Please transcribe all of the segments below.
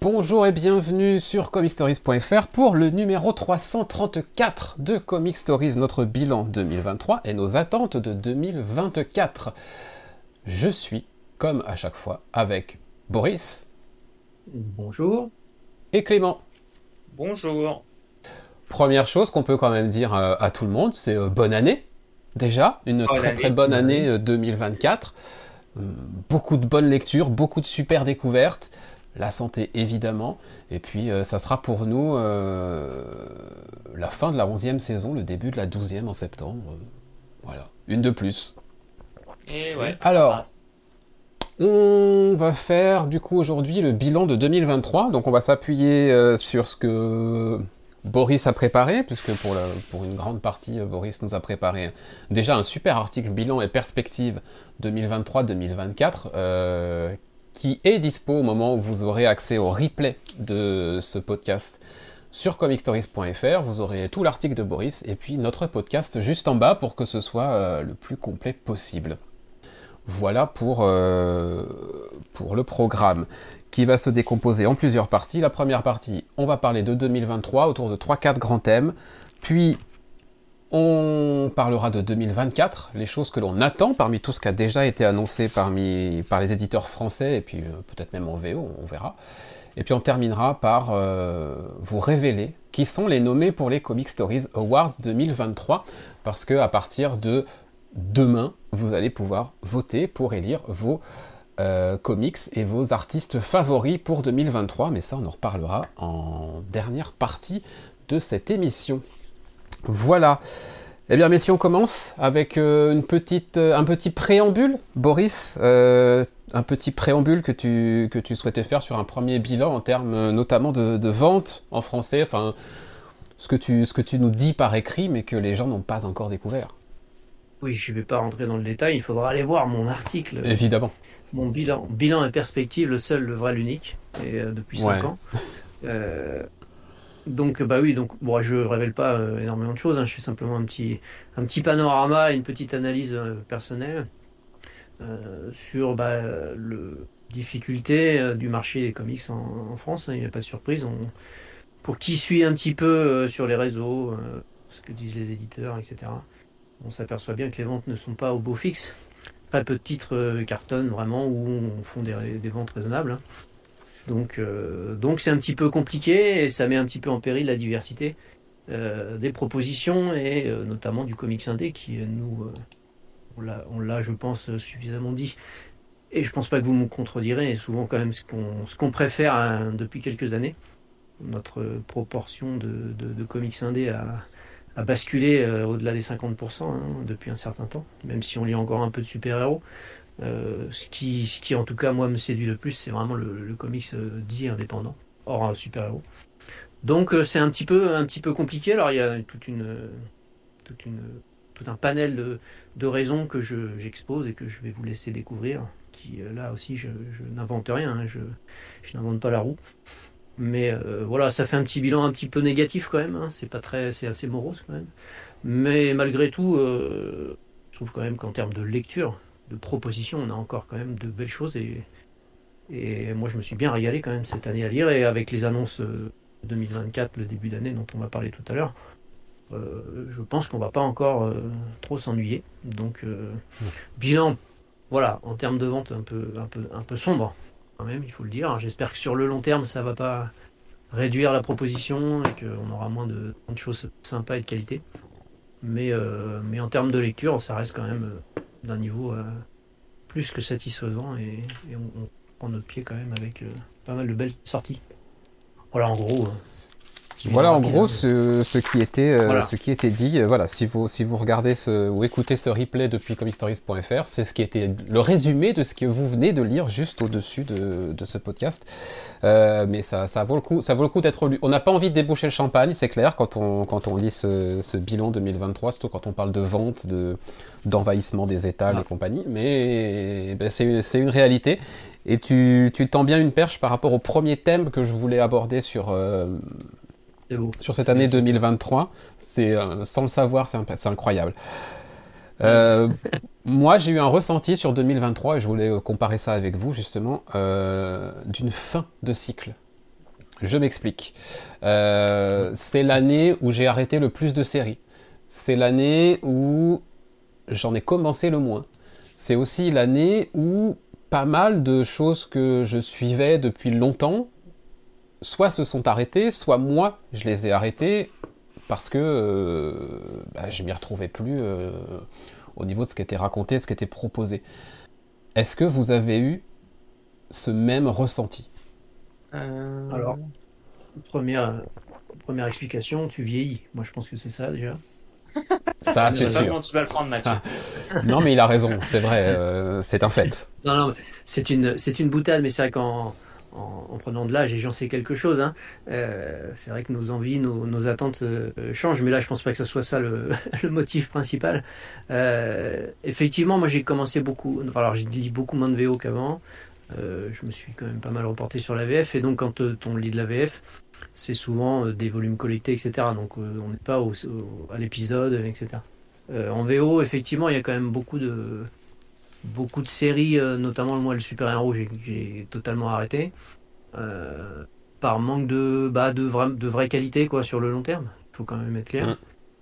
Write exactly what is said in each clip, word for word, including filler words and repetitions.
Bonjour et bienvenue sur comic stories point f r pour le numéro trois cent trente-quatre de Comic Stories, notre bilan deux mille vingt-trois et nos attentes de deux mille vingt-quatre. Je suis, comme à chaque fois, avec Boris. Bonjour. Et Clément. Bonjour. Première chose qu'on peut quand même dire à, à tout le monde, c'est euh, bonne année. Déjà, une bonne très année. très bonne année euh, deux mille vingt-quatre. Euh, beaucoup de bonnes lectures, beaucoup de super découvertes. La santé évidemment, et puis euh, ça sera pour nous euh, la fin de la onzième saison, le début de la douzième en septembre. Euh, voilà, une de plus. Et ouais. Alors, on va faire du coup aujourd'hui le bilan de deux mille vingt-trois, donc on va s'appuyer euh, sur ce que Boris a préparé, puisque pour, la, pour une grande partie, euh, Boris nous a préparé déjà un super article bilan et perspective deux mille vingt-trois deux mille vingt-quatre, euh, qui est dispo au moment où vous aurez accès au replay de ce podcast sur comic stories point f r. Vous aurez tout l'article de Boris et puis notre podcast juste en bas pour que ce soit euh, le plus complet possible. Voilà pour, euh, pour le programme qui va se décomposer en plusieurs parties. La première partie, on va parler de deux mille vingt-trois autour de trois quatre grands thèmes. Puis on parlera de deux mille vingt-quatre, les choses que l'on attend parmi tout ce qui a déjà été annoncé parmi, par les éditeurs français, et puis euh, peut-être même en V O, on verra. Et puis on terminera par euh, vous révéler qui sont les nommés pour les Comic Stories Awards deux mille vingt-trois, parce qu'à partir de demain, vous allez pouvoir voter pour élire vos euh, comics et vos artistes favoris pour deux mille vingt-trois, mais ça on en reparlera en dernière partie de cette émission. Voilà. Eh bien, messieurs, on commence avec euh, une petite, euh, un petit préambule. Boris, euh, un petit préambule que tu, que tu souhaitais faire sur un premier bilan en termes euh, notamment de, de vente en français, enfin, ce que, tu, ce que tu nous dis par écrit, mais que les gens n'ont pas encore découvert. Oui, je ne vais pas rentrer dans le détail, il faudra aller voir mon article. Évidemment. Mon bilan, bilan et perspective, le seul, le vrai, l'unique, et euh, depuis cinq Ouais. ans. Euh, donc, bah oui, donc, bon, je ne révèle pas euh, énormément de choses, hein, je fais simplement un petit, un petit panorama, une petite analyse euh, personnelle euh, sur bah, le difficulté euh, du marché des comics en, en France, hein, il n'y a pas de surprise. On, pour qui suit un petit peu euh, sur les réseaux, euh, ce que disent les éditeurs, et cetera, on s'aperçoit bien que les ventes ne sont pas au beau fixe. Très peu de titres euh, cartonnent vraiment ou on font des, des ventes raisonnables. Donc, euh, donc c'est un petit peu compliqué et ça met un petit peu en péril la diversité euh, des propositions et euh, notamment du comics indé qui nous, euh, on, l'a, on l'a je pense suffisamment dit. Et je pense pas que vous me contredirez, et souvent quand même ce qu'on, ce qu'on préfère hein, depuis quelques années. Notre proportion de, de, de comics indés a a basculé euh, au-delà des cinquante pour cent hein, depuis un certain temps, même si on lit encore un peu de super-héros. Euh, ce, qui, ce qui, en tout cas, moi, me séduit le plus, c'est vraiment le, le comics euh, dit indépendant, hors un super-héros. Donc, euh, c'est un petit peu, un petit peu compliqué. Alors, il y a toute une, toute une, tout un panel de, de raisons que je, j'expose et que je vais vous laisser découvrir, qui, euh, là aussi, je, je n'invente rien, hein, je, je n'invente pas la roue. Mais euh, voilà, ça fait un petit bilan un petit peu négatif quand même, hein. C'est pas très, c'est assez morose quand même. Mais malgré tout, euh, je trouve quand même qu'en termes de lecture, de proposition, on a encore quand même de belles choses. Et, et moi, je me suis bien régalé quand même cette année à lire. Et avec les annonces euh, deux mille vingt-quatre, le début d'année dont on va parler tout à l'heure, euh, je pense qu'on va pas encore euh, trop s'ennuyer. Donc, euh, mmh. bilan, voilà, en termes de vente, un peu, un peu, un peu sombre. Quand même, il faut le dire. J'espère que sur le long terme, ça va pas réduire la proposition et qu'on aura moins de, de choses sympas et de qualité. Mais, euh, mais en termes de lecture, ça reste quand même euh, d'un niveau euh, plus que satisfaisant et, et on, on prend notre pied quand même avec euh, pas mal de belles sorties. Voilà, en gros. Euh, Voilà en gros ce, ce, qui était, euh, voilà. ce qui était dit. Euh, voilà, si vous, si vous regardez ce, ou écoutez ce replay depuis comic stories point f r, c'est ce qui était le résumé de ce que vous venez de lire juste au-dessus de, de ce podcast. Euh, mais ça, ça, vaut le coup, ça vaut le coup d'être lu. On n'a pas envie de déboucher le champagne, c'est clair, quand on, quand on lit ce, ce bilan deux mille vingt-trois, surtout quand on parle de vente, de, d'envahissement des étals ah. et compagnie. Mais ben, c'est, une, c'est une réalité. Et tu, tu tends bien une perche par rapport au premier thème que je voulais aborder sur... Euh, Sur cette année deux mille vingt-trois, c'est, euh, sans le savoir, c'est, imp- c'est incroyable. Euh, moi, j'ai eu un ressenti sur deux mille vingt-trois, et je voulais comparer ça avec vous, justement, euh, d'une fin de cycle. Je m'explique. Euh, c'est l'année où j'ai arrêté le plus de séries. C'est l'année où j'en ai commencé le moins. C'est aussi l'année où pas mal de choses que je suivais depuis longtemps, soit se sont arrêtées, soit moi, je les ai arrêtées parce que euh, bah, je m'y retrouvais plus euh, au niveau de ce qui était raconté, de ce qui était proposé. Est-ce que vous avez eu ce même ressenti ? Euh... Alors, première, première explication, tu vieillis. Moi, je pense que c'est ça déjà. Ça, je c'est sais pas sûr. comment tu vas le prendre, Mathieu. Ça... Non, mais il a raison, c'est vrai, euh, c'est un fait. Non, non, c'est une, c'est une boutade, mais c'est vrai qu'en en, en prenant de l'âge, et j'en sais quelque chose, hein, euh, c'est vrai que nos envies, nos, nos attentes euh, changent, mais là, je pense pas que ce soit ça le, le motif principal. Euh, effectivement, moi, j'ai commencé beaucoup, alors j'ai lu beaucoup moins de V O qu'avant. Euh, je me suis quand même pas mal reporté sur la V F, et donc quand euh, on lit de la V F, c'est souvent euh, des volumes collectés, et cetera. Donc euh, on n'est pas au, au, à l'épisode, et cetera. Euh, en V O, effectivement, il y a quand même beaucoup de beaucoup de séries, euh, notamment moi le super-héros, j'ai, j'ai totalement arrêté euh, par manque de bah de vraie de vraie qualité quoi sur le long terme. Il faut quand même être clair. Mm.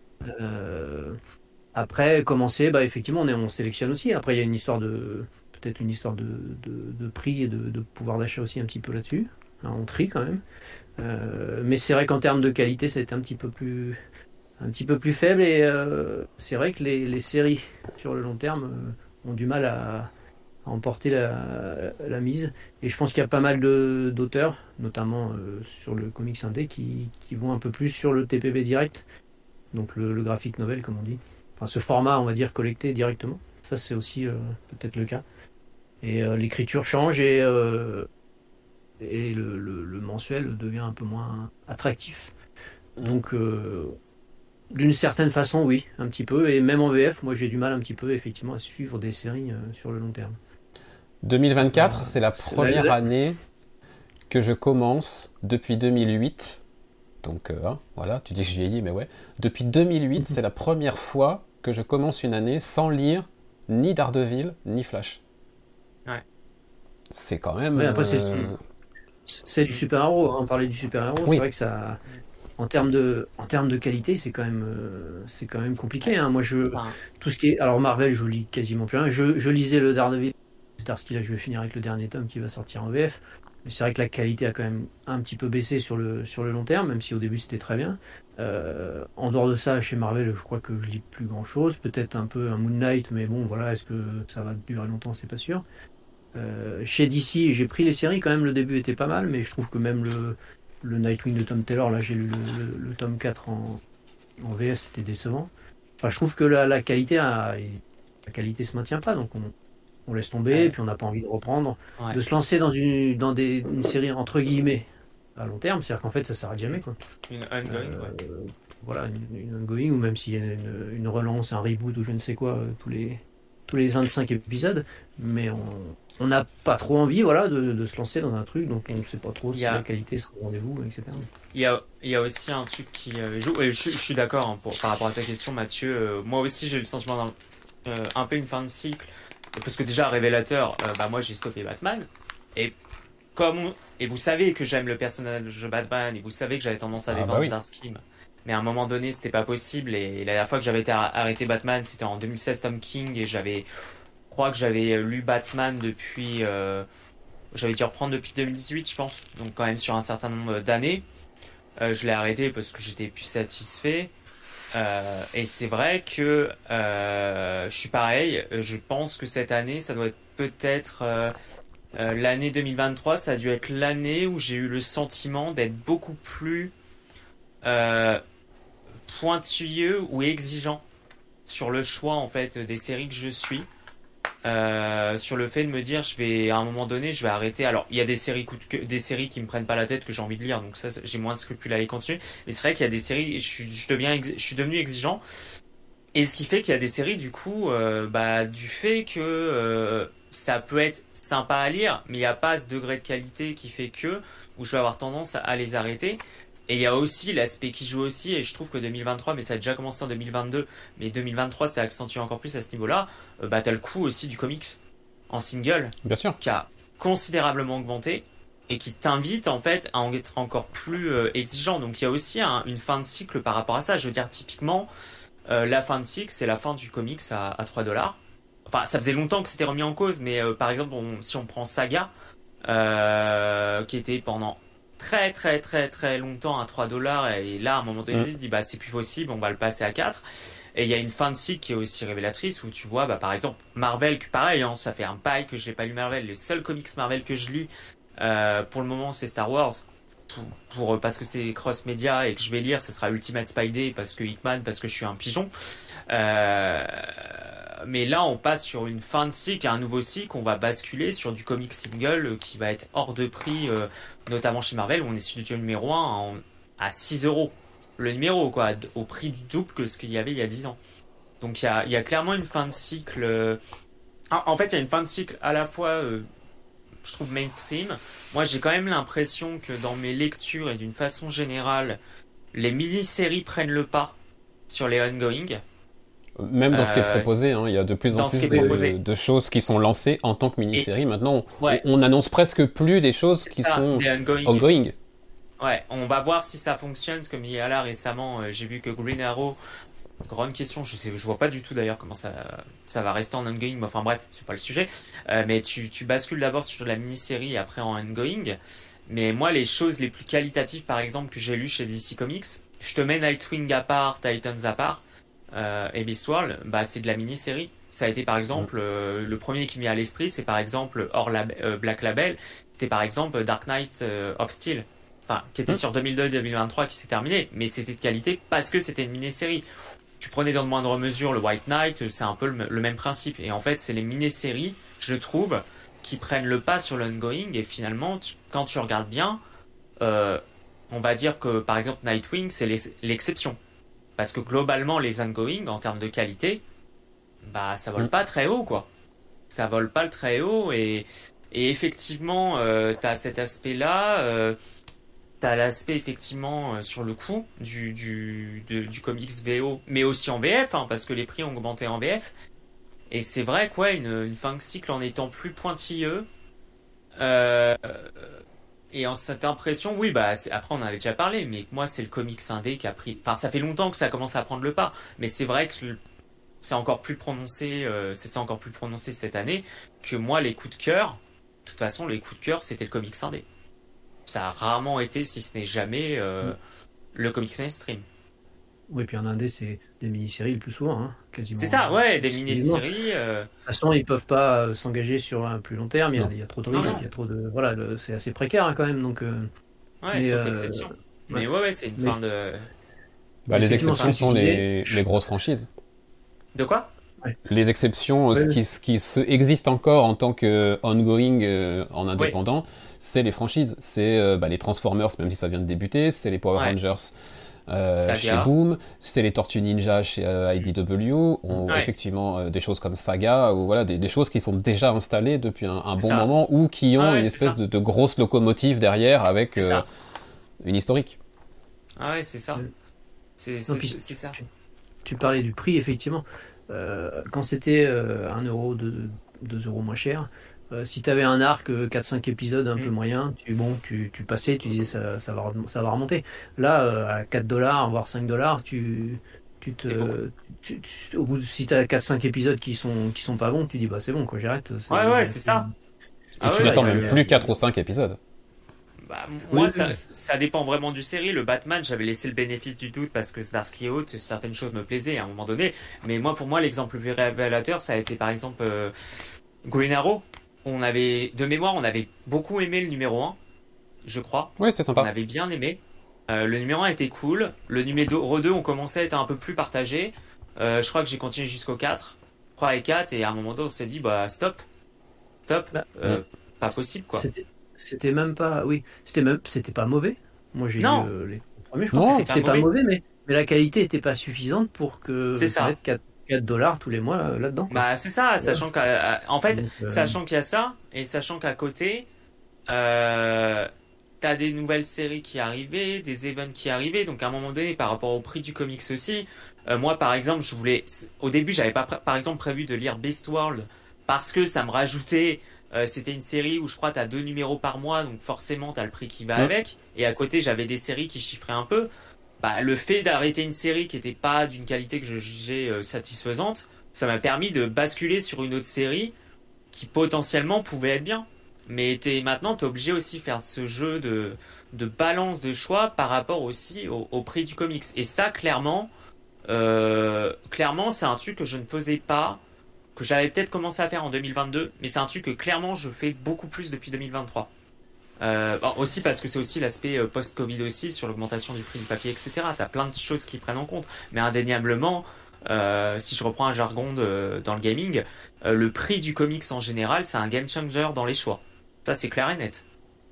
Euh, après commencer, bah effectivement on est on sélectionne aussi. Après il y a une histoire de peut-être une histoire de, de, de prix et de, de pouvoir d'achat aussi un petit peu là-dessus. Là, on trie quand même. Euh, mais c'est vrai qu'en termes de qualité, ça a été un petit peu plus, un petit peu plus faible. Et euh, c'est vrai que les, les séries sur le long terme euh, ont du mal à, à emporter la, la mise. Et je pense qu'il y a pas mal de, d'auteurs, notamment euh, sur le comics indé, qui, qui vont un peu plus sur le T P B direct. Donc le, le graphic novel, comme on dit. Enfin, ce format, on va dire, collecté directement. Ça, c'est aussi euh, peut-être le cas. Et euh, l'écriture change et, euh, et le, le, le mensuel devient un peu moins attractif. Donc, euh, d'une certaine façon, oui, un petit peu. Et même en V F, moi, j'ai du mal un petit peu, effectivement, à suivre des séries euh, sur le long terme. deux mille vingt-quatre, Euh, c'est la première la... année que je commence depuis deux mille huit. Donc, euh, hein, voilà, tu dis que je vieillis, mais ouais. Depuis deux mille huit, c'est la première fois que je commence une année sans lire ni Daredevil, ni Flash. Ouais. C'est quand même... Ouais, après, c'est, euh... c'est du super-héros. Hein. On parlait du super-héros, Oui. c'est vrai que ça... En termes de, en termes de qualité, c'est quand même, euh, c'est quand même compliqué. Hein. Moi, je, Enfin, tout ce qui est, alors Marvel, je lis quasiment plus rien. Je, je lisais le Daredevil, Starsky, là, je vais finir avec le dernier tome qui va sortir en V F. Mais c'est vrai que la qualité a quand même un petit peu baissé sur le, sur le long terme, même si au début c'était très bien. Euh, en dehors de ça, chez Marvel, je crois que je lis plus grand chose. Peut-être un peu un Moon Knight, mais bon, voilà, est-ce que ça va durer longtemps, c'est pas sûr. Euh, chez D C, j'ai pris les séries quand même. Le début était pas mal, mais je trouve que même le, le Nightwing de Tom Taylor, là j'ai lu le, le, le tome quatre en, en V F, c'était décevant. Enfin, je trouve que la, la qualité a, la qualité se maintient pas, donc on, on laisse tomber, ouais. et puis on n'a pas envie de reprendre, Ouais. de se lancer dans une dans des une série entre guillemets à long terme, c'est-à-dire qu'en fait ça s'arrête jamais quoi. Une ongoing, Euh, ouais. Voilà, une, une ongoing, ou même s'il y a une, une relance, un reboot ou je ne sais quoi euh, tous les tous les vingt-cinq épisodes, mais on on n'a pas trop envie, voilà, de, de se lancer dans un truc, donc on ne sait pas trop si a... la qualité sera au rendez-vous, et cetera. Il y a, il y a aussi un truc qui euh, joue, et je, je suis d'accord hein, pour, par rapport à ta question, Mathieu. Euh, moi aussi, j'ai eu le sentiment d'un euh, un peu une fin de cycle, parce que déjà, révélateur, euh, bah moi j'ai stoppé Batman, et comme et vous savez que j'aime le personnage de Batman, et vous savez que j'avais tendance à Ah, défendre bah oui. Starsky, mais à un moment donné, c'était pas possible, et la dernière fois que j'avais été arrêté Batman, c'était en deux mille seize, Tom King, et j'avais Je crois que j'avais lu Batman depuis, euh, j'avais dû reprendre depuis deux mille dix-huit, je pense, donc quand même sur un certain nombre d'années. Euh, je l'ai arrêté parce que j'étais plus satisfait. Euh, et c'est vrai que euh, je suis pareil. Je pense que cette année, ça doit être peut-être euh, euh, l'année deux mille vingt-trois. Ça a dû être l'année où j'ai eu le sentiment d'être beaucoup plus euh, pointilleux ou exigeant sur le choix en fait des séries que je suis. Euh, sur le fait de me dire je vais à un moment donné je vais arrêter. Alors il y a des séries coup de que, des séries qui me prennent pas la tête que j'ai envie de lire, donc ça j'ai moins de scrupules à les continuer, mais c'est vrai qu'il y a des séries je suis je deviens ex, je suis devenu exigeant, et ce qui fait qu'il y a des séries du coup euh, bah du fait que euh, ça peut être sympa à lire mais il y a pas ce degré de qualité qui fait que où je vais avoir tendance à, à les arrêter. Et il y a aussi l'aspect qui joue aussi, et je trouve que deux mille vingt-trois, mais ça a déjà commencé en deux mille vingt-deux, mais deux mille vingt-trois c'est accentué encore plus à ce niveau-là. Euh, bah t'as le coût aussi du comics en single, Bien sûr. qui a considérablement augmenté, et qui t'invite en fait à en être encore plus euh, exigeant. Donc il y a aussi un, une fin de cycle par rapport à ça. Je veux dire, typiquement, euh, la fin de cycle, c'est la fin du comics à, à trois dollars. Enfin, ça faisait longtemps que c'était remis en cause, mais euh, par exemple, on, si on prend Saga, euh, qui était pendant très très très très longtemps à trois dollars, et là, à un moment donné, Mm. je dis, bah c'est plus possible, on va le passer à quatre. Et il y a une fin de cycle qui est aussi révélatrice, où tu vois, bah par exemple, Marvel, que pareil, hein, ça fait un bail que je n'ai pas lu Marvel. Les seuls comics Marvel que je lis, euh, pour le moment, c'est Star Wars. Pour, pour- parce que c'est cross-média et que je vais lire, ce sera Ultimate Spidey, parce que Hickman, parce que je suis un pigeon. Euh, mais là, on passe sur une fin de cycle, un nouveau cycle, on va basculer sur du comic single euh, qui va être hors de prix, euh, notamment chez Marvel, où on est sur du numéro un en- à six euros. Le numéro, quoi, d- au prix du double que ce qu'il y avait il y a dix ans. Donc il y a, il y a clairement une fin de cycle. euh, En en fait, il y a une fin de cycle à la fois, euh, je trouve, mainstream. Moi, j'ai quand même l'impression que dans mes lectures et d'une façon générale, les mini-séries prennent le pas sur les ongoing. Même dans ce qui est Euh, proposé, hein, il y a de plus en dans ce plus qui est proposé. de, de choses qui sont lancées en tant que mini-série. Maintenant, on, Ouais. on annonce presque plus des choses C'est qui ça, sont des ongoing. ongoing. Ouais, on va voir si ça fonctionne. Comme il y a là récemment, euh, j'ai vu que Green Arrow, grande question, je sais, je vois pas du tout d'ailleurs comment ça, ça va rester en ongoing. Mais enfin bref, c'est pas le sujet. Euh, mais tu, tu bascules d'abord sur la mini-série et après en ongoing. Mais moi, les choses les plus qualitatives, par exemple, que j'ai lues chez D C Comics, je te mets Nightwing à part, Titans à part, euh, et Beastworld, bah c'est de la mini-série. Ça a été par exemple euh, le premier qui m'y a à l'esprit, c'est par exemple hors lab- euh, Black Label, c'était par exemple Dark Knight euh, of Steel. Enfin, qui était Mmh. sur deux mille deux deux mille vingt-trois, qui s'est terminé, mais c'était de qualité parce que c'était une mini-série. Tu prenais dans de moindres mesures le White Knight, c'est un peu le, le même principe. Et en fait, c'est les mini-séries, je trouve, qui prennent le pas sur l'ongoing. Et finalement, tu- quand tu regardes bien, euh, on va dire que par exemple Nightwing, c'est l'ex- l'exception. Parce que globalement, les ongoing, en termes de qualité, bah ça vole Mm. pas très haut, quoi. Ça vole pas le très haut. Et, et effectivement, euh, t'as cet aspect-là. Euh, T'as l'aspect effectivement euh, sur le coût du, du, de- du comics V O, mais aussi en V F, hein, parce que les prix ont augmenté en V F. Et c'est vrai quoi, une, une fin de cycle en étant plus pointilleux, euh, et en cette impression, oui, bah c'est- après on en avait déjà parlé, mais moi c'est le comics indé qui a pris. Enfin, ça fait longtemps que ça commence à prendre le pas, mais c'est vrai que le- c'est encore plus prononcé, euh, c'est ça encore plus prononcé cette année que moi les coups de cœur. De toute façon, les coups de cœur c'était le comics indé. Ça a rarement été, si ce n'est jamais, euh, le comics mainstream. Oui, puis en Indé, c'est des mini-séries le plus souvent, hein, quasiment. C'est ça, ouais, des Exclusivement. mini-séries. euh, De toute façon, ils peuvent pas euh, s'engager sur un plus long terme. Il y a, Non. il y a trop de Non, risques, non. il y a trop de voilà, le- c'est assez précaire hein, quand même. Donc, euh, Ouais, Mais, sauf euh, exception. Mais ouais. ouais, ouais, c'est une Mais- fin de. Bah, les Effectivement, exceptions ce que sont tu les, disais. les grosses franchises. De quoi? Les exceptions, euh, Ouais, ce ouais. qui, ce qui se, existe encore en tant que ongoing euh, en indépendant, c'est les franchises. C'est euh, bah, les Transformers, même si ça vient de débuter, c'est les Power Ouais. Rangers euh, Saga. chez Boom, c'est les Tortues Ninja chez euh, I D W, on, Ouais. effectivement euh, des choses comme Saga, ou voilà, des, des choses qui sont déjà installées depuis un, un bon Ça. moment, ou qui ont Ah ouais, une c'est espèce ça. de, de grosse locomotive derrière avec C'est euh, ça. une historique. Ah ouais, c'est ça. Ouais. C'est Non, c'est- puis, c'est ça. Tu, tu parlais du prix, effectivement. Euh, quand c'était euh, un euro, deux euros moins cher, euh, si tu avais un arc euh, quatre cinq épisodes un Mm. peu moyen, tu, bon, tu, tu passais, tu disais ça, ça, va, rem- ça va remonter. Là, euh, à quatre dollars, voire cinq dollars, tu, tu te. C'est beaucoup. Tu, tu- au bout de, si tu as quatre cinq épisodes qui sont, qui sont pas bons, tu dis bah c'est bon, quoi, j'arrête. Ouais, ouais, c'est ça. Et Ah tu ouais, n'attends il y a- même il y a- plus quatre ou cinq épisodes. Bah, m- Oui, moi, oui, ça, oui. ça dépend vraiment du série. Le Batman, j'avais laissé le bénéfice du doute parce que Starsky et Hutch, certaines choses me plaisaient à un moment donné. Mais moi, pour moi, l'exemple le plus révélateur, ça a été par exemple euh, Green Arrow. On avait, de mémoire, on avait beaucoup aimé le numéro un, je crois. Oui, c'est On sympa. avait bien aimé. Euh, le numéro un était cool. Le numéro deux, on commençait à être un peu plus partagé. Euh, je crois que j'ai continué jusqu'au quatre. trois et quatre, et à un moment donné, on s'est dit, bah, stop. Stop. Bah, Euh, Pas possible, quoi. C'était, c'était même pas, oui, c'était même, c'était pas mauvais. Moi j'ai lu Non. euh, les premiers, je Non, pense que c'était c'était pas pas mauvais, mais, mais la qualité était pas suffisante pour que C'est ça. mettre quatre dollars tous les mois là- là-dedans. quoi. Bah, c'est ça, sachant qu'à, en fait, Donc, euh, sachant qu'il y a ça, et sachant qu'à côté, euh, t'as des nouvelles séries qui arrivaient, des events qui arrivaient, donc à un moment donné, par rapport au prix du comics aussi, euh, moi par exemple, je voulais, au début, j'avais pas, pr- par exemple, prévu de lire Beastworld parce que ça me rajoutait euh, c'était une série où je crois t'as deux numéros par mois, donc forcément t'as le prix qui va Ouais. avec. Et à côté, j'avais des séries qui chiffraient un peu. Bah, le fait d'arrêter une série qui était pas d'une qualité que je jugeais euh, satisfaisante, ça m'a permis de basculer sur une autre série qui potentiellement pouvait être bien. Mais t'es, maintenant, t'es obligé aussi de faire ce jeu de, de balance de choix par rapport aussi au, au prix du comics. Et ça, clairement, euh, clairement, c'est un truc que je ne faisais pas, que j'avais peut-être commencé à faire en deux mille vingt-deux, mais c'est un truc que clairement je fais beaucoup plus depuis deux mille vingt-trois. Euh, bon, aussi parce que c'est aussi l'aspect euh, post-Covid aussi sur l'augmentation du prix du papier, et cetera. T'as plein de choses qui prennent en compte, mais indéniablement, euh, si je reprends un jargon de, dans le gaming, euh, le prix du comics en général, c'est un game changer dans les choix. Ça, c'est clair et net.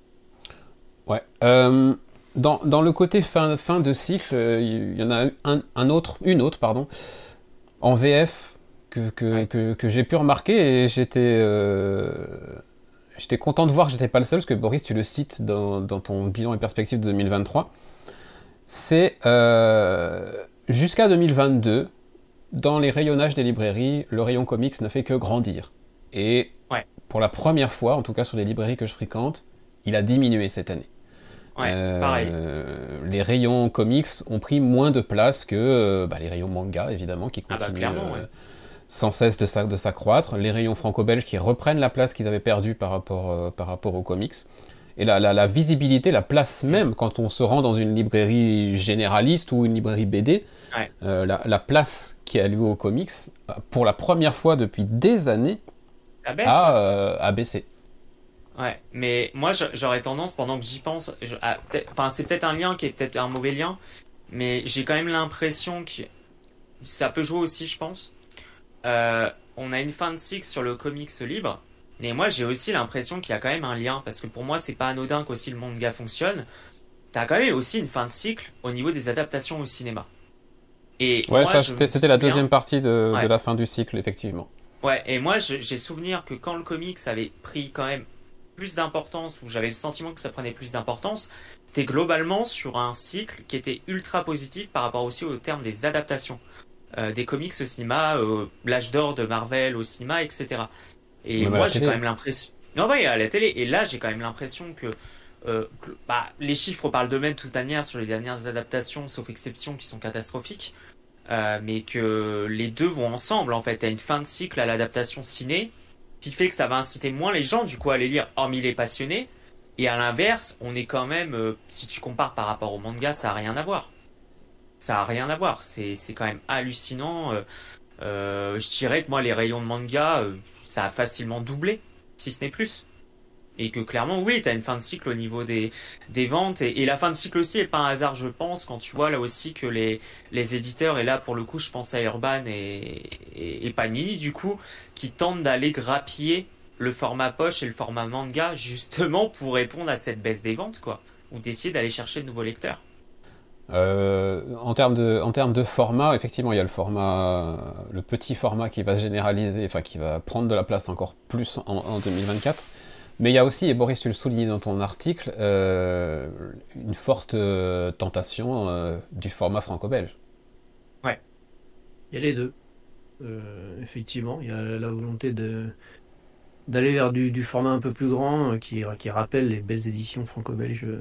Ouais. Euh, dans, dans le côté fin, fin de cycle, euh, il y en a un, un autre, une autre, pardon, en V F que, que, Ouais. que, que j'ai pu remarquer et j'étais, euh, j'étais content de voir que j'étais pas le seul, parce que Boris, tu le cites dans, dans ton bilan et perspective de deux mille vingt-trois. C'est euh, jusqu'à deux mille vingt-deux, dans les rayonnages des librairies, le rayon comics ne fait que grandir. Et Ouais. pour la première fois, en tout cas sur les librairies que je fréquente, il a diminué cette année. Ouais, Euh, pareil. les rayons comics ont pris moins de place que euh, bah, les rayons manga, évidemment, qui Ah bah, continuent clairement, euh, ouais. sans cesse de, sa- de s'accroître. Les rayons franco-belges qui reprennent la place qu'ils avaient perdue par rapport, euh, par rapport aux comics. Et la, la, la visibilité, la place même, quand on se rend dans une librairie généraliste ou une librairie B D, Ouais. euh, la, la place qui est allouée aux comics, pour la première fois depuis des années, Ça baisse, a, ouais. euh, a baissé. Ouais, mais moi je- j'aurais tendance, pendant que j'y pense, je- à peut-être- enfin c'est peut-être un lien qui est peut-être un mauvais lien, mais j'ai quand même l'impression que ça peut jouer aussi, je pense. Euh, on a une fin de cycle sur le comics libre, mais moi j'ai aussi l'impression qu'il y a quand même un lien, parce que pour moi c'est pas anodin qu'aussi le manga fonctionne. T'as quand même aussi une fin de cycle au niveau des adaptations au cinéma. Et Ouais, moi ça, je me c'était c'était la souviens- deuxième partie de, Ouais. de la fin du cycle, effectivement. Ouais, et moi je- j'ai souvenir que quand le comics avait pris quand même plus d'importance, ou j'avais le sentiment que ça prenait plus d'importance, c'était globalement sur un cycle qui était ultra positif par rapport aussi au terme des adaptations euh, des comics au cinéma, euh, l'âge d'or de Marvel au cinéma, et cetera. Et Même à moi la j'ai télé. quand même l'impression... Non, ouais, à la télé, et là j'ai quand même l'impression que, euh, que- bah, les chiffres parlent d'eux-mêmes de toute manière sur les dernières adaptations, sauf exception, qui sont catastrophiques. Euh, mais que les deux vont ensemble en fait. T'as une fin de cycle à l'adaptation ciné qui fait que ça va inciter moins les gens du coup à les lire, hormis les passionnés. Et à l'inverse, on est quand même, euh, si tu compares par rapport au manga, ça a rien à voir. Ça a rien à voir. C'est c'est quand même hallucinant. Euh, euh, je dirais que moi les rayons de manga, euh, ça a facilement doublé, si ce n'est plus. Et que clairement, oui, t'as une fin de cycle au niveau des, des ventes. Et, et la fin de cycle aussi est pas un hasard, je pense, quand tu vois là aussi que les, les éditeurs, et là pour le coup, je pense à Urban et, et, et Panini, du coup, qui tentent d'aller grappiller le format poche et le format manga, justement pour répondre à cette baisse des ventes, quoi. Ou d'essayer d'aller chercher de nouveaux lecteurs. Euh, en termes de, en termes de format, effectivement, il y a le format, le petit format qui va se généraliser, enfin qui va prendre de la place encore plus en, en deux mille vingt-quatre. Mais il y a aussi, et Boris, tu le soulignes dans ton article, euh, une forte euh, tentation euh, du format franco-belge. Ouais. Il y a les deux. Euh, effectivement, il y a la volonté de d'aller vers du, du format un peu plus grand euh, qui, qui rappelle les belles éditions franco-belges euh,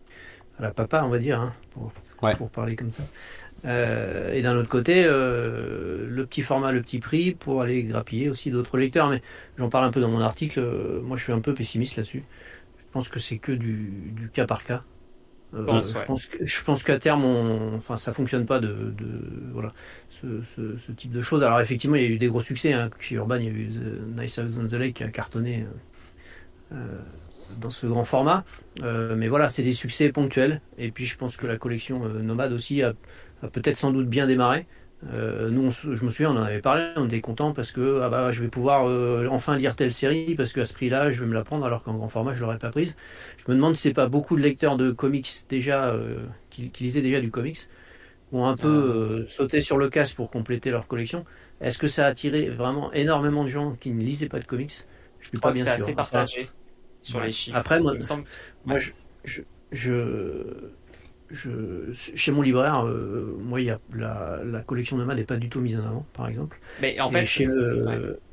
à la papa, on va dire, hein, pour, Ouais. pour parler comme ça. Euh, et d'un autre côté, euh, le petit format, le petit prix pour aller grappiller aussi d'autres lecteurs. Mais j'en parle un peu dans mon article. Euh, moi, je suis un peu pessimiste là-dessus. Je pense que c'est que du, du cas par cas. Euh, pense, je ouais. pense que, je pense qu'à terme, on, enfin, ça fonctionne pas de, de voilà, ce, ce, ce type de choses. Alors effectivement, il y a eu des gros succès. Hein. Chez Urban, il y a eu The Nice House on the Lake qui a cartonné euh, dans ce grand format. Euh, mais voilà, c'est des succès ponctuels. Et puis, je pense que la collection euh, Nomade aussi a, a peut-être sans doute bien démarré. Euh, nous, on, je me souviens, on en avait parlé, on était content parce que ah bah, je vais pouvoir euh, enfin lire telle série parce qu'à ce prix-là, je vais me la prendre alors qu'en grand format, je l'aurais pas prise. Je me demande si c'est pas beaucoup de lecteurs de comics déjà euh, qui, qui lisaient déjà du comics ont un peu euh, sauté sur le casse pour compléter leur collection. Est-ce que ça a attiré vraiment énormément de gens qui ne lisaient pas de comics? Je Je suis crois pas que bien c'est sûr. assez Enfin, partagé sur ouais. les chiffres. Après, moi, Il me semble... moi je, je, je, je, chez mon libraire, euh, moi, il y a la, la collection Nomade n'est pas du tout mise en avant, par exemple. Mais en Et fait, chez c'est- le, ouais.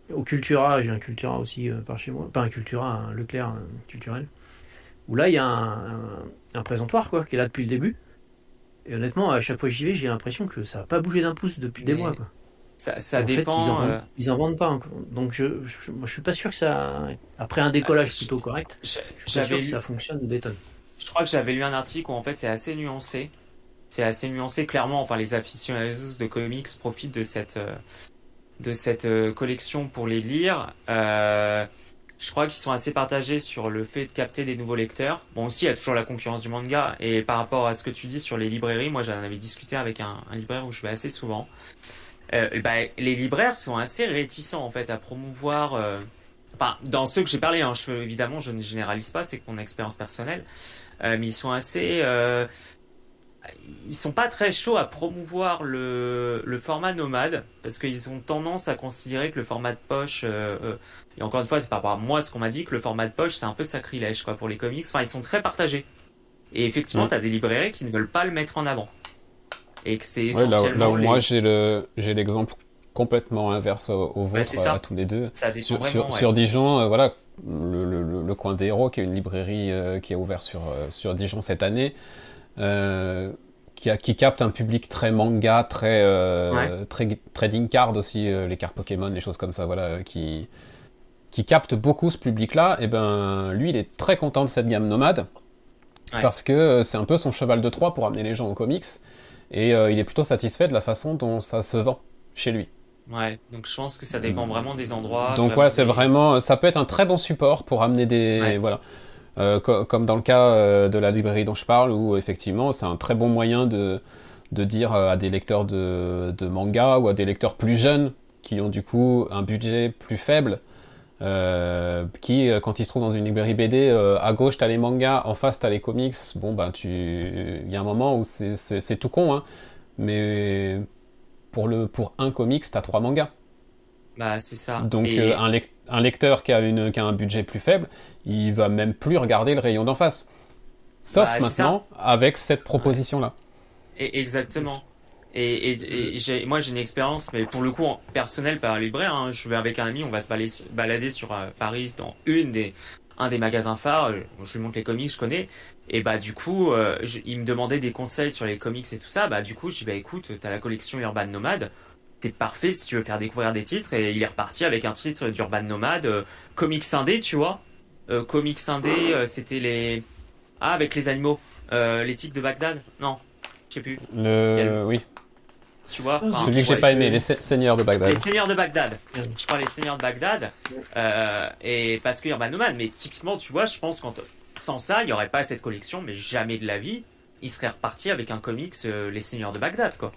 au Cultura, j'ai un Cultura aussi euh, par chez moi, pas un Cultura, un Leclerc un culturel, où là il y a un, un, un présentoir quoi, qui est là depuis le début. Et honnêtement, à chaque fois que j'y vais, j'ai l'impression que ça n'a pas bougé d'un pouce depuis des Mais mois. Quoi. ça, ça En fait, ils dépend. en, vendent, euh, ils en vendent pas encore. Donc je, je, moi, je suis pas sûr que ça. Après un décollage je- plutôt correct, je- je suis pas sûr J'avais que lu, ça fonctionne des tonnes. je crois que j'avais lu un article où en fait c'est assez nuancé. C'est assez nuancé, clairement. Enfin, les aficionados de comics profitent de cette, euh, de cette euh, collection pour les lire. Euh, je crois qu'ils sont assez partagés sur le fait de capter des nouveaux lecteurs. Bon, aussi, il y a toujours la concurrence du manga. Et par rapport à ce que tu dis sur les librairies, moi, j'en avais discuté avec un, un libraire où je vais assez souvent. Euh, bah, les libraires sont assez réticents, en fait, à promouvoir... euh, Enfin, dans ceux que j'ai parlé, hein, je, évidemment, je ne généralise pas, c'est que mon expérience personnelle. Euh, mais ils sont assez... Euh, ils sont pas très chauds à promouvoir le, le format nomade parce qu'ils ont tendance à considérer que le format de poche euh, euh, et encore une fois c'est par rapport à moi ce qu'on m'a dit que le format de poche c'est un peu sacrilège quoi pour les comics. Enfin ils sont très partagés et effectivement Mm. t'as des librairies qui ne veulent pas le mettre en avant et que c'est Ouais, là, essentiellement là où les... moi j'ai le j'ai l'exemple complètement inverse au, au Bah, vôtre c'est ça, à tous les deux. ça dépend Sur, vraiment sur, ouais. sur Dijon, euh, voilà, le, le, le- le coin des héros, qui est une librairie euh, qui a ouvert sur, euh, sur Dijon cette année, euh, qui, a, qui capte un public très manga, très, euh, très trading card aussi, euh, les cartes Pokémon, les choses comme ça, voilà, euh, qui, qui capte beaucoup ce public-là. Et ben lui, il est très content de cette gamme nomade, Ouais. parce que euh, c'est un peu son cheval de Troie pour amener les gens aux comics, et euh, il est plutôt satisfait de la façon dont ça se vend chez lui. Ouais, donc je pense que ça dépend vraiment des endroits. Donc vraiment voilà, c'est des- vraiment, ça peut être un très bon support pour amener des, Ouais. voilà, Euh, co- comme dans le cas euh, de la librairie dont je parle, où effectivement c'est un très bon moyen de, de dire euh, à des lecteurs de, de manga ou à des lecteurs plus jeunes qui ont du coup un budget plus faible, euh, qui euh, quand ils se trouvent dans une librairie B D, euh, à gauche t'as les mangas, en face t'as les comics, bon ben tu, il y a un moment où c'est, c'est, c'est tout con, hein, mais pour le, pour un comics t'as trois mangas. Bah c'est ça. Donc Et euh, un, lec- un lecteur qui a, une, qui a un budget plus faible, il va même plus regarder le rayon d'en face. Sauf Bah, c'est maintenant avec cette proposition-là. Et exactement. Et, et, et j'ai, moi j'ai une expérience, mais pour le coup en- personnelle par libraire. Hein, je vais avec un ami, on va se balader, balader sur euh, Paris dans une des, un des magasins phares. euh, Je lui montre les comics, je connais. Et bah du coup, euh, je- il me demandait des conseils sur les comics et tout ça. Bah du coup, je dis bah écoute, t'as la collection Urban Nomade. C'est parfait si tu veux faire découvrir des titres. Et il est reparti avec un titre d'Urban Nomade, euh, comics indé, tu vois. Euh, comics indé, euh, c'était les ah avec les animaux, euh, les titres de Bagdad. Non, je sais plus. Le... Quel- Oui, Tu vois, Ah, enfin, celui que j'ai ouais, pas je- aimé, les Se- Seigneurs de Bagdad. les Seigneurs de Bagdad. Ouais. Je parle des Seigneurs de Bagdad. Euh, et parce que Urban Nomad, mais typiquement, tu vois, je pense quand sans ça, il n'y aurait pas cette collection, mais jamais de la vie, il serait reparti avec un comics euh, Les Seigneurs de Bagdad, quoi.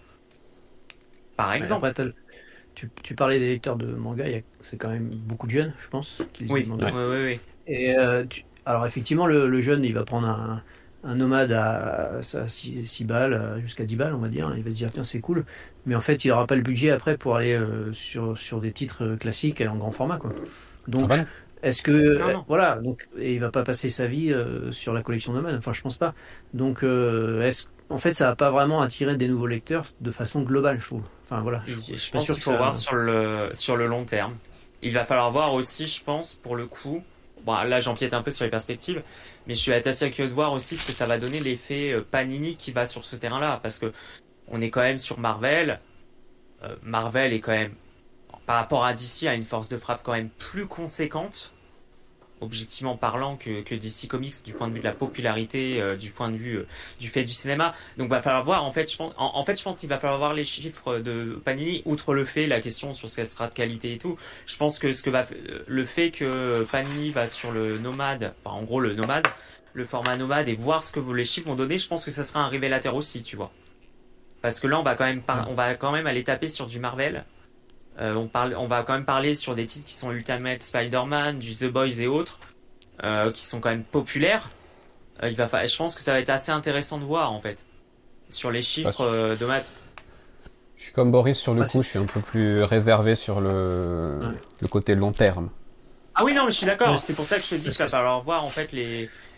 Par Mais exemple. après, t'as le- tu, tu parlais des lecteurs de manga, il y a- c'est quand même beaucoup de jeunes, je pense, qui lisent Oui, du oui, manga. oui, oui. Et euh, tu- alors effectivement, le, le jeune, il va prendre un, un nomade à, à six balles, euh, jusqu'à dix balles, on va dire. Il va se dire, tiens, c'est cool. Mais en fait, il n'aura pas le budget après pour aller euh, sur, sur des titres classiques en grand format, quoi. Donc, Ah bah non. est-ce que... Non, non. euh, voilà, donc, et il va pas passer sa vie euh, sur la collection nomade. Enfin, je pense pas. Donc, euh, est-ce, en fait, ça va pas vraiment attirer des nouveaux lecteurs de façon globale, je trouve. Enfin, voilà. Je, suis je pas pense sûr qu'il que faut ça- voir sur le, sur le long terme. Il va falloir voir aussi, je pense, pour le coup. Bon, là, j'empiète un peu sur les perspectives, mais je suis assez curieux de voir aussi ce que ça va donner l'effet euh, Panini qui va sur ce terrain-là, parce que on est quand même sur Marvel. Euh, Marvel est quand même, par rapport à D C, a une force de frappe quand même plus conséquente, objectivement parlant, que, que D C Comics du point de vue de la popularité, euh, du point de vue euh, du fait du cinéma. Donc, va falloir voir. En fait, je pense, en, en fait, je pense qu'il va falloir voir les chiffres de Panini, outre le fait, la question sur ce qu'elle sera de qualité et tout. Je pense que ce que va, le fait que Panini va sur le nomade, enfin, en gros, le nomade, le format nomade et voir ce que les chiffres vont donner, je pense que ça sera un révélateur aussi, tu vois. Parce que là, on va quand même, par- on va quand même aller taper sur du Marvel. Euh, on parle, on va quand même parler sur des titres qui sont Ultimate Spider-Man, du The Boys et autres, euh, qui sont quand même populaires. Euh, il va, fa- je pense que ça va être assez intéressant de voir en fait sur les chiffres Bah, euh, de maths. Je suis comme Boris sur le Ouais, coup, je suis un peu plus réservé sur le, Ouais. le côté long terme. Ah oui non, mais je suis d'accord. Ouais. C'est pour ça que je te dis Parce qu'il va que- falloir voir en fait les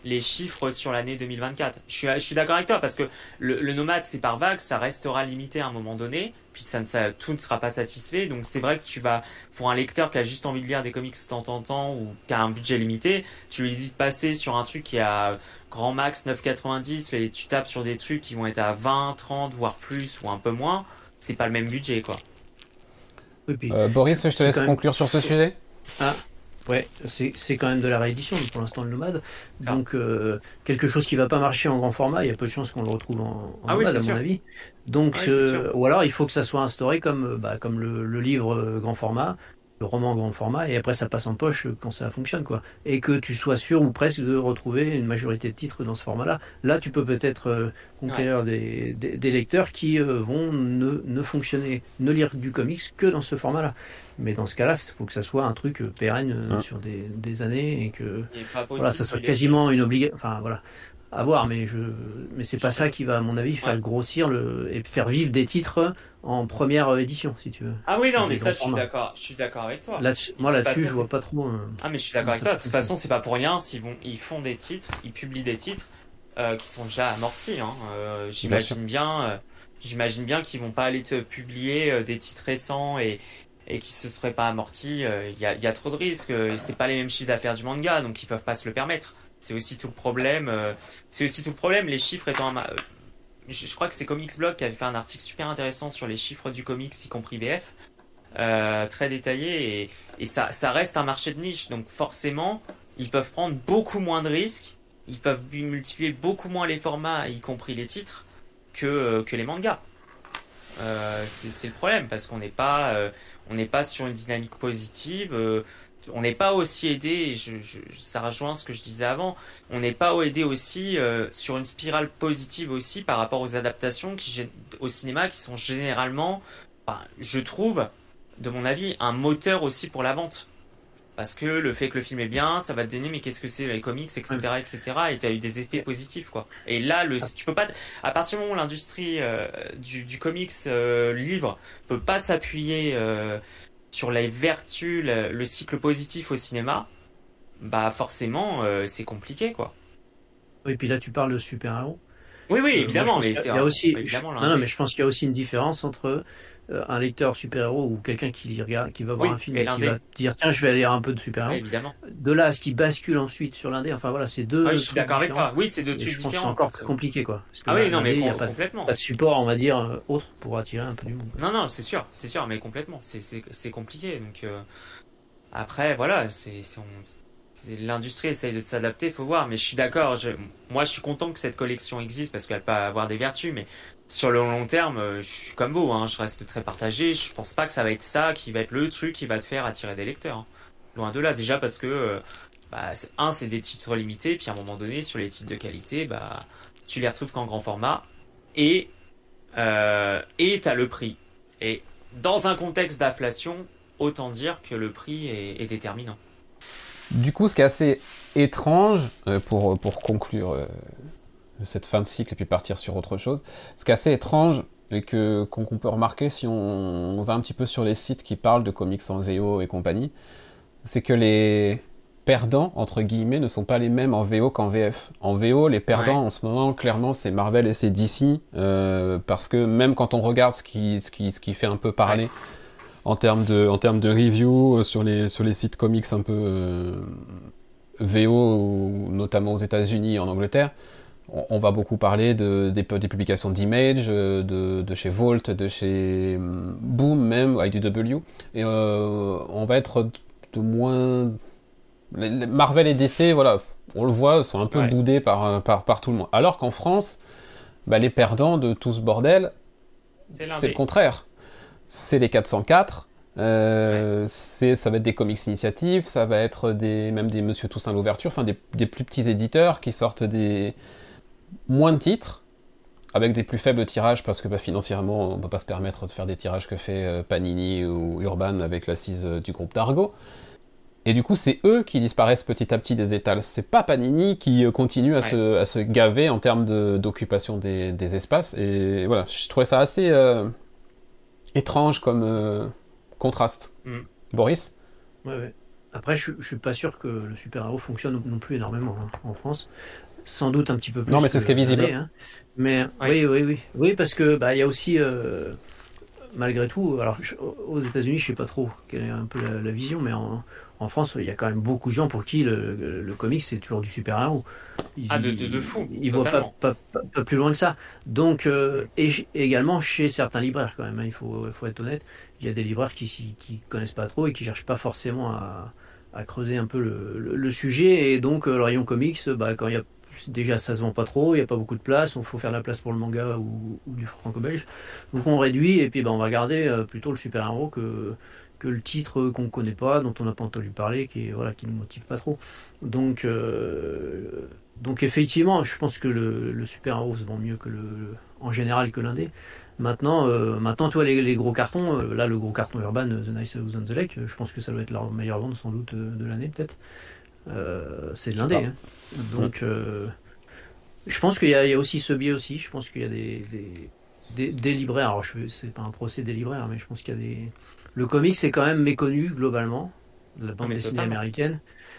les chiffres sur l'année deux mille vingt-quatre. Je suis, je suis d'accord avec toi parce que le, le nomade, c'est par vague, ça restera limité à un moment donné, puis ça ne, ça, tout ne sera pas satisfait. Donc c'est vrai que tu vas, pour un lecteur qui a juste envie de lire des comics de temps en temps ou qui a un budget limité, tu lui dis de passer sur un truc qui a grand max neuf quatre-vingt-dix et tu tapes sur des trucs qui vont être à vingt, trente, voire plus ou un peu moins. C'est pas le même budget, quoi. Oui, puis, Euh, Boris, je te laisse même... conclure sur ce sujet. Ah, ouais, c'est, c'est quand même de la réédition pour l'instant, le nomade. Donc, euh, quelque chose qui va pas marcher en grand format, il y a peu de chances qu'on le retrouve en, en ah nomade, oui, à sûr. mon avis. Donc, ouais, euh, ou alors il faut que ça soit instauré comme, bah, comme le, le livre grand format, le roman grand format, et après ça passe en poche quand ça fonctionne, quoi. Et que tu sois sûr ou presque de retrouver une majorité de titres dans ce format-là. Là, tu peux peut-être euh, conquérir ouais. des, des, des lecteurs qui euh, vont ne, ne fonctionner, ne lire du comics que dans ce format-là. Mais dans ce cas-là, il faut que ça soit un truc pérenne euh, ouais. sur des, des années et que voilà, ça soit quasiment une obligation. Enfin voilà, à voir, mais je, mais c'est pas ça qui va, à mon avis, faire ouais. grossir le et faire vivre des titres en première édition, si tu veux. Ah oui, non, mais ça, je suis d'accord. Je suis d'accord avec toi. Là, moi, là-dessus, façon, je vois pas trop. Euh, ah, mais je suis d'accord avec toi. De toute façon, c'est pas pour rien s'ils vont, ils font des titres, ils publient des titres euh, qui sont déjà amortis. Hein. Euh, j'imagine bien, euh, j'imagine bien qu'ils vont pas aller te publier euh, des titres récents et et qui se seraient pas amortis. Il euh, y a, y a trop de risques. Euh, c'est pas les mêmes chiffres d'affaires du manga, donc ils peuvent pas se le permettre. C'est aussi tout le problème. Euh, c'est aussi tout le problème. Les chiffres étant un, Je, je crois que c'est Comics Blog qui avait fait un article super intéressant sur les chiffres du comics, y compris V F, euh, très détaillé, et, et ça, ça reste un marché de niche, donc forcément, ils peuvent prendre beaucoup moins de risques, ils peuvent multiplier beaucoup moins les formats, y compris les titres, que, euh, que les mangas. Euh, c'est, c'est le problème, parce qu'on n'est pas, euh, on n'est pas sur une dynamique positive. Euh, on n'est pas aussi aidé, je, je, ça rejoint ce que je disais avant, on n'est pas aidé aussi euh, sur une spirale positive aussi par rapport aux adaptations qui, au cinéma qui sont généralement, enfin, je trouve, de mon avis, un moteur aussi pour la vente. Parce que le fait que le film est bien, ça va te donner mais qu'est-ce que c'est les comics, et cetera, et cetera. Et tu as eu des effets positifs, quoi. Et là, le, tu peux pas, à partir du moment où l'industrie euh, du, du comics euh, livre peut pas s'appuyer euh, sur les vertus, le, le cycle positif au cinéma, bah forcément euh, c'est compliqué, quoi. Oui, et puis là tu parles de super-héros. Oui, oui, évidemment, euh, mais c'est il y a aussi, évidemment, je, non, non, mais je pense qu'il y a aussi une différence entre euh, un lecteur super-héros ou quelqu'un qui regarde, qui va voir oui, un film et, et qui va dire tiens, je vais aller lire un peu de super-héros. Oui, évidemment. De là à ce qui bascule ensuite sur l'indé, enfin voilà, c'est deux. Ah, oui, je suis d'accord avec toi. Oui, c'est deux trucs différents. Je pense que c'est encore plus compliqué, quoi. Parce que ah là, oui, non, mais il n'y a pas, complètement. pas de support, on va dire, autre pour attirer un peu du monde. Non, non, c'est sûr, c'est sûr, mais complètement. C'est, c'est, c'est compliqué. Donc euh, après, voilà, c'est, c'est, on... c'est l'industrie essaye de s'adapter, faut voir. Mais je suis d'accord. Je... Moi, je suis content que cette collection existe parce qu'elle peut avoir des vertus, mais sur le long terme, je suis comme vous, hein, je reste très partagé. Je pense pas que ça va être ça qui va être le truc qui va te faire attirer des lecteurs. Hein. Loin de là, déjà parce que euh, bah, c'est, un, c'est des titres limités, puis à un moment donné, sur les titres de qualité, bah, tu les retrouves qu'en grand format, et euh, et t'as le prix. Et dans un contexte d'inflation, autant dire que le prix est, est déterminant. Du coup, ce qui est assez étrange, euh, pour, pour conclure euh, cette fin de cycle et puis partir sur autre chose, ce qui est assez étrange et que, qu'on, qu'on peut remarquer si on, on va un petit peu sur les sites qui parlent de comics en V O et compagnie, c'est que les perdants, entre guillemets, ne sont pas les mêmes en V O qu'en V F. En V O, les perdants, ouais. en ce moment, clairement, c'est Marvel et c'est D C, euh, parce que même quand on regarde ce qui, ce qui, ce qui fait un peu parler... Ouais. En termes de, en termes de review euh, sur, les, sur les sites comics un peu euh, V O, notamment aux États-Unis et en Angleterre, on, on va beaucoup parler de, des, des publications d'Image, de, de chez Vault, de chez Boom même, I D W, et euh, on va être de moins... Les, les Marvel et D C, voilà, on le voit, sont un peu ouais. boudés par, par, par tout le monde. Alors qu'en France, bah, les perdants de tout ce bordel, c'est, c'est le contraire. C'est les quatre cent quatre, euh, ouais. c'est, ça va être des comics initiatives, ça va être des, même des Monsieur Toussaint l'ouverture, enfin des, des plus petits éditeurs qui sortent des moins de titres, avec des plus faibles tirages, parce que bah, financièrement, on ne peut pas se permettre de faire des tirages que fait euh, Panini ou Urban avec l'assise euh, du groupe d'Argo. Et du coup, c'est eux qui disparaissent petit à petit des étals. C'est pas Panini qui euh, continue à, ouais. se, à se gaver en termes de, d'occupation des, des espaces. Et voilà, je trouvais ça assez... Euh, étrange comme euh, contraste. Mm. Boris ? Ouais, ouais. Après, je, je suis pas sûr que le super-héros fonctionne non plus énormément hein, en France. Sans doute un petit peu plus. Non, mais c'est ce qui est visible. Hein. Mais oui. oui, oui, oui, oui, parce que bah il y a aussi euh, malgré tout, alors je, aux États-Unis, je sais pas trop quelle est un peu la, la vision, mais en, en France, il y a quand même beaucoup de gens pour qui le, le, le comics c'est toujours du super-héros. Ils, Ah, de, de, de fou. Ils vont pas, pas, pas, pas plus loin que ça. Donc, euh, et, et également chez certains libraires quand même. Hein, il faut, faut être honnête. Il y a des libraires qui, qui connaissent pas trop et qui cherchent pas forcément à, à creuser un peu le, le, le sujet. Et donc, le rayon comics, bah, quand il y a déjà ça se vend pas trop, il n'y a pas beaucoup de place, il faut faire la place pour le manga ou, ou du franco-belge. Donc on réduit et puis ben, on va garder euh, plutôt le super-héros que, que le titre qu'on ne connaît pas, dont on n'a pas entendu parler, qui ne voilà, qui nous motive pas trop. Donc, euh, donc effectivement, je pense que le, le super-héros se vend mieux que le, en général que l'indé. Maintenant, euh, maintenant toi, les, les gros cartons, euh, là le gros carton Urban, The Nice House on the Lake, je pense que ça doit être leur meilleure vente sans doute de, de l'année peut-être. Euh, c'est de l'indé. Hein. Donc, euh, je pense qu'il y, y a aussi ce biais aussi. Je pense qu'il y a des, des, des, des libraires. Alors, je, c'est pas un procès des libraires, mais je pense qu'il y a des. Le comics c'est quand même méconnu globalement, de la bande mais dessinée totalement. américaine.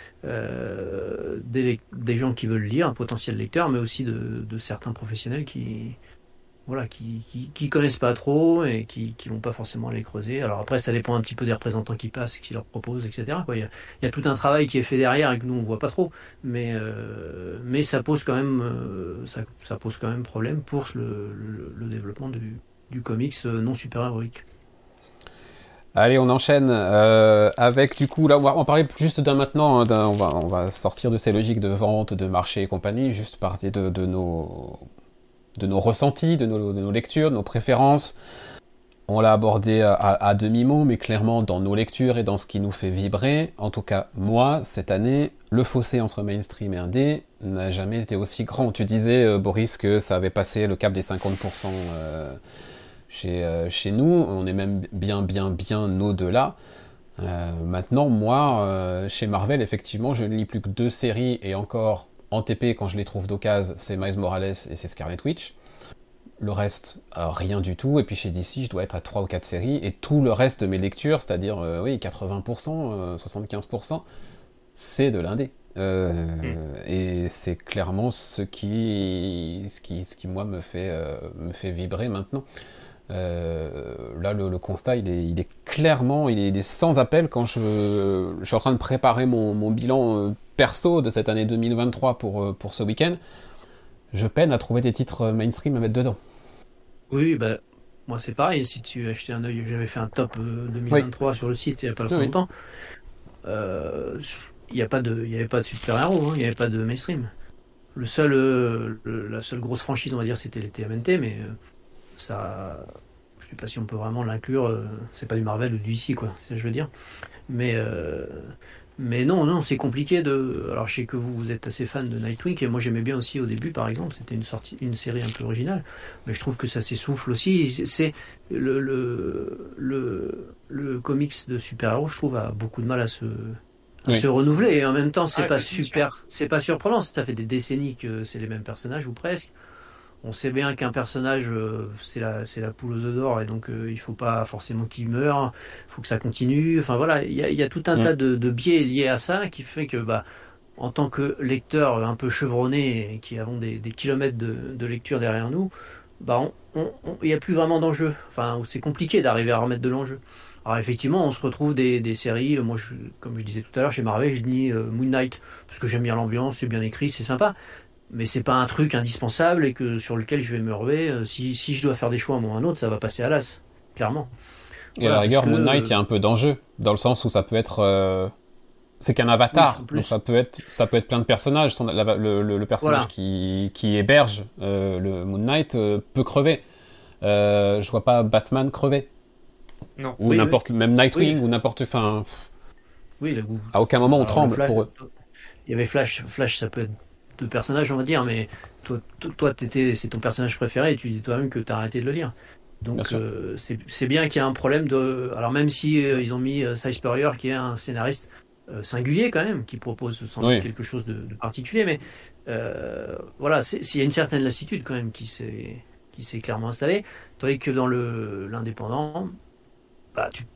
Euh, des, des gens qui veulent lire, un potentiel lecteur, mais aussi de, de certains professionnels qui. Voilà, qui, qui, qui connaissent pas trop et qui, qui vont pas forcément aller creuser. Alors après, ça dépend un petit peu des représentants qui passent, qui leur proposent, et cetera. Quoi. Il y a, il y a tout un travail qui est fait derrière et que nous on voit pas trop, mais euh, mais ça pose quand même euh, ça, ça pose quand même problème pour le, le, le développement du, du comics non super-héroïque. Allez, on enchaîne euh, avec du coup là, on va en parler juste d'un maintenant. Hein, d'un, on va on va sortir de ces logiques de vente, de marché et compagnie, juste parler de, de nos de nos ressentis, de nos, de nos lectures, de nos préférences. On l'a abordé à, à, à demi-mot, mais clairement dans nos lectures et dans ce qui nous fait vibrer, en tout cas moi, cette année, le fossé entre mainstream et indé n'a jamais été aussi grand. Tu disais, euh, Boris, que ça avait passé le cap des cinquante pour cent euh, chez, euh, chez nous, on est même bien, bien, bien au-delà. Euh, maintenant, moi, euh, chez Marvel, effectivement, je ne lis plus que deux séries, et encore... En T P, quand je les trouve d'occasion, c'est Miles Morales et c'est Scarlet Witch. Le reste, euh, rien du tout. Et puis chez D C, je dois être à trois ou quatre séries. Et tout le reste de mes lectures, c'est-à-dire euh, oui, quatre-vingts pour cent, euh, soixante-quinze pour cent, c'est de l'indé. Euh, mm. Et c'est clairement ce qui, ce qui, ce qui moi, me fait, euh, me fait vibrer maintenant. Euh, là, le, le constat, il est, il est clairement, il est, il est sans appel quand je, je suis en train de préparer mon, mon bilan euh, perso de cette année deux mille vingt-trois pour, pour ce week-end. Je peine à trouver des titres mainstream à mettre dedans. Oui, bah, moi c'est pareil. Si tu as jeté un œil, j'avais fait un top euh, deux mille vingt-trois oui. sur le site il n'y a pas oui. longtemps. Euh, il n'y a pas de, il n'y avait pas de super-héros, hein, il n'y avait pas de mainstream. Le seul, euh, le, la seule grosse franchise, on va dire, c'était les T M N T, mais euh, ça, je sais pas si on peut vraiment l'inclure. Euh, c'est pas du Marvel ou du D C, quoi. C'est ça que je veux dire. Mais, euh, mais non, non, c'est compliqué de. Alors, je sais que vous, vous êtes assez fan de Nightwing, et moi j'aimais bien aussi au début, par exemple. C'était une sortie, une série un peu originale, mais je trouve que ça s'essouffle aussi. C'est le le le, le comics de super-héros, je trouve, a beaucoup de mal à se à oui. se renouveler, et en même temps, c'est ah, pas c'est super, sûr. c'est pas surprenant. Ça fait des décennies que c'est les mêmes personnages ou presque. On sait bien qu'un personnage, euh, c'est la, c'est la poule aux œufs d'or, et donc euh, il faut pas forcément qu'il meure, il faut que ça continue. Enfin voilà, il y a, y a tout un mmh. tas de, de biais liés à ça qui fait que, bah, en tant que lecteur un peu chevronné et qui avons des, des kilomètres de, de lecture derrière nous, bah, on, il n'y a plus vraiment d'enjeu. Enfin, c'est compliqué d'arriver à remettre de l'enjeu. Alors effectivement, on se retrouve des, des séries. Moi, je, comme je disais tout à l'heure, chez Marvel, je lis euh, Moon Knight parce que j'aime bien l'ambiance, c'est bien écrit, c'est sympa. Mais c'est pas un truc indispensable et que sur lequel je vais me ruer. Si, si je dois faire des choix à un moment ou à un autre, ça va passer à l'as, clairement. Et voilà, à la rigueur, Moon Knight, il y a un peu d'enjeu, dans le sens où ça peut être... Euh... C'est qu'un avatar, oui, donc ça peut, être, ça peut être plein de personnages. Son, la, le, le, le personnage voilà. qui, qui héberge euh, le Moon Knight euh, peut crever. Euh, je vois pas Batman crever. Non. Ou oui, n'importe, oui. même Nightwing, oui. ou n'importe... Enfin, oui, le... à aucun moment Alors, on tremble Flash, pour eux. Il y avait Flash, Flash ça peut être deux personnages, on va dire, mais toi, toi t'étais, c'est ton personnage préféré et tu dis toi-même que tu as arrêté de le lire. Donc euh, c'est, c'est bien qu'il y a un problème de... Alors même si euh, ils ont mis euh, Cy Spurrier, qui est un scénariste euh, singulier quand même, qui propose sans oui. doute quelque chose de, de particulier, mais euh, voilà, c'est, il y a une certaine lassitude quand même qui s'est, qui s'est clairement installée. Tandis que dans le, l'indépendant, bah, tu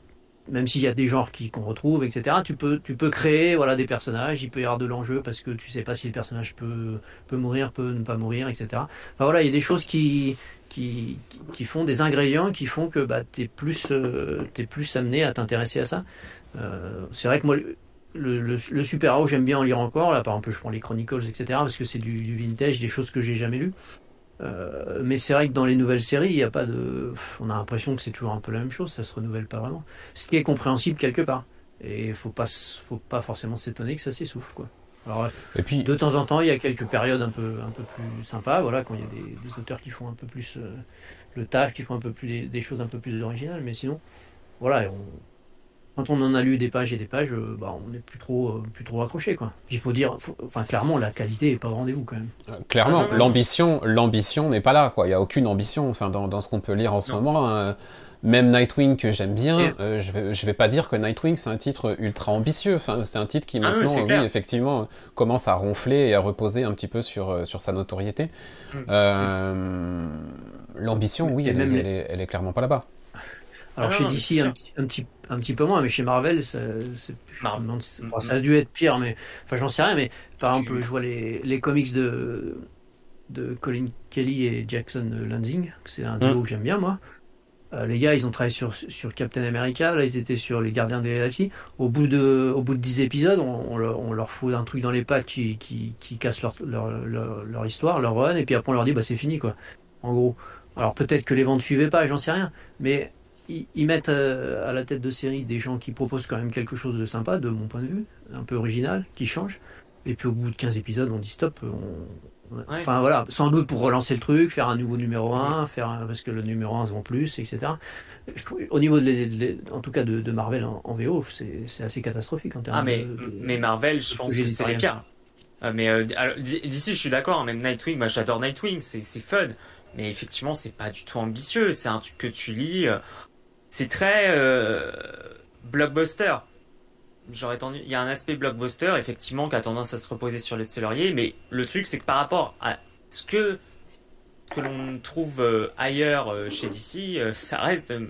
même s'il y a des genres qui qu'on retrouve, et cetera. Tu peux tu peux créer voilà des personnages. Il peut y avoir de l'enjeu parce que tu sais pas si le personnage peut peut mourir, peut ne pas mourir, et cetera. Enfin voilà, il y a des choses qui qui qui font des ingrédients qui font que bah t'es plus euh, t'es plus amené à t'intéresser à ça. Euh, c'est vrai que moi le, le, le super-héros j'aime bien en lire encore. Là par exemple je prends les Chronicles, et cetera. Parce que c'est du, du vintage, des choses que j'ai jamais lues. Euh, mais c'est vrai que dans les nouvelles séries, il y a pas de, on a l'impression que c'est toujours un peu la même chose, ça se renouvelle pas vraiment. Ce qui est compréhensible quelque part. Et faut pas, faut pas forcément s'étonner que ça s'essouffle, quoi. Alors, Et puis, de temps en temps, il y a quelques périodes un peu, un peu plus sympas, voilà, quand il y a des, des auteurs qui font un peu plus euh, le taf, qui font un peu plus des, des choses un peu plus originales. Mais sinon, voilà, on, quand on en a lu des pages et des pages, euh, bah, on n'est plus trop, euh, plus trop accroché, quoi. Il faut dire, faut, enfin, clairement, la qualité est pas au rendez-vous, quand même. euh, clairement, Ah, non, non, l'ambition, l'ambition n'est pas là, quoi. Il y a aucune ambition, enfin, dans, dans ce qu'on peut lire en ce Non. moment. euh, même Nightwing que j'aime bien, Et- euh, je vais, je vais pas dire que Nightwing c'est un titre ultra ambitieux. Enfin, c'est un titre qui Ah oui, maintenant, c'est euh, clair. oui, effectivement, euh, commence à ronfler et à reposer un petit peu sur euh, sur sa notoriété. Mm. Euh, L'ambition, oui, Et elle, même est, les- elle, est, elle est clairement pas là-bas. Alors Ah chez non, mais D C c'est un sûr. petit, un petit un petit peu moins, mais chez Marvel ça, c'est, je Mar- me demande si- Mm, enfin, ça a dû être pire, mais enfin j'en sais rien, mais par Tu- exemple je vois les, les comics de de Colin Kelly et Jackson Lansing, c'est un duo Mm. que j'aime bien moi. Euh, les gars ils ont travaillé sur sur Captain America, là ils étaient sur les Gardiens des Galaxies. Au bout de au bout de dix épisodes, on, on, leur, on leur fout un truc dans les pattes qui qui, qui casse leur, leur leur leur histoire, leur run, et puis après on leur dit bah c'est fini quoi. En gros. Alors peut-être que les ventes suivaient pas, j'en sais rien, mais ils, ils mettent euh, à la tête de série des gens qui proposent quand même quelque chose de sympa, de mon point de vue, un peu original, qui change. Et puis au bout de quinze épisodes, on dit stop. On... on- Ouais. Enfin voilà, sans doute pour relancer le truc, faire un nouveau numéro un, faire un- parce que le numéro un se vend plus, et cetera. Je trouve- au niveau de, les- les- en tout cas de, de Marvel en, en V O, c'est c'est assez catastrophique en termes Ah mais de, de- mais Marvel, je de pense projet que c'est les éditorial. pires. Ah, mais euh, alors, d- d'ici, je suis d'accord. hein, Même Nightwing, moi j'adore Nightwing, c'est c'est fun. Mais effectivement, c'est pas du tout ambitieux. C'est un truc que tu lis. euh, C'est très euh, blockbuster. J'aurais tendu. Il y a un aspect blockbuster, effectivement, qui a tendance à se reposer sur les selleriers. Mais le truc, c'est que par rapport à ce que que l'on trouve euh, ailleurs euh, chez D C, euh, ça reste euh,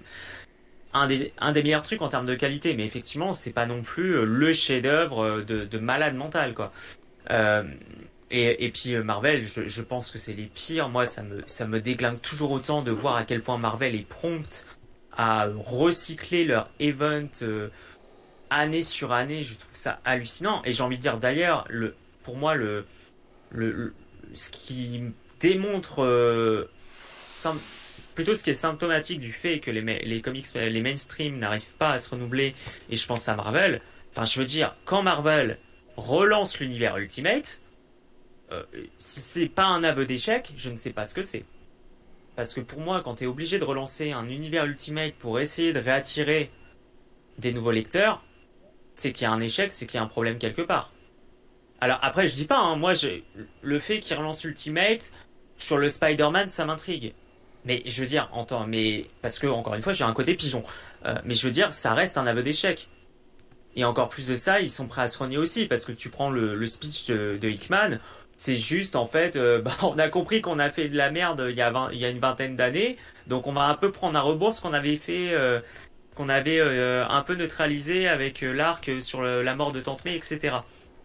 un des un des meilleurs trucs en termes de qualité. Mais effectivement, c'est pas non plus euh, le chef-d'œuvre euh, de de malade mental, quoi. Euh, et, et puis euh, Marvel, je, je pense que c'est les pires. Moi, ça me ça me déglingue toujours autant de voir à quel point Marvel est prompte à recycler leur event euh, année sur année. Je trouve ça hallucinant. Et j'ai envie de dire d'ailleurs, le pour moi le le, le- ce qui démontre euh, sym- plutôt ce qui est symptomatique du fait que les ma- les comics les mainstream n'arrivent pas à se renouveler. Et je pense à Marvel. Enfin, je veux dire, quand Marvel relance l'univers Ultimate, euh, si c'est pas un aveu d'échec, je ne sais pas ce que c'est. Parce que pour moi, quand tu es obligé de relancer un univers Ultimate pour essayer de réattirer des nouveaux lecteurs, c'est qu'il y a un échec, c'est qu'il y a un problème quelque part. Alors après, je dis pas, hein, moi, je, le fait qu'ils relancent Ultimate sur le Spider-Man, ça m'intrigue. Mais je veux dire, en temps, mais parce que encore une fois, j'ai un côté pigeon. Euh, mais je veux dire, ça reste un aveu d'échec. Et encore plus de ça, ils sont prêts à se renier aussi, parce que tu prends le, le speech de, de Hickman, c'est juste en fait, euh, bah, on a compris qu'on a fait de la merde il y a vingt, il y a une vingtaine d'années, donc on va un peu prendre à rebours ce qu'on avait fait, euh, qu'on avait euh, un peu neutralisé avec euh, l'arc sur le- la mort de Tante May, et cetera.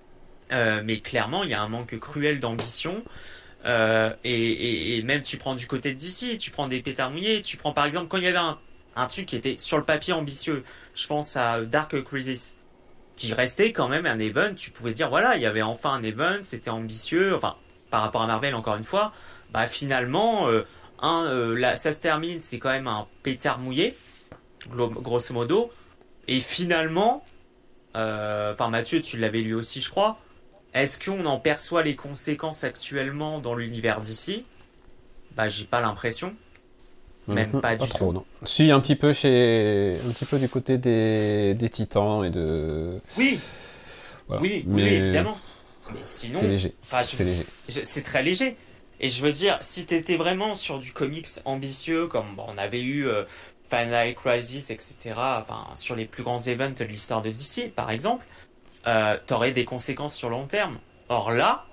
Euh, mais clairement, il y a un manque cruel d'ambition. Euh, et, et, et même tu prends du côté de D C, tu prends des pétards mouillés, tu prends par exemple quand il y avait un, un truc qui était sur le papier ambitieux, je pense à Dark Crisis, qui restait quand même un event, tu pouvais dire voilà, il y avait enfin un event, c'était ambitieux, enfin par rapport à Marvel encore une fois, bah finalement euh, un, euh, là, ça se termine, c'est quand même un pétard mouillé, glo- grosso modo, et finalement, euh, enfin Mathieu tu l'avais lu aussi je crois, est-ce qu'on en perçoit les conséquences actuellement dans l'univers d'ici? Bah j'ai pas l'impression. Même Mhm, pas du trop, tout. non. Si, un petit peu chez, un petit peu du côté des, des Titans et de. Oui, Voilà. oui, oui, Mais oui, évidemment. Mais sinon, c'est léger. enfin, je- C'est léger. je- c'est très léger. Et je veux dire, si t'étais vraiment sur du comics ambitieux, comme bon, on avait eu euh, Final Crisis, et cetera, enfin, sur les plus grands events de l'histoire de D C, par exemple, euh, t'aurais des conséquences sur long terme. Or là,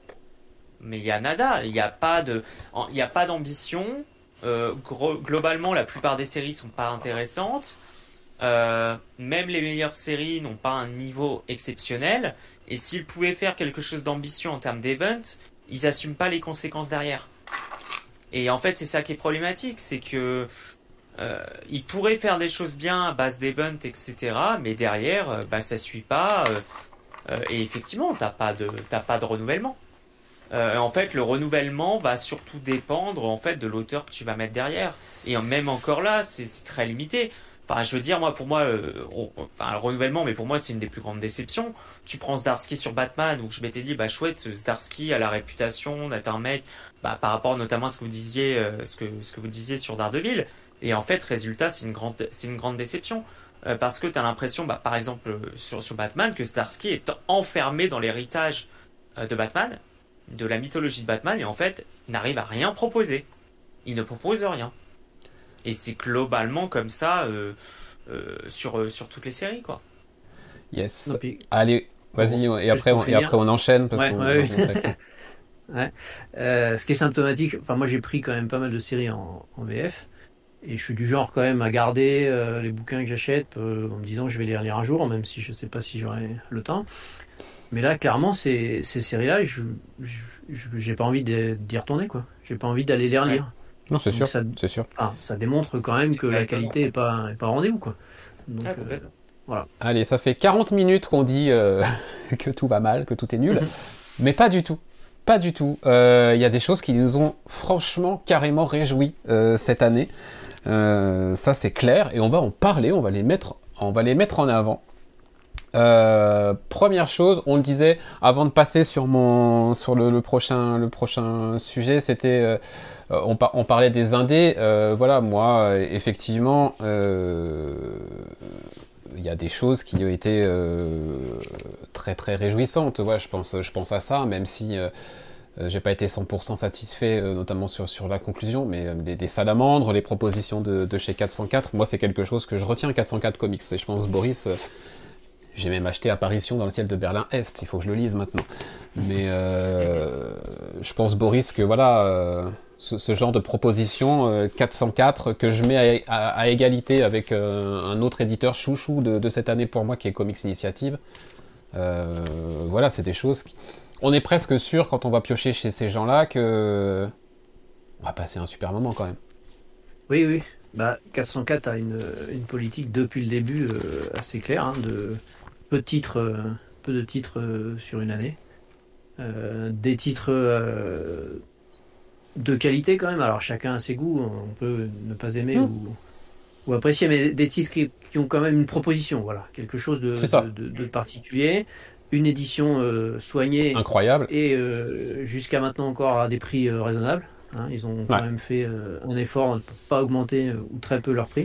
mais il y a nada, il n'y a pas de, il y a pas d'ambition. Euh, gro- globalement, la plupart des séries sont pas intéressantes. euh, même les meilleures séries n'ont pas un niveau exceptionnel, et s'ils pouvaient faire quelque chose d'ambitieux en termes d'event, ils assument pas les conséquences derrière. Et en fait, c'est ça qui est problématique, c'est que euh, ils pourraient faire des choses bien à base d'event, et cetera, mais derrière, euh, bah ça suit pas, euh, euh, et effectivement, t'as pas de t'as pas de renouvellement. Euh, en fait, le renouvellement va surtout dépendre en fait de l'auteur que tu vas mettre derrière. Et même encore là, c'est, c'est très limité. Enfin, je veux dire, moi, pour moi, euh, on, enfin, le renouvellement, mais pour moi, c'est une des plus grandes déceptions. Tu prends Zdarsky sur Batman, où je m'étais dit, bah chouette, Zdarsky a la réputation d'être un mec, bah par rapport notamment à ce que vous disiez, euh, ce que ce que vous disiez sur Daredevil. Et en fait, résultat, c'est une grande, c'est une grande déception. Euh, parce que t'as l'impression, bah par exemple sur sur Batman, que Zdarsky est enfermé dans l'héritage euh, de Batman, de la mythologie de Batman, et en fait n'arrive à rien proposer. Il ne propose rien. Et c'est globalement comme ça euh, euh, sur euh, sur toutes les séries, quoi. Yes. Non, puis, Allez, vas-y, bon, et après on, et après on enchaîne parce ouais, qu'on, ouais, on oui. sait. Ouais. Euh, ce qui est symptomatique, enfin moi j'ai pris quand même pas mal de séries en, en V F, et je suis du genre quand même à garder euh, les bouquins que j'achète euh, en me disant que je vais les relire un jour, même si je sais pas si j'aurai le temps. Mais là, clairement, ces, ces séries-là, je, je, je- j'ai pas envie de- d'y retourner, quoi. J'ai pas envie d'aller les relire. Non, c'est Donc sûr, ça, c'est sûr. ah, ça démontre quand même que C'est la pas étonnant. qualité est pas, est pas au rendez-vous, quoi. Donc, Ah, euh, complètement. voilà. Allez, ça fait quarante minutes qu'on dit euh, que tout va mal, que tout est nul, mais pas du tout. Pas du tout. Il euh, y a des choses qui nous ont franchement carrément réjouis euh, cette année. Euh, ça c'est clair, et on va en parler, on va les mettre, on va les mettre en avant. Euh, première chose, on le disait avant de passer sur mon sur le, le prochain le prochain sujet, c'était euh, on, par, on parlait des indés. Euh, voilà, moi euh, effectivement, euh, il y a des choses qui ont été euh, très très réjouissantes. Ouais, je pense je pense à ça, même si euh, euh, j'ai pas été cent pour cent satisfait, euh, notamment sur, sur la conclusion, mais euh, les, des salamandres, les propositions de, de chez quatre cent quatre, moi c'est quelque chose que je retiens, quatre cent quatre Comics, et je pense Boris, euh, j'ai même acheté Apparition dans le ciel de Berlin-Est, il faut que je le lise maintenant. Mais euh, je pense Boris que voilà, euh, ce, ce genre de proposition, euh, quatre cent quatre, que je mets à, à, à égalité avec euh, un autre éditeur chouchou de, de cette année pour moi, qui est Comics Initiative, euh, voilà, c'est des choses qui... On est presque sûr, quand on va piocher chez ces gens-là, que on va passer un super moment quand même. Oui, oui. Bah, quatre cent quatre a une, une politique depuis le début euh, assez claire, hein, de peu de titres, euh, peu de titres euh, sur une année. Euh, des titres euh, de qualité quand même. Alors chacun a ses goûts, on peut ne pas aimer Mmh. ou, ou apprécier, mais des titres qui, qui ont quand même une proposition, voilà, quelque chose de, C'est ça. de, de- de particulier, une édition euh, soignée Incroyable. et euh, jusqu'à maintenant encore à des prix euh, raisonnables. Hein, ils ont quand Ouais. même fait euh, un effort pour pas augmenter euh, ou très peu leur prix.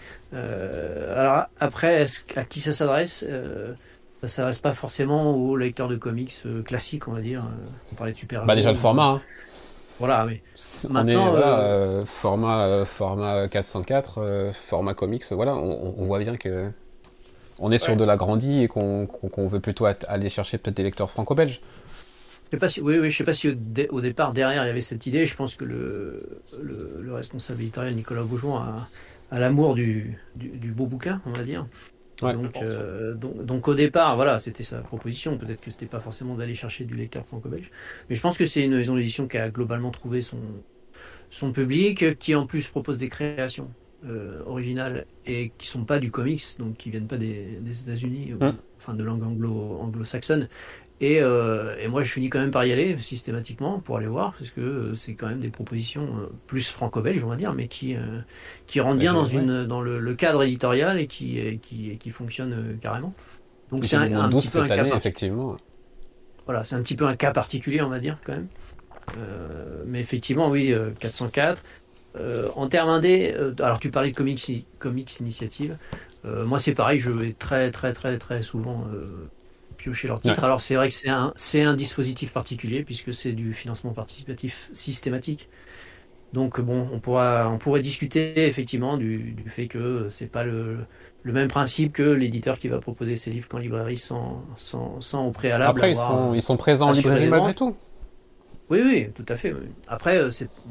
Euh, alors après, est-ce, à qui ça s'adresse euh, Ça s'adresse pas forcément aux lecteurs de comics euh, classiques, on va dire. Euh, on parlait de super. Bah déjà le format, hein. Voilà, oui. C'est- on Maintenant, est voilà, euh, euh, format euh, format quatre cent quatre, euh, format comics, voilà, on, on voit bien que on est sur Ouais. de l'agrandi et qu'on qu'on, qu'on veut plutôt at- aller chercher peut-être des lecteurs franco-belges. Je sais pas si, oui, oui, je sais pas si au, dé- au départ derrière il y avait cette idée. Je pense que le, le, le responsable éditorial Nicolas Beaujon a, a l'amour du, du, du beau bouquin, on va dire. Ouais. donc, Je pense, euh, donc, donc au départ, voilà, c'était sa proposition. Peut-être que c'était pas forcément d'aller chercher du lecteur franco-belge, mais je pense que c'est une maison d'édition qui a globalement trouvé son son public, qui en plus propose des créations euh, originales et qui sont pas du comics, donc qui viennent pas des, des États-Unis, ou, Mm. enfin de langue anglo anglo-saxonne. Et, euh, et moi, je finis quand même par y aller systématiquement pour aller voir, parce que euh, c'est quand même des propositions euh, plus franco-belges, on va dire, mais qui, euh, qui rentrent bien je- dans, ouais. une, dans le, le cadre éditorial et qui, et qui, et qui fonctionnent euh, carrément. Donc c'est J'ai un, mis un douze petit peu un cette cas année, particulier. effectivement. Voilà, c'est un petit peu un cas particulier, on va dire, quand même. Euh, mais effectivement, oui, euh, quatre cent quatre. Euh, en termes indés, euh, alors tu parlais de Comics, Comics Initiative. Euh, moi, c'est pareil, je vais très, très, très, très souvent euh, piocher leurs titres. Ouais. Alors, c'est vrai que c'est un, c'est un dispositif particulier, puisque c'est du financement participatif systématique. Donc, bon, on, pourra, on pourrait discuter effectivement du, du fait que c'est pas le, le même principe que l'éditeur qui va proposer ses livres qu'en librairie sans, sans, sans au préalable. Après, ils avoir, sont, ils sont présents en assurer librairie les malgré ventes. tout. Oui, oui, tout à fait. Oui. Après, euh, c'est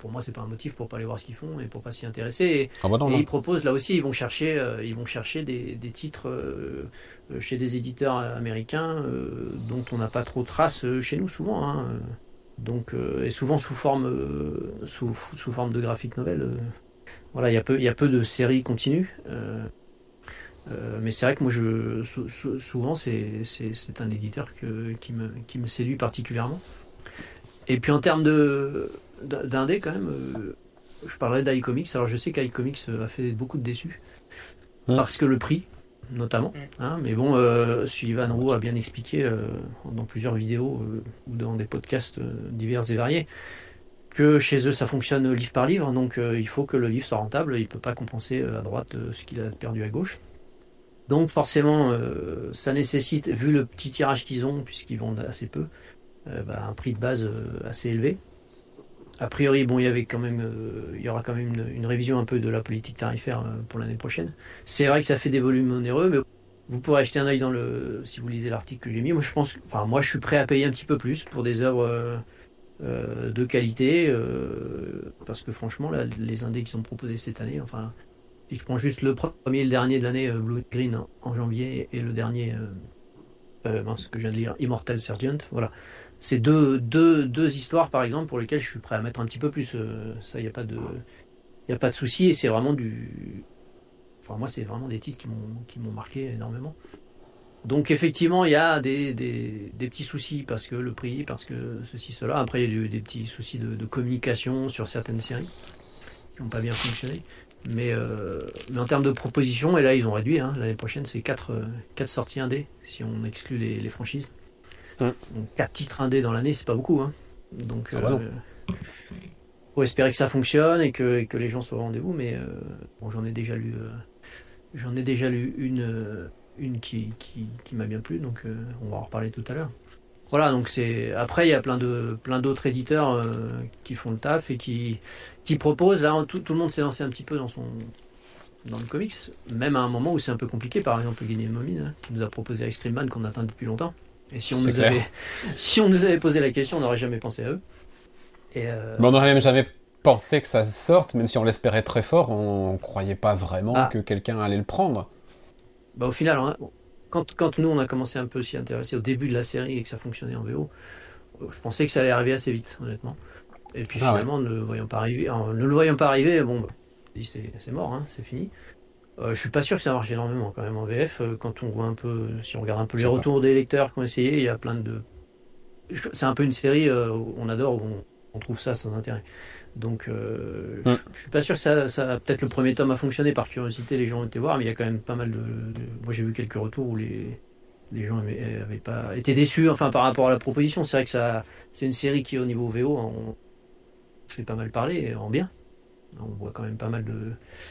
pour moi, c'est pas un motif pour pas aller voir ce qu'ils font et pour pas s'y intéresser. Et, Ah bah non, et non. ils proposent là aussi, ils vont chercher, euh, ils vont chercher des, des titres euh, chez des éditeurs américains euh, dont on n'a pas trop trace chez nous souvent. Hein. Donc, euh, et souvent sous forme, euh, sous, sous forme de graphic novel. Euh, voilà, il y a peu, il y a peu de séries continues. Euh, euh, mais c'est vrai que moi, je, sou, sou, souvent, c'est, c'est, c'est un éditeur que, qui me, qui me séduit particulièrement. Et puis en termes de d'indé quand même, euh, je parlerai d'iComics. Alors je sais qu'iComics a fait beaucoup de déçus mmh. parce que le prix, notamment. Mmh. Hein, mais bon, euh, Sullivan Roux a bien expliqué euh, dans plusieurs vidéos euh, ou dans des podcasts euh, divers et variés que chez eux ça fonctionne livre par livre. Donc euh, il faut que le livre soit rentable. Il peut pas compenser à droite euh, ce qu'il a perdu à gauche. Donc forcément, euh, ça nécessite, vu le petit tirage qu'ils ont, puisqu'ils vendent assez peu. Euh, bah, un prix de base euh, assez élevé. A priori, bon, il y avait quand même, euh, il y aura quand même une, une révision un peu de la politique tarifaire euh, pour l'année prochaine. C'est vrai que ça fait des volumes onéreux, mais vous pourrez jeter un œil dans le, si vous lisez l'article que j'ai mis. Moi, je pense, enfin, moi, je suis prêt à payer un petit peu plus pour des œuvres euh, euh, de qualité, euh, parce que franchement, là, les indés qui sont proposés cette année, enfin, si je prends juste le premier et le dernier de l'année, euh, Blue Green en, en janvier, et le dernier, euh, euh, mince, que je viens de lire, Immortal Sergeant, voilà. C'est deux, deux, deux histoires, par exemple, pour lesquelles je suis prêt à mettre un petit peu plus. Euh, ça, il n'y a pas de, il y a pas de souci. Et c'est vraiment du... Enfin, moi, c'est vraiment des titres qui m'ont, qui m'ont marqué énormément. Donc, effectivement, il y a des, des, des petits soucis parce que le prix, parce que ceci, cela. Après, il y a eu des petits soucis de, de communication sur certaines séries qui n'ont pas bien fonctionné. Mais, euh, mais en termes de propositions, et là, ils ont réduit. Hein, l'année prochaine, c'est quatre, quatre sorties indé, si on exclut les, les franchises. Donc quatre titres indés dans l'année, c'est pas beaucoup. Hein. Donc, ah bah euh, faut espérer que ça fonctionne et que, et que les gens soient au rendez-vous. Mais euh, bon, j'en ai déjà lu, euh, j'en ai déjà lu une, euh, une qui, qui, qui m'a bien plu. Donc, euh, on va en reparler tout à l'heure. Voilà. Donc c'est. Après, il y a plein de, plein d'autres éditeurs euh, qui font le taf et qui, qui proposent. Là, tout, tout le monde s'est lancé un petit peu dans son, dans le comics, même à un moment où c'est un peu compliqué. Par exemple, Guinée Momine, hein, qui nous a proposé Extreme Man qu'on attend depuis longtemps. Et si on, nous avait, si on nous avait posé la question, on n'aurait jamais pensé à eux. Et euh... Mais on n'aurait même jamais pensé que ça sorte, même si on l'espérait très fort, on ne croyait pas vraiment ah. que quelqu'un allait le prendre. Bah, au final, hein, quand, quand nous on a commencé un peu s'y intéresser au début de la série et que ça fonctionnait en V O, je pensais que ça allait arriver assez vite, honnêtement. Et puis ah finalement, ouais. ne le voyant pas arriver, ne le voyant pas arriver, bon, bah, c'est, c'est mort, hein, c'est fini. Euh, je suis pas sûr que ça marche énormément quand même en V F. Euh, quand on voit un peu, si on regarde un peu les retours pas. des lecteurs qui ont essayé, il y a plein de. C'est un peu une série euh, où on adore, où on, on trouve ça sans intérêt. Donc, euh, hum. je, je suis pas sûr que ça, ça. Peut-être le premier tome a fonctionné par curiosité, les gens ont été voir, mais il y a quand même pas mal de. de... Moi, j'ai vu quelques retours où les les gens avaient, avaient pas été déçus, enfin par rapport à la proposition. C'est vrai que ça, c'est une série qui au niveau V O, on fait pas mal parler en bien. On voit quand même pas mal de.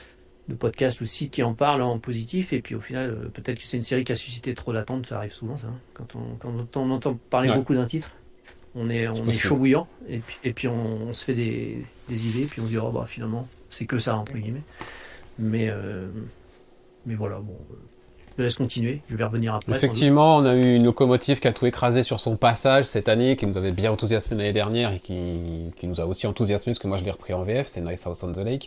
de podcasts ou sites qui en parlent en positif, et puis au final euh, peut-être que c'est une série qui a suscité trop d'attentes. Ça arrive souvent ça, hein. quand, on, quand on entend parler ouais. beaucoup d'un titre, on est, on est chaud bouillant, et puis, et puis on, on se fait des, des idées, puis on se dit oh bah finalement c'est que ça entre guillemets, mais euh, mais voilà, bon, je laisse continuer, je vais revenir après. Effectivement, on a eu une locomotive qui a tout écrasé sur son passage cette année, qui nous avait bien enthousiasmé l'année dernière et qui, qui nous a aussi enthousiasmé parce que moi je l'ai repris en V F, c'est Nice House on the Lake.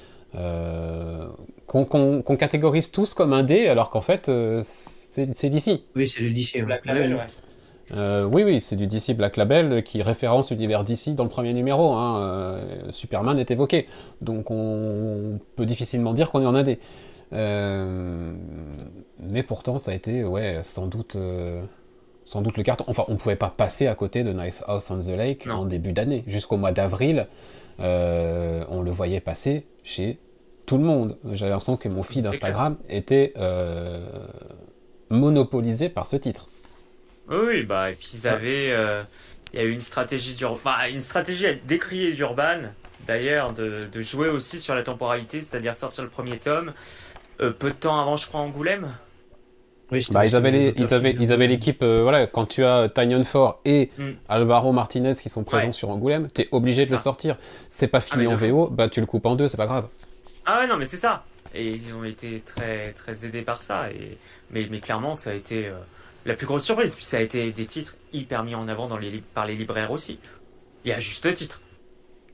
Euh, qu'on, qu'on, qu'on catégorise tous comme indé, alors qu'en fait, euh, c'est, c'est D C. Oui, c'est le D C. Black Label, ouais. Euh, oui, oui, c'est du D C Black Label qui référence l'univers D C dans le premier numéro. Hein. Euh, Superman est évoqué, donc on peut difficilement dire qu'on est en indé. Euh, mais pourtant, ça a été, ouais, sans doute, euh, sans doute le carton. Enfin, on pouvait pas passer à côté de Nice House on the Lake non. en début d'année, jusqu'au mois d'avril. Euh, on le voyait passer chez tout le monde. J'avais l'impression que mon feed Instagram était euh, monopolisé par ce titre. Oui, bah et puis ils avaient, euh, il y a eu une stratégie d'Urban, bah, une stratégie à décrier d'Urban, d'ailleurs, de, de jouer aussi sur la temporalité, c'est-à-dire sortir le premier tome euh, peu de temps avant, je crois, Angoulême. Oui, bah, ils, avaient les, ils, avaient, ils avaient l'équipe, euh, voilà, quand tu as Tynion Ford et mm. Alvaro Martinez qui sont présents ouais. sur Angoulême, t'es obligé de ça. le sortir. C'est pas fini ah, en V O, bah tu le coupes en deux, c'est pas grave. Ah ouais, non, mais c'est ça. Et ils ont été très, très aidés par ça. Et... Mais, mais clairement, ça a été euh, la plus grosse surprise. Puis ça a été des titres hyper mis en avant dans les, par les libraires aussi. Et à juste titre.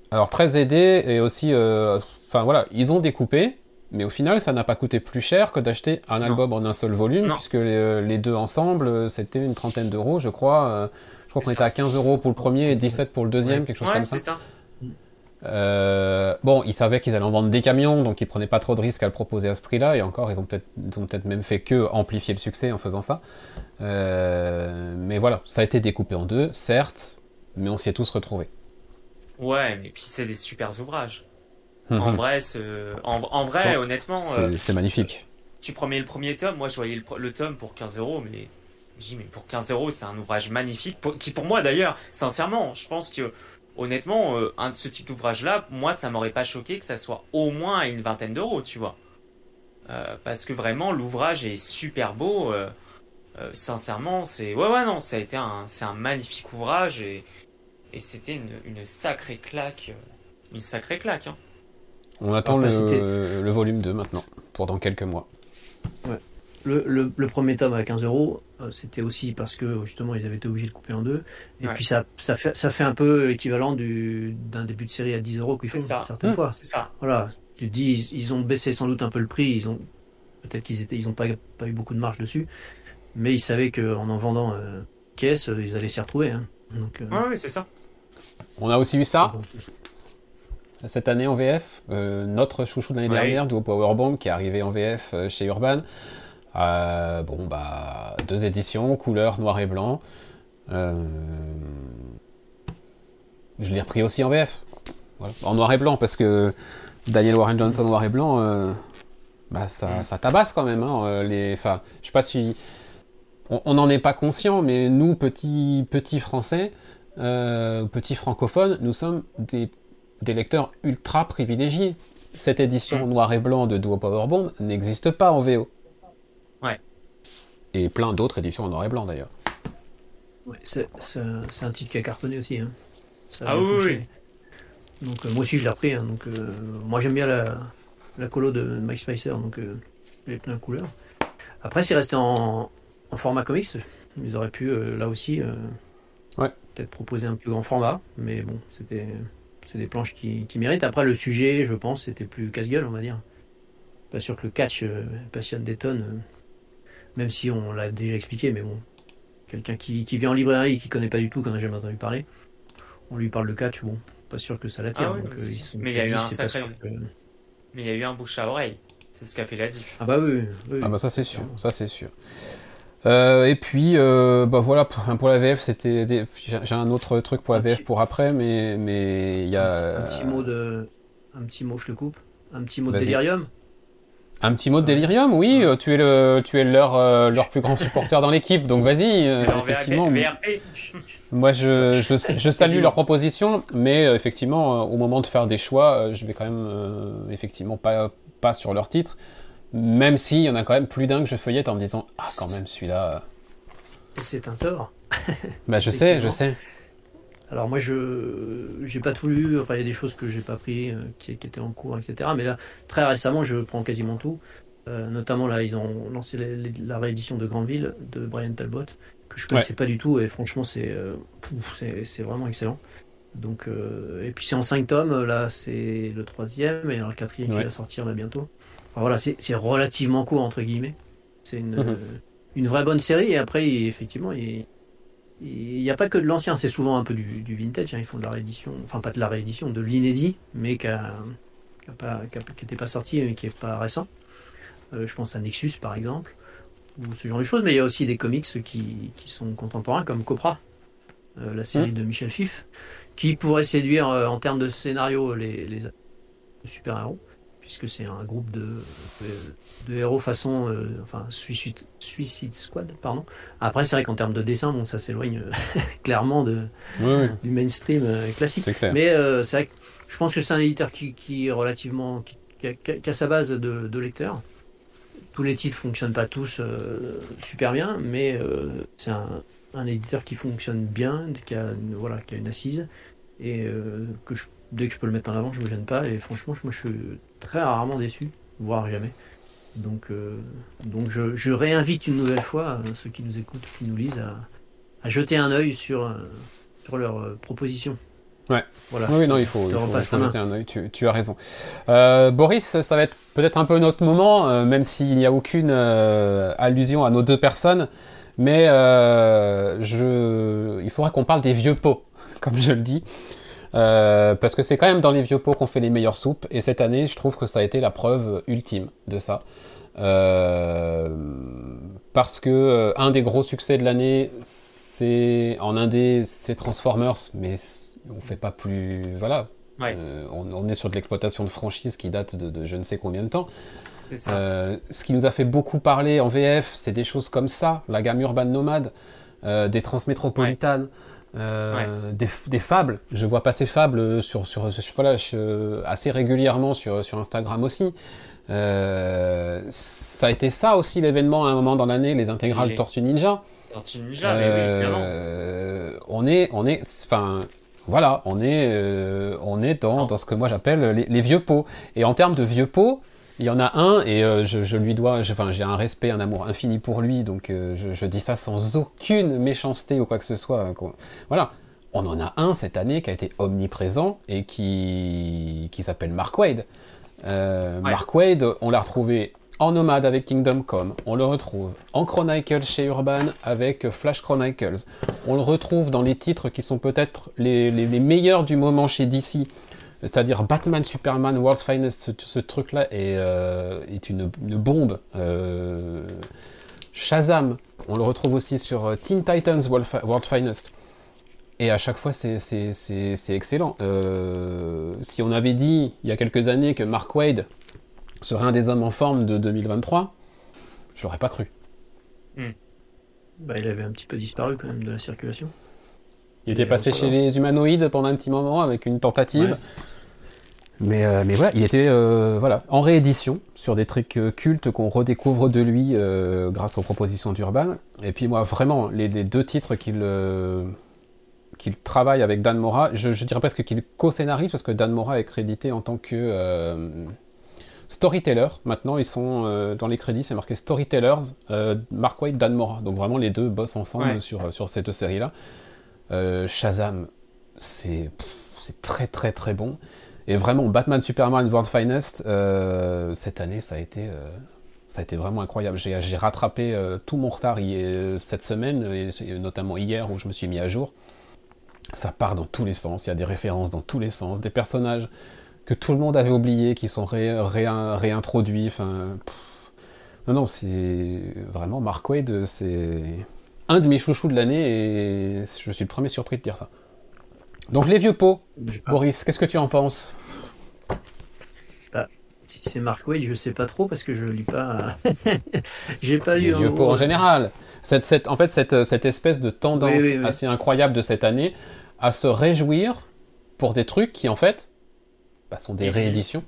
Alors très aidé et aussi, euh, enfin voilà, ils ont découpé, mais au final ça n'a pas coûté plus cher que d'acheter un album non. en un seul volume, non. puisque les, les deux ensemble c'était une trentaine d'euros, je crois. Euh, je crois c'est qu'on ça. était à quinze euros pour le premier et dix-sept pour le deuxième, ouais. quelque chose ouais, comme c'est ça. ça. Euh, bon, ils savaient qu'ils allaient en vendre des camions, donc ils prenaient pas trop de risques à le proposer à ce prix-là, et encore, ils ont peut-être, ils ont peut-être même fait que amplifier le succès en faisant ça. Euh, mais voilà, ça a été découpé en deux, certes, mais on s'y est tous retrouvés. Ouais, mais puis c'est des super ouvrages. Mm-hmm. En vrai, ce... en, en vrai, bon, honnêtement, c'est, euh, c'est magnifique. Tu prenais le premier tome, moi je voyais le, le tome pour quinze euros, mais je dis mais pour quinze euros, c'est un ouvrage magnifique, pour, qui pour moi d'ailleurs, sincèrement, je pense que honnêtement, euh, un de ce type d'ouvrage-là, moi, ça m'aurait pas choqué que ça soit au moins à une vingtaine d'euros, tu vois. Euh, parce que vraiment, l'ouvrage est super beau. Euh, euh, sincèrement, c'est ouais, ouais, non, ça a été un, c'est un magnifique ouvrage et, et c'était une, une sacrée claque, une sacrée claque. Hein. On attend Après, le, le volume deux maintenant, pour dans quelques mois. Ouais. Le, le, le premier tome à quinze euros, euh, c'était aussi parce que justement ils avaient été obligés de couper en deux. Et ouais. puis ça, ça, fait, ça fait un peu l'équivalent du, d'un début de série à dix euros qu'ils font certaines mmh, fois. C'est ça. Voilà. Tu te dis, ils, ils ont baissé sans doute un peu le prix. Ils ont peut-être qu'ils étaient, ils n'ont pas, pas eu beaucoup de marge dessus, mais ils savaient qu'en en vendant euh, caisse, ils allaient s'y retrouver. Hein. Donc, euh... ouais, oui, c'est ça. On a aussi eu ça. Cette année en V F, euh, notre chouchou de l'année ouais. dernière, Duo Powerbomb, qui est arrivé en V F chez Urban. Euh, bon bah deux éditions, couleur noir et blanc. Euh... Je l'ai repris aussi en V F, voilà. En noir et blanc parce que Daniel Warren Johnson noir et blanc, euh... bah ça, ça tabasse quand même. Hein, les... Enfin, je sais pas si on n'en est pas conscient, mais nous petits petits Français, euh, petits francophones, nous sommes des, des lecteurs ultra privilégiés. Cette édition mmh. noir et blanc de Duo Powerbomb n'existe pas en V O. Ouais. Et plein d'autres éditions en noir et blanc d'ailleurs. Ouais, c'est, c'est, c'est un titre qui a cartonné aussi. Hein. Ça ah oui, oui. Donc euh, moi aussi je l'ai repris. Hein, donc euh, moi j'aime bien la, la colo de Mike Spicer, donc euh, il est plein de couleurs. Après c'est resté en, en format comics. Ils auraient pu euh, là aussi euh, ouais. peut-être proposer un plus grand format, mais bon c'était c'est des planches qui, qui méritent. Après le sujet, je pense, c'était plus casse-gueule, on va dire. Pas sûr que le catch euh, passionne des tonnes. Euh, Même si on l'a déjà expliqué, mais bon, quelqu'un qui, qui vient en librairie et qui connaît pas du tout, qu'on n'a jamais entendu parler, on lui parle de catch, bon, pas sûr que ça l'attire. Ah oui, donc, mais, euh, ils sont mais il y a eu un sacré... que... Mais il y a eu un bouche à oreille, c'est ce qui a fait la diff. Ah bah oui, oui. Ah bah ça c'est sûr, ça c'est sûr. Euh, et puis, euh, bah voilà, pour, pour la V F, c'était des... j'ai un autre truc pour la un V F petit... pour après, mais mais il y a un petit, un petit mot de, un petit mot, je le coupe, un petit mot Vas-y. de Delirium. Un petit mot de Delirium, oui, ouais. tu es le, tu es leur, euh, leur plus grand supporter dans l'équipe, donc vas-y, euh, effectivement. V R P. Moi, je, je, je salue leur proposition, mais euh, effectivement, euh, au moment de faire des choix, euh, je vais quand même, euh, effectivement, pas, pas sur leur titre, même s'il y en a quand même plus d'un que je feuillette en me disant, ah, quand même, celui-là. Et c'est un tort. Bah, je sais, je sais. Alors moi je j'ai pas tout lu, enfin il y a des choses que j'ai pas pris, euh, qui, qui étaient en cours, et cetera. Mais là, très récemment, je prends quasiment tout. Euh, notamment là, ils ont lancé la, la réédition de Grandville de Brian Talbot, que je connaissais ouais. pas du tout, et franchement c'est, euh, pouf, c'est, c'est vraiment excellent. Donc euh, et puis c'est en cinq tomes, là c'est le troisième, et alors le quatrième ouais. qui va sortir là bientôt. Enfin voilà, c'est, c'est relativement court entre guillemets. C'est une, mm-hmm. euh, une vraie bonne série, et après il, effectivement il Il n'y a pas que de l'ancien, c'est souvent un peu du, du vintage. Hein. Ils font de la réédition, enfin pas de la réédition, de l'inédit, mais qui n'était pas sorti, mais qui n'est pas récent. Euh, je pense à Nexus par exemple, ou ce genre de choses. Mais il y a aussi des comics qui, qui sont contemporains, comme Copra, euh, la série mmh. de Michel Fif, qui pourrait séduire euh, en termes de scénario les, les super-héros, puisque c'est un groupe de, de, de héros façon euh, enfin Suicide, Suicide Squad, pardon. Après c'est vrai qu'en termes de dessin, bon ça s'éloigne euh, clairement de oui, oui. du mainstream euh, classique. C'est mais euh, c'est vrai que je pense que c'est un éditeur qui, qui est relativement qui, qui, a, qui a sa base de, de lecteurs. Tous les titres fonctionnent pas tous euh, super bien, mais euh, c'est un, un éditeur qui fonctionne bien, qui a une, voilà qui a une assise et euh, que je dès que je peux le mettre en avant, je me gêne pas. Et franchement, moi, je suis très rarement déçu, voire jamais. Donc, euh, donc je, je réinvite une nouvelle fois euh, ceux qui nous écoutent, qui nous lisent, à, à jeter un œil sur, euh, sur leurs euh, propositions. Ouais. Voilà. Oui, non, il faut, Je il te faut, repasse il faut la main. jeter un œil, tu, tu as raison. Euh, Boris, ça va être peut-être un peu notre moment, euh, même s'il n'y a aucune euh, allusion à nos deux personnes, mais euh, je... il faudra qu'on parle des vieux pots, comme je le dis, euh, parce que c'est quand même dans les vieux pots qu'on fait les meilleures soupes, et cette année, je trouve que ça a été la preuve ultime de ça. Euh, parce que euh, un des gros succès de l'année, c'est en indé, c'est Transformers, mais on fait pas plus, voilà. Ouais. Euh, on, on est sur de l'exploitation de franchise qui date de, de je ne sais combien de temps. C'est ça. Euh, ce qui nous a fait beaucoup parler en V F, c'est des choses comme ça, la gamme Urban Nomade, euh, des Transmétropolitanes. Ouais. Euh, ouais. des, des fables, je vois passer fables sur, sur, sur voilà, je, assez régulièrement sur, sur Instagram aussi. Euh, ça a été ça aussi l'événement à un moment dans l'année, les intégrales Tortue Ninja. Tortue Ninja, euh, mais oui, clairement. Euh, on est, on est, enfin, voilà, on est, euh, on est dans, dans ce que moi j'appelle les, les vieux pots. Et en termes de vieux pots, il y en a un, et euh, je, je lui dois, je, enfin, j'ai un respect, un amour infini pour lui, donc euh, je, je dis ça sans aucune méchanceté ou quoi que ce soit. Voilà, on en a un cette année qui a été omniprésent et qui, qui s'appelle Mark Waid. Euh, ouais. Mark Waid, on l'a retrouvé en Nomade avec Kingdom Come, on le retrouve en Chronicles chez Urban avec Flash Chronicles, on le retrouve dans les titres qui sont peut-être les, les, les meilleurs du moment chez D C, c'est-à-dire Batman, Superman, World's Finest. Ce, ce truc-là est, euh, est une, une bombe. Euh, Shazam, on le retrouve aussi sur Teen Titans World, World Finest. Et à chaque fois, c'est, c'est, c'est, c'est excellent. Euh, si on avait dit, il y a quelques années, que Mark Waid serait un des hommes en forme de deux mille vingt-trois, je l'aurais pas cru. Hmm. Bah, il avait un petit peu disparu quand même de la circulation. Il était passé chez les humanoïdes pendant un petit moment avec une tentative. Ouais. Mais, euh, mais voilà, il était euh, voilà, en réédition sur des trucs euh, cultes qu'on redécouvre de lui euh, grâce aux propositions d'Urban. Et puis moi, vraiment, les, les deux titres qu'il... Euh, qu'il travaille avec Dan Mora, je, je dirais presque qu'il co-scénarise, parce que Dan Mora est crédité en tant que euh, storyteller. Maintenant, ils sont euh, dans les crédits, c'est marqué Storytellers, euh, Mark Waid, Dan Mora. Donc vraiment, les deux bossent ensemble ouais. sur, sur ces deux séries-là. Euh, Shazam, c'est, pff, c'est très très très bon. Et vraiment, Batman, Superman, World Finest, euh, cette année, ça a été... Euh, ça a été vraiment incroyable. J'ai, j'ai rattrapé euh, tout mon retard hier, cette semaine, et, et notamment hier, où je me suis mis à jour. Ça part dans tous les sens, il y a des références dans tous les sens, des personnages que tout le monde avait oubliés, qui sont ré, ré, réintroduits, enfin... Non, non, c'est... Vraiment, Mark Waid, c'est un de mes chouchous de l'année, et je suis le premier surpris de dire ça. Donc, les vieux pots, Boris, qu'est-ce que tu en penses ? Bah, si c'est Mark Waid, je sais pas trop, parce que je lis pas... J'ai pas lu... Les vieux pots en général. Cette, cette, en fait, cette, cette espèce de tendance oui, oui, oui. assez incroyable de cette année à se réjouir pour des trucs qui, en fait, bah, sont des Et rééditions.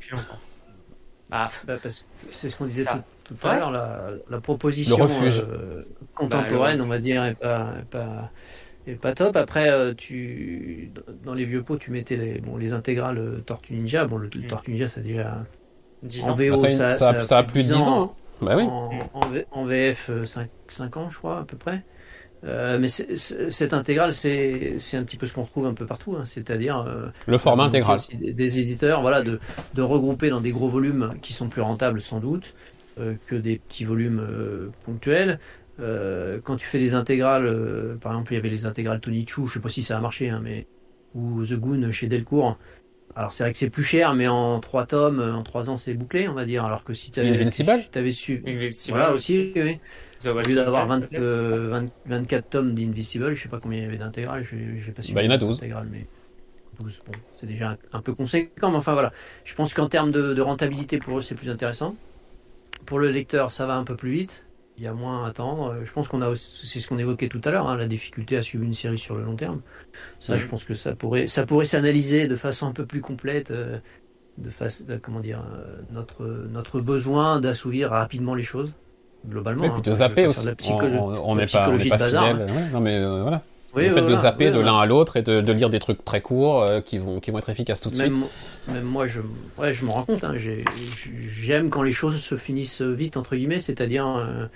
Ah. Bah, parce que c'est ce qu'on disait ça. tout, tout à ouais. l'heure, la, la proposition le refuge. Euh, contemporaine, bah, on va dire, est pas, est pas, est pas top. Après, euh, tu, dans les vieux pots, tu mettais les, bon, les intégrales euh, Tortue Ninja. Bon, le, le Tortue Ninja, ça a déjà... dix ans. En V O, bah, ça, ça, ça, ça, ça a plus de dix ans. Hein. Bah oui. En, en, v, en V F, cinq ans, je crois, à peu près. Euh, mais c'est, c'est, cette intégrale, c'est, c'est un petit peu ce qu'on retrouve un peu partout, hein, c'est-à-dire euh, le format intégral. Des, des éditeurs, voilà, de, de regrouper dans des gros volumes qui sont plus rentables sans doute euh, que des petits volumes euh, ponctuels. Euh, quand tu fais des intégrales, euh, par exemple, il y avait les intégrales Tony Chu, je sais pas si ça a marché, hein, mais ou The Goon chez Delcourt. Alors c'est vrai que c'est plus cher, mais en trois tomes, en trois ans, c'est bouclé, on va dire. Alors que si tu avais su, Invincible. voilà aussi, oui. Au lieu d'avoir vingt, euh, vingt, vingt-quatre tomes d'Invisible, je sais pas combien il y avait d'intégrales, je n'ai pas su. Bah, il y en a douze. Mais douze, bon, c'est déjà un, un peu conséquent, mais enfin voilà. Je pense qu'en termes de, de rentabilité pour eux, c'est plus intéressant. Pour le lecteur, ça va un peu plus vite. Il y a moins à attendre. Je pense qu'on a aussi, c'est ce qu'on évoquait tout à l'heure, hein, la difficulté à suivre une série sur le long terme. Ça, mmh. je pense que ça pourrait, ça pourrait s'analyser de façon un peu plus complète, euh, de face, de, comment dire, euh, notre, notre besoin d'assouvir rapidement les choses. Globalement, oui, puis de zapper aussi. Psycholo- on n'est pas, on n'est pas bazar, fidèle. Hein. Ouais, non mais euh, voilà. Oui, le fait voilà, de zapper oui, de voilà. l'un à l'autre et de, de lire des trucs très courts euh, qui vont qui vont être efficaces tout de même, suite. Même moi, je, ouais, je me rends compte. Hein, j'ai, j'aime quand les choses se finissent vite entre guillemets, c'est-à-dire euh,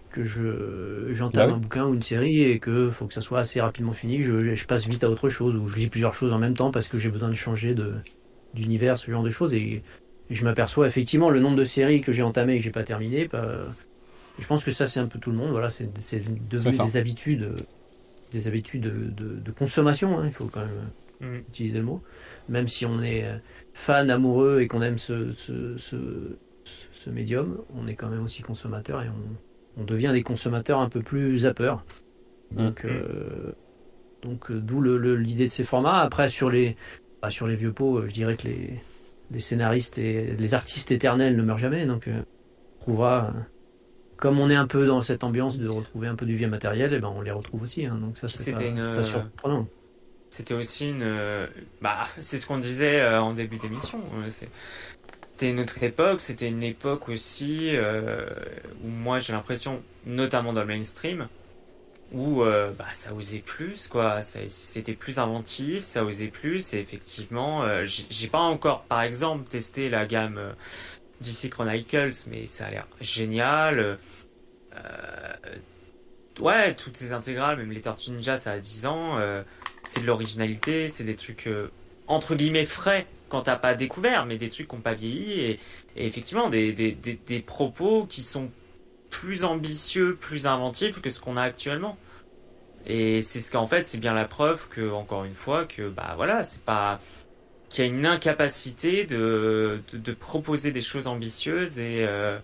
que je j'entame Bah oui. un bouquin ou une série et que faut que ça soit assez rapidement fini, je, je passe vite à autre chose ou je lis plusieurs choses en même temps parce que j'ai besoin de changer de d'univers, ce genre de choses et, et je m'aperçois effectivement le nombre de séries que j'ai entamées et que j'ai pas terminées. Bah, je pense que ça c'est un peu tout le monde, voilà, c'est, c'est devenu C'est ça. des habitudes, des habitudes de, de, de consommation, hein, il faut quand même Mm. utiliser le mot, même si on est fan, amoureux et qu'on aime ce, ce, ce, ce médium, on est quand même aussi consommateur et on, on devient des consommateurs un peu plus zappeurs. Donc, Mm. euh, donc euh, d'où le, le, l'idée de ces formats. Après, sur les, bah, sur les vieux pots, je dirais que les, les scénaristes et les artistes éternels ne meurent jamais. Donc, euh, on trouvera, euh, comme on est un peu dans cette ambiance de retrouver un peu du vieux matériel, et ben on les retrouve aussi. Hein, donc ça, c'est C'était pas, une- pas surprenant. C'était aussi une. euh, Bah, c'est ce qu'on disait euh, en début d'émission. euh, c'est- C'était une autre époque. C'était une époque aussi euh, où moi j'ai l'impression, notamment dans le mainstream, où euh, bah, ça osait plus, quoi. Ça- c'était plus inventif, ça osait plus. Et effectivement, euh, j'ai j'ai pas encore, par exemple, testé la gamme euh, D C Chronicles, mais ça a l'air génial. Euh, ouais, toutes ces intégrales, même les Tortues Ninja, ça a dix ans. euh, c'est de l'originalité, c'est des trucs euh, entre guillemets frais quand t'as pas découvert, mais des trucs qui n'ont pas vieilli et, et effectivement des, des, des, des propos qui sont plus ambitieux, plus inventifs que ce qu'on a actuellement. Et c'est ce qu'en fait, c'est bien la preuve que, encore une fois, que bah voilà, c'est pas qu'il y a une incapacité de, de, de proposer des choses ambitieuses et, euh,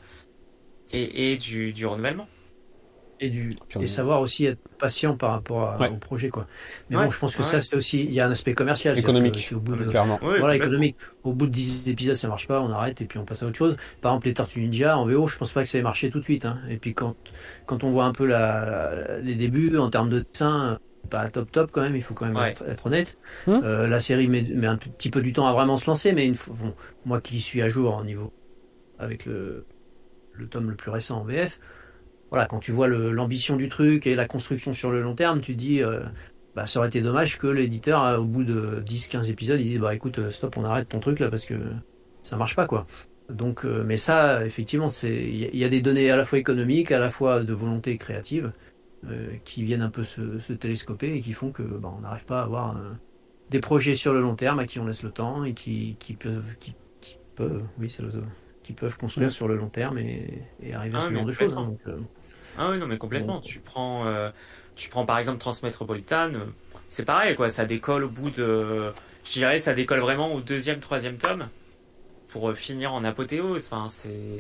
et, et du, du renouvellement. Et, du, Puis on et est- savoir aussi être patient par rapport à- Ouais. au projet, quoi. Mais Ouais, bon, je pense que ouais. ça, c'est aussi, il y a un aspect commercial. c'est-à-dire que Économique, si au bout de, clairement. Oui, voilà, complètement. économique. Au bout de dix épisodes, ça marche pas, on arrête et puis on passe à autre chose. Par exemple, les Tortues Ninja en V O, je pense pas que ça ait marché tout de suite. Hein. Et puis quand, quand on voit un peu la, la- les débuts en termes de dessin, pas top top quand même, il faut quand même Ouais. être, être honnête. Hum. Euh, la série met, met un petit peu du temps à vraiment se lancer, mais une fois, bon, moi qui suis à jour au niveau avec le, le tome le plus récent en V F, voilà, quand tu vois le, l'ambition du truc et la construction sur le long terme, tu te dis, euh, bah, ça aurait été dommage que l'éditeur, euh, au bout de dix quinze épisodes, il dise, bah écoute, euh, stop, on arrête ton truc là parce que ça marche pas, quoi. Donc, euh, mais ça, effectivement, c'est, il y, a- il y a des données à la fois économiques, à la fois de volonté créative, euh, qui viennent un peu se, se télescoper et qui font que, bah, on n'arrive pas à avoir euh, des projets sur le long terme à qui on laisse le temps et qui, qui peuvent, qui, qui peuvent, oui, c'est le, qui peuvent construire Mm. sur le long terme et, et arriver à Ah, ce mais genre de choses. complètement. Hein, donc, euh, Ah oui, non, mais complètement. Bon. Tu prends, euh, tu prends par exemple Transmétropolitane, euh, c'est pareil, quoi. Ça décolle au bout de, je dirais, ça décolle vraiment au deuxième, troisième tome pour euh, finir en apothéose. Enfin, c'est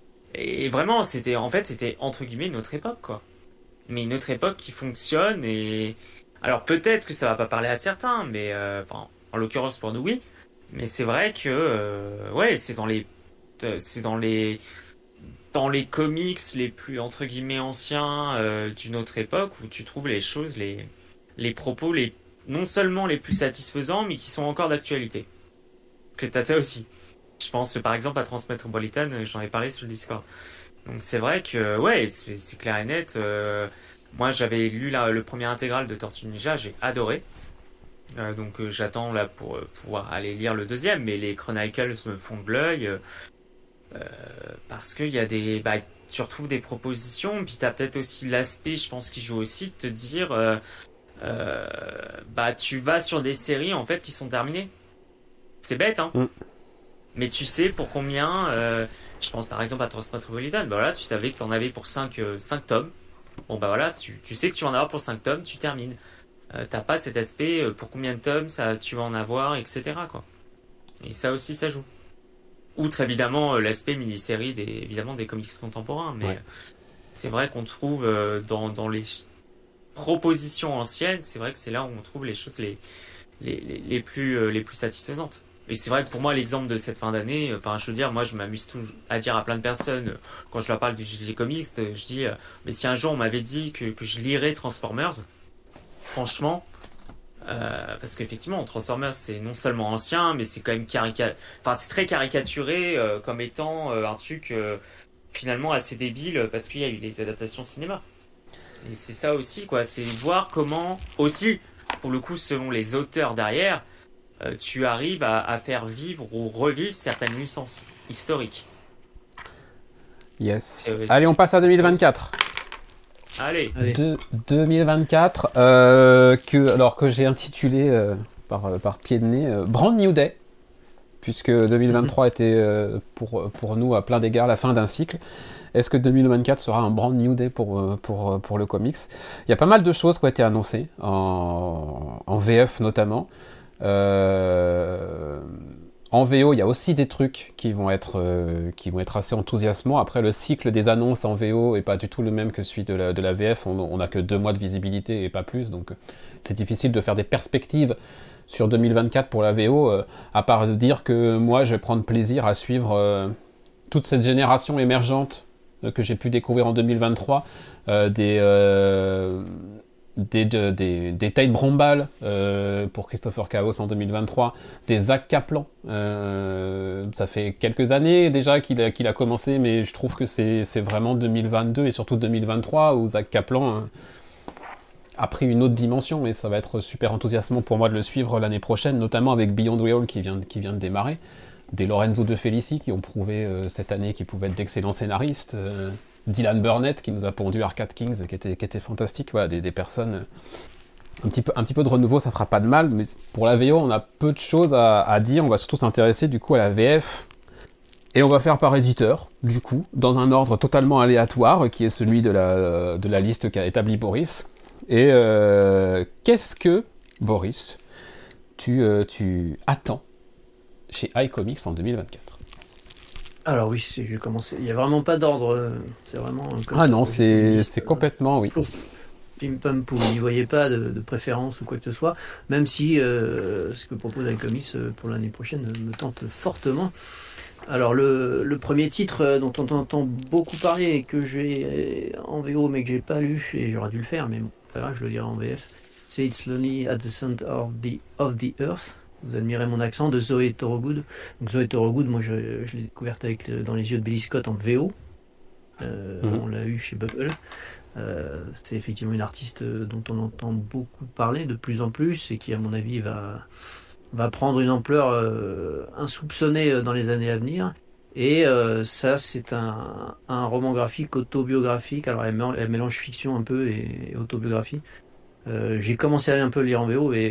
et vraiment, c'était, en fait, c'était entre guillemets notre époque, quoi. Mais une autre époque qui fonctionne et alors peut-être que ça va pas parler à certains, mais euh, enfin, en l'occurrence pour nous, oui. Mais c'est vrai que, euh, ouais, c'est dans les, euh, c'est dans les dans les comics les plus entre guillemets anciens euh, d'une autre époque où tu trouves les choses, les, les propos les non seulement les plus satisfaisants mais qui sont encore d'actualité. Que t'as ça aussi. Je pense par exemple à Transmétropolitane, j'en ai parlé sur le Discord. Donc c'est vrai que ouais, c'est, c'est clair et net. Euh, moi j'avais lu là, le premier intégral de Tortue Ninja, j'ai adoré. Euh, donc euh, j'attends là pour euh, pouvoir aller lire le deuxième, mais les Chronicles me font de l'œil. Euh, Euh, parce qu'il y a des, bah, tu retrouves des propositions, puis t'as peut-être aussi l'aspect, je pense, qui joue aussi, de te dire, euh, euh, bah, tu vas sur des séries en fait qui sont terminées. C'est bête, hein. Mm. Mais tu sais pour combien. Euh, je pense par exemple à Transmétropolitane. Bah voilà, tu savais que t'en avais pour cinq euh, cinq tomes. Bon bah voilà, tu, tu sais que tu vas en avoir pour cinq tomes, tu termines. Euh, t'as pas cet aspect euh, pour combien de tomes ça tu vas en avoir, et cetera quoi. Et ça aussi, ça joue. Outre évidemment euh, l'aspect mini-série des, évidemment des comics contemporains, mais Ouais. euh, c'est vrai qu'on trouve euh, dans, dans les ch- propositions anciennes, c'est vrai que c'est là où on trouve les choses les, les, les, les plus, euh, les plus satisfaisantes. Et c'est vrai que pour moi, l'exemple de cette fin d'année, enfin, je veux dire, moi, je m'amuse toujours à dire à plein de personnes, euh, quand je leur parle du G G Comics, euh, je dis, euh, mais si un jour on m'avait dit que, que je lirais Transformers, franchement, euh, parce qu'effectivement, Transformers, c'est non seulement ancien, mais c'est quand même carica... enfin, c'est très caricaturé euh, comme étant euh, un truc euh, finalement assez débile parce qu'il y a eu des adaptations cinéma. Et c'est ça aussi, quoi. C'est voir comment aussi, pour le coup, selon les auteurs derrière, euh, tu arrives à, à faire vivre ou revivre certaines licences historiques. Yes. Euh, Allez, on passe à deux mille vingt-quatre. Allez. Allez. De, deux mille vingt-quatre, euh, que, alors que j'ai intitulé euh, par, par pied de nez euh, Brand New Day, puisque deux mille vingt-trois mm-hmm. était euh, pour, pour nous à plein d'égards la fin d'un cycle. Est-ce que deux mille vingt-quatre sera un Brand New Day pour, pour, pour le comics? Il y a pas mal de choses qui ont été annoncées, en, en V F notamment. Euh, en V O, il y a aussi des trucs qui vont être, euh, qui vont être assez enthousiasmants. Après, le cycle des annonces en V O n'est pas du tout le même que celui de la, de la V F. On n'a que deux mois de visibilité et pas plus, donc c'est difficile de faire des perspectives sur deux mille vingt-quatre pour la V O, euh, à part de dire que moi, je vais prendre plaisir à suivre euh, toute cette génération émergente euh, que j'ai pu découvrir en deux mille vingt-trois, euh, des... Euh, Des, de, des, des Tate Brombal euh, pour Christopher Chaos en deux mille vingt-trois, des Zach Kaplan. Euh, ça fait quelques années déjà qu'il a, qu'il a commencé, mais je trouve que c'est, c'est vraiment deux mille vingt-deux et surtout deux mille vingt-trois où Zach Kaplan euh, a pris une autre dimension, et ça va être super enthousiasmant pour moi de le suivre l'année prochaine, notamment avec Beyond Real qui vient, qui vient de démarrer, des Lorenzo De Felici qui ont prouvé euh, cette année qu'ils pouvaient être d'excellents scénaristes. Euh, Dylan Burnett qui nous a pondu Arcade Kings, qui était, qui était fantastique. Voilà, des, des personnes... Un petit, peu, un petit peu de renouveau, ça fera pas de mal, mais pour la V O, on a peu de choses à, à dire. On va surtout s'intéresser du coup à la V F. Et on va faire par éditeur, du coup, dans un ordre totalement aléatoire, qui est celui de la, de la liste qu'a établi Boris. Et euh, qu'est-ce que, Boris, tu, euh, tu attends chez iComics en deux mille vingt-quatre? Alors oui, je vais commencer. Il n'y a vraiment pas d'ordre. C'est vraiment. Comme ah ça, non, c'est, c'est complètement, oui. Pim pam poum. N'y voyez pas de, de préférence ou quoi que ce soit. Même si euh, ce que propose iComics pour l'année prochaine me tente fortement. Alors le, le premier titre dont on entend beaucoup parler et que j'ai en V O mais que j'ai pas lu, et j'aurais dû le faire, mais bon, pas grave, je le lirai en V F. C'est It's Lonely at the Center of the, of the Earth. Vous admirez mon accent, de Zoé Thorogood. Donc Zoé Thorogood, moi je, je l'ai découverte avec Dans les yeux de Billy Scott en V O. Euh, mm-hmm. On l'a eu chez Bubble. Euh, c'est effectivement une artiste dont on entend beaucoup parler de plus en plus et qui, à mon avis, va, va prendre une ampleur euh, insoupçonnée dans les années à venir. Et euh, ça, c'est un, un roman graphique autobiographique. Alors elle, mélange, elle mélange fiction un peu et, et autobiographie. Euh, j'ai commencé à aller un peu lire en V O et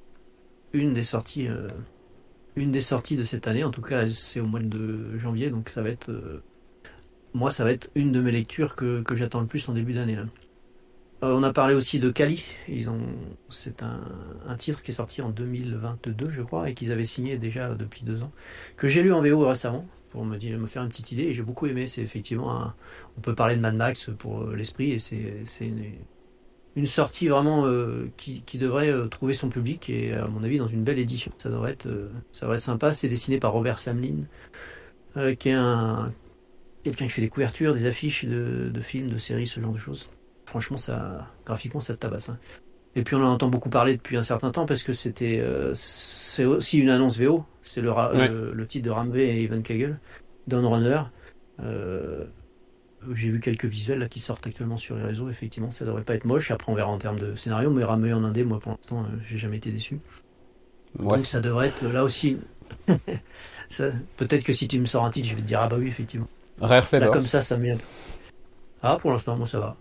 une des sorties euh, une des sorties de cette année, en tout cas c'est au mois de janvier, donc ça va être euh, moi ça va être une de mes lectures que, que j'attends le plus en début d'année là. Euh, on a parlé aussi de Kali. Ils ont c'est un, un titre qui est sorti en deux mille vingt-deux je crois et qu'ils avaient signé déjà depuis deux ans, que j'ai lu en V O récemment pour me dire me faire une petite idée, et j'ai beaucoup aimé. C'est effectivement un, on peut parler de Mad Max pour l'esprit, et c'est, c'est une une sortie vraiment euh, qui, qui devrait euh, trouver son public, et à mon avis dans une belle édition. Ça devrait être, euh, ça devrait être sympa. C'est dessiné par Robert Samlin, euh, qui est un quelqu'un qui fait des couvertures, des affiches de, de films, de séries, ce genre de choses. Franchement, ça, graphiquement, ça te tabasse. Hein. Et puis on en entend beaucoup parler depuis un certain temps parce que c'était, euh, c'est aussi une annonce V O. C'est le, ouais. le, le titre de Ramvé et Ivan Kagel, Dawnrunner. Euh, J'ai vu quelques visuels là, qui sortent actuellement sur les réseaux. Effectivement, ça devrait pas être moche. Après, on verra en termes de scénario. Mais Ramvé en indé, moi, pour l'instant, euh, j'ai jamais été déçu. Ouais, donc, ça devrait être là aussi. ça, peut-être que si tu me sors un titre, je vais te dire ah bah oui, effectivement. Rare là, comme ça, ça me vient. Ah, pour l'instant, moi, ça va.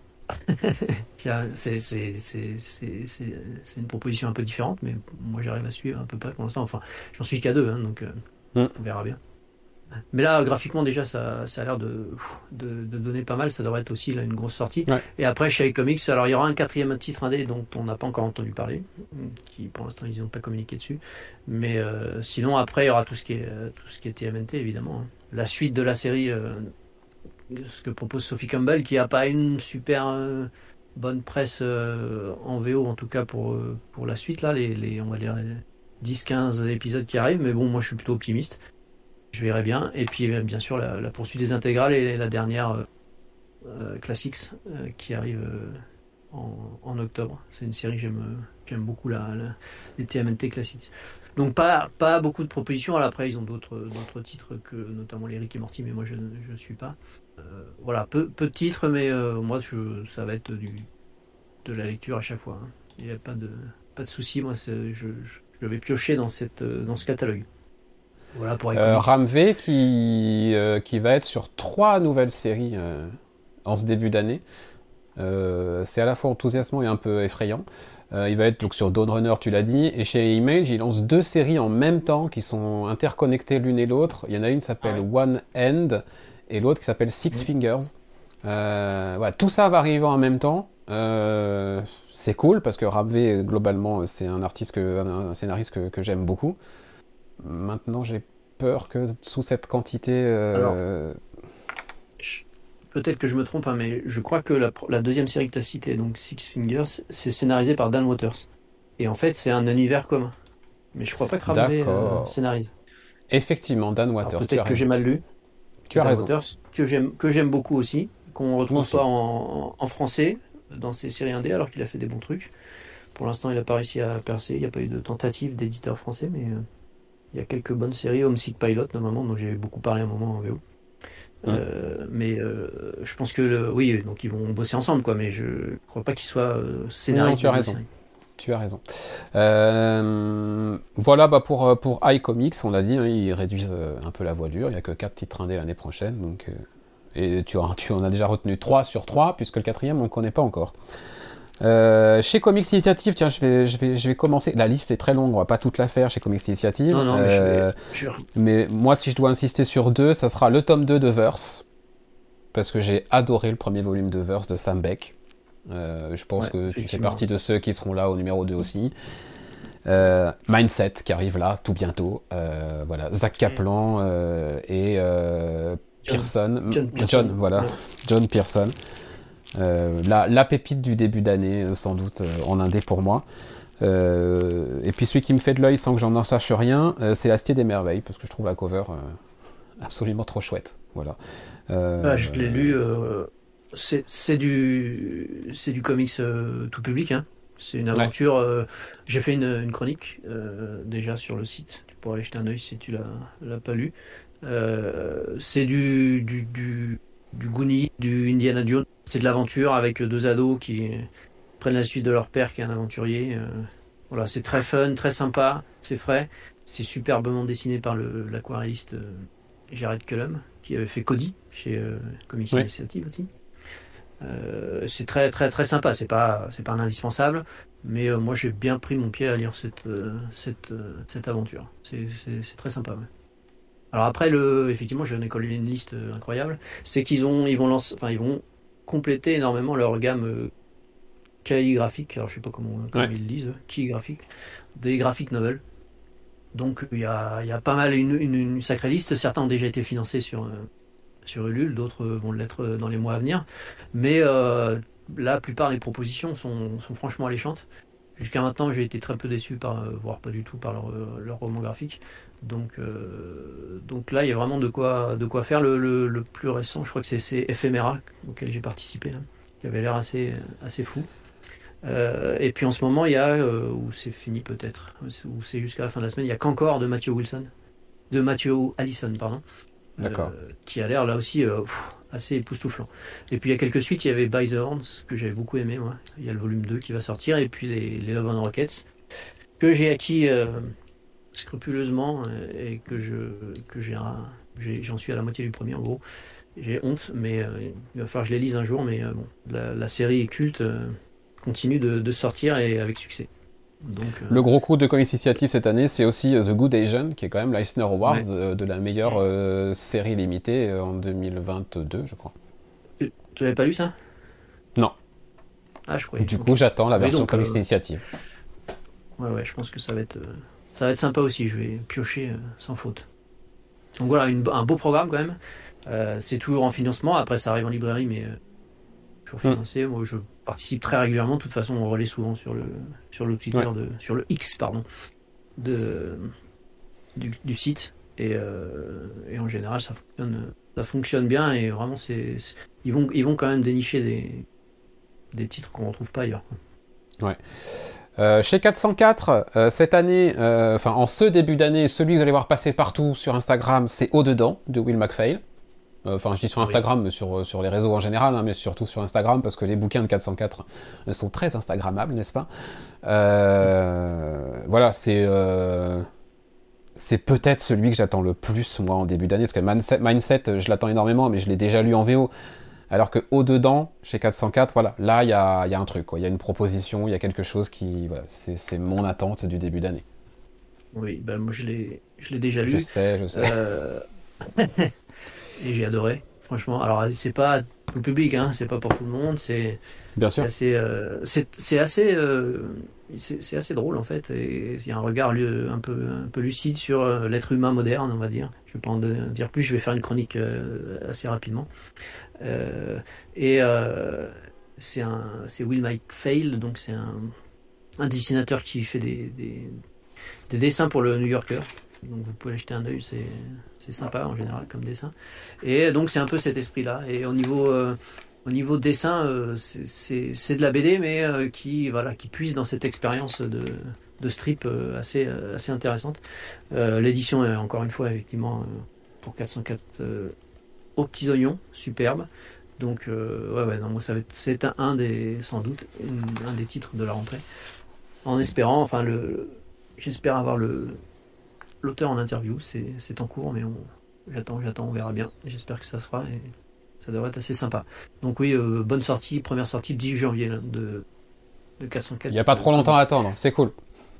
c'est, c'est, c'est, c'est, c'est, c'est une proposition un peu différente, mais moi, j'arrive à suivre un peu près pour l'instant. Enfin, j'en suis qu'à deux, hein, donc euh, mm. on verra bien. Mais là, graphiquement, déjà, ça, ça a l'air de, de, de donner pas mal. Ça devrait être aussi là, une grosse sortie. Ouais. Et après, chez iComics, alors il y aura un quatrième titre indé dont on n'a pas encore entendu parler, qui pour l'instant, ils n'ont pas communiqué dessus. Mais euh, sinon, après, il y aura tout ce qui est, tout ce qui est T M N T, évidemment. Hein. La suite de la série, euh, ce que propose Sophie Campbell, qui n'a pas une super euh, bonne presse euh, en V O, en tout cas pour, euh, pour la suite, là, les, les, on va dire les dix quinze épisodes qui arrivent. Mais bon, moi, je suis plutôt optimiste. Je verrai bien. Et puis, bien sûr, la, la poursuite des intégrales et la dernière euh, euh, Classics euh, qui arrive euh, en, en octobre. C'est une série que j'aime, j'aime beaucoup, la, la, les T M N T Classics. Donc, pas, pas beaucoup de propositions. Alors, après, ils ont d'autres, d'autres titres, que notamment les Rick et Morty, mais moi, je ne suis pas. Euh, voilà, peu, peu de titres, mais euh, moi, je, ça va être du, de la lecture à chaque fois. Hein. Il n'y a pas de, pas de souci. Moi, c'est, je, je, je vais piocher dans, cette, dans ce catalogue. Voilà pour euh, Ramvé qui, euh, qui va être sur trois nouvelles séries euh, en ce début d'année. Euh, c'est à la fois enthousiasmant et un peu effrayant. Euh, il va être donc sur Dawn Runner, tu l'as dit, et chez Image, il lance deux séries en même temps qui sont interconnectées l'une et l'autre. Il y en a une qui s'appelle Ah ouais. One End et l'autre qui s'appelle Six Oui. Fingers. Euh, voilà, tout ça va arriver en même temps. Euh, c'est cool parce que Rapvé, globalement, c'est un artiste, que, un, un scénariste que, que j'aime beaucoup. Maintenant, j'ai peur que sous cette quantité. Alors, Euh... je- peut-être que je me trompe, hein, mais je crois que la, la deuxième série que tu as citée, donc Six Fingers, c'est scénarisé par Dan Waters. Et en fait, c'est un univers commun. Mais je crois pas que Ramvé euh, D'accord. scénarise. Effectivement, Dan Alors Waters, tu as peut-être que j'ai raison. mal lu. Tu as Dan raison. Waters, que j'aime que j'aime beaucoup aussi, qu'on Moi retrouve aussi. pas en, en français dans ses séries indé, alors qu'il a fait des bons trucs. Pour l'instant, il n'a pas réussi à percer. Il n'y a pas eu de tentative d'éditeur français, mais euh, il y a quelques bonnes séries. Homesick Pilot, notamment, dont j'ai beaucoup parlé à un moment en V O. Mm. Euh, mais euh, je pense que le- oui, donc ils vont bosser ensemble, quoi. Mais je crois pas qu'ils soient euh, Non, scénaristes tu as de deux raison. séries. Tu as raison. Euh, voilà, bah pour, euh, pour iComics, on l'a dit, hein, ils réduisent euh, un peu la voilure. Il n'y a que quatre titres indés l'année prochaine. Donc, euh, et tu, en- tu en as déjà retenu trois sur trois, puisque le quatrième, on ne le connaît pas encore. Euh, chez Comics Initiative, tiens, je vais, je, vais, je vais commencer. La liste est très longue, on va pas toute la faire chez Comics Initiative. Non, non, mais je Euh, vais, je vais- mais moi, si je dois insister sur deux, ça sera le tome deux de Verse, parce que j'ai adoré le premier volume de Verse de Sam Beck. Euh, je pense Ouais, que tu fais effectivement. partie de ceux qui seront là au numéro deux aussi. Euh, Mindset qui arrive là tout bientôt. Euh, voilà, Zach Kaplan euh, et euh, John- Pearson. John M- Pearson. voilà, Ouais. John Pearson. Euh, la, la pépite du début d'année, euh, sans doute, euh, en indé pour moi. Euh, et puis celui qui me fait de l'œil sans que j'en en sache rien, euh, c'est l'Astier des Merveilles, parce que je trouve la cover euh, absolument trop chouette. Voilà. Euh, Ah, je l'ai lu. euh, c'est c'est du c'est du comics euh, tout public, hein. C'est une Ouais. aventure. euh, j'ai fait une, une chronique euh, déjà sur le site. Tu pourras aller jeter un œil si tu l'as l'as pas lu. Euh, c'est du du du du Goonie, du Indiana Jones. C'est de l'aventure avec deux ados qui prennent la suite de leur père qui est un aventurier. euh. Voilà, c'est très fun, très sympa, c'est frais. C'est superbement dessiné par le l'aquarelliste euh, Jared Cullum, qui avait fait Cody chez euh, Comics Ouais. Initiative aussi. Euh, c'est très très très sympa. C'est pas c'est pas un indispensable, mais euh, moi j'ai bien pris mon pied à lire cette euh, cette euh, cette aventure. C'est c'est c'est très sympa. Ouais. Alors après le effectivement j'ai une une liste euh, incroyable. C'est qu'ils ont ils vont lancer enfin ils vont compléter énormément leur gamme euh, calligraphique. Alors je sais pas comment comment Ouais. ils le disent, calligraphique, des graphic novels. Donc il y a, il y a pas mal, une, une, une sacrée liste. Certains ont déjà été financés sur, euh, sur Ulule, d'autres euh, vont l'être euh, dans les mois à venir. Mais euh, la plupart des propositions sont, sont franchement alléchantes. Jusqu'à maintenant, j'ai été très peu déçu, par, euh, voire pas du tout, par leur, euh, leur roman graphique. Donc, euh, donc là, il y a vraiment de quoi, de quoi faire. Le, le, le plus récent, je crois que c'est, c'est Ephemera, auquel j'ai participé, là, qui avait l'air assez, assez fou. Euh, et puis en ce moment, il y a, euh, où c'est fini peut-être, où c'est jusqu'à la fin de la semaine, il y a qu'encore de Matthew Wilson, de Matthew Allison, pardon, euh, D'accord. qui a l'air là aussi euh, pff, assez époustouflant. Et puis il y a quelques suites, il y avait By the Horns, que j'avais beaucoup aimé, moi. Il y a le volume deux qui va sortir, et puis les, les Love and Rockets, que j'ai acquis euh, scrupuleusement, euh, et que je que j'ai, un- j'ai- j'en suis à la moitié du premier en gros. J'ai honte, mais euh, il va falloir que je les lise un jour, mais euh, bon, la, la série est culte. euh, continue de, de sortir et avec succès. Donc, euh, Le gros coup de Comics Initiative cette année, c'est aussi euh, The Good Asian, qui est quand même l'Eisner Awards Ouais. euh, de la meilleure euh, série limitée euh, en deux mille vingt-deux, je crois. tu tu l'avais pas lu ça? Non. Ah, je croyais. Du Ok. coup, j'attends la Oui, version donc, Comics euh, Initiative. Ouais, ouais, je pense que ça va être, euh, ça va être sympa aussi. Je vais piocher euh, sans faute. Donc voilà, une- un beau programme quand même. Euh, c'est toujours en financement. Après, ça arrive en librairie, mais euh, toujours Mm. financé. Moi, je participe très régulièrement. De toute façon, on relaie souvent sur le sur le Twitter Ouais. de sur le X, pardon, de du, du site. Et, euh, et en général, ça fonctionne, ça fonctionne bien. Et vraiment, c'est, c'est- ils vont ils vont quand même dénicher des des titres qu'on retrouve pas ailleurs, quoi. Euh, chez quatre cent quatre, euh, cette année, euh, enfin en ce début d'année, celui que vous allez voir passer partout sur Instagram, c'est Au-dedans de Will MacPhail. Euh, Enfin, je dis sur Oui. Instagram, mais sur, sur les réseaux en général, hein, mais surtout sur Instagram, parce que les bouquins de quatre cent quatre euh, sont très Instagrammables, n'est-ce pas? Euh, Voilà, c'est euh, c'est peut-être celui que j'attends le plus, moi, en début d'année, parce que Mindset, Mindset, je l'attends énormément, mais je l'ai déjà lu en V O. Alors que au-dedans, chez quatre cent quatre, voilà, là, il y a, y a un truc, quoi. Il y a une proposition, il y a quelque chose qui... Voilà, c'est, c'est mon attente du début d'année. Oui, ben moi je l'ai, je l'ai déjà lu. Je sais, je sais. Euh... et j'ai adoré, franchement. Alors c'est pas tout le public, hein, c'est pas pour tout le monde, c'est, Bien c'est sûr. assez, euh, c'est, c'est assez, euh, c'est, c'est assez drôle en fait. Et il y a un regard lu- un peu, un peu lucide sur euh, l'être humain moderne, on va dire. Je vais pas en de- dire plus, je vais faire une chronique euh, assez rapidement. Euh, et euh, c'est un, c'est Will Mike Fail, donc c'est un, un dessinateur qui fait des, des, des dessins pour le New Yorker. Donc vous pouvez jeter un œil, c'est, c'est sympa en général comme dessin. Et donc c'est un peu cet esprit-là. Et au niveau, euh, au niveau dessin, euh, c'est, c'est, c'est de la B D, mais euh, qui, voilà, qui puise dans cette expérience de, de strip euh, assez, euh, assez intéressante. Euh, l'édition est encore une fois effectivement euh, pour quatre cent quatre euh, aux petits oignons, superbe. Donc euh, ouais, ouais, non, moi ça va être, c'est un, un des, sans doute, un, un des titres de la rentrée. En espérant, enfin le, j'espère avoir le l'auteur en interview, c'est, c'est en cours, mais on, j'attends, j'attends, on verra bien. J'espère que ça se fera et ça devrait être assez sympa. Donc oui, euh, bonne sortie, première sortie le dix-huit janvier là, de, de quatre cent quatre. Il n'y a pas trop longtemps à attendre, c'est cool.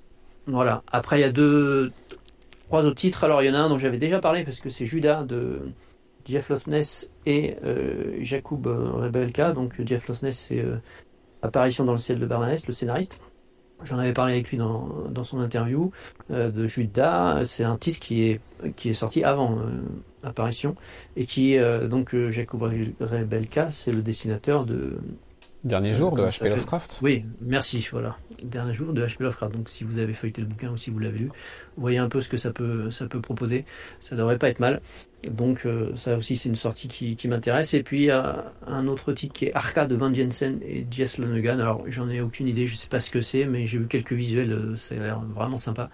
Voilà. Après, il y a deux, trois autres titres. Alors, il y en a un dont j'avais déjà parlé parce que c'est Judas de Jeff Loveness et euh, Jakub Rebelka. Donc, Jeff Loveness, c'est euh, Apparition dans le ciel de Barnabas, le scénariste. J'en avais parlé avec lui dans, dans son interview euh, de Judas. C'est un titre qui est, qui est sorti avant euh, Apparition et qui, euh, donc, euh, Jakub Rebelka, c'est le dessinateur de. Dernier Euh, jour de comment H ça P s'appelle Lovecraft. Oui, merci, voilà. Dernier jour de H P Lovecraft. Donc si vous avez feuilleté le bouquin ou si vous l'avez lu, vous voyez un peu ce que ça peut, ça peut proposer. Ça devrait pas être mal. Donc euh, ça aussi c'est une sortie qui, qui m'intéresse. Et puis il y a un autre titre qui est Arca de Van Jensen et Jess Lonergan. Alors j'en ai aucune idée, je sais pas ce que c'est, mais j'ai vu quelques visuels, euh, ça a l'air vraiment sympa.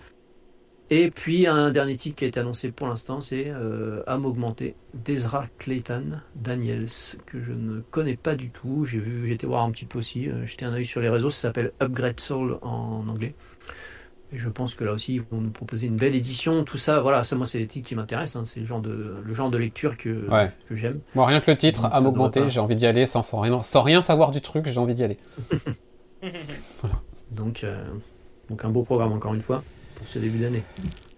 Et puis un dernier titre qui a été annoncé pour l'instant, c'est euh, Âme augmentée d'Ezra Clayton Daniels, que je ne connais pas du tout. J'ai vu, j'ai été voir un petit peu aussi, euh, jeter un œil sur les réseaux, ça s'appelle Upgrade Soul en anglais. Et je pense que là aussi ils vont nous proposer une belle édition, tout ça, voilà, ça moi c'est les titres qui m'intéressent, hein, c'est le genre de le genre de lecture que, Ouais. que j'aime. Bon, rien que le titre, Donc, à ça m'augmenter, devrait pas. j'ai envie d'y aller sans, sans, rien, sans rien savoir du truc, j'ai envie d'y aller. Donc, euh, donc un beau programme encore une fois pour ce début d'année.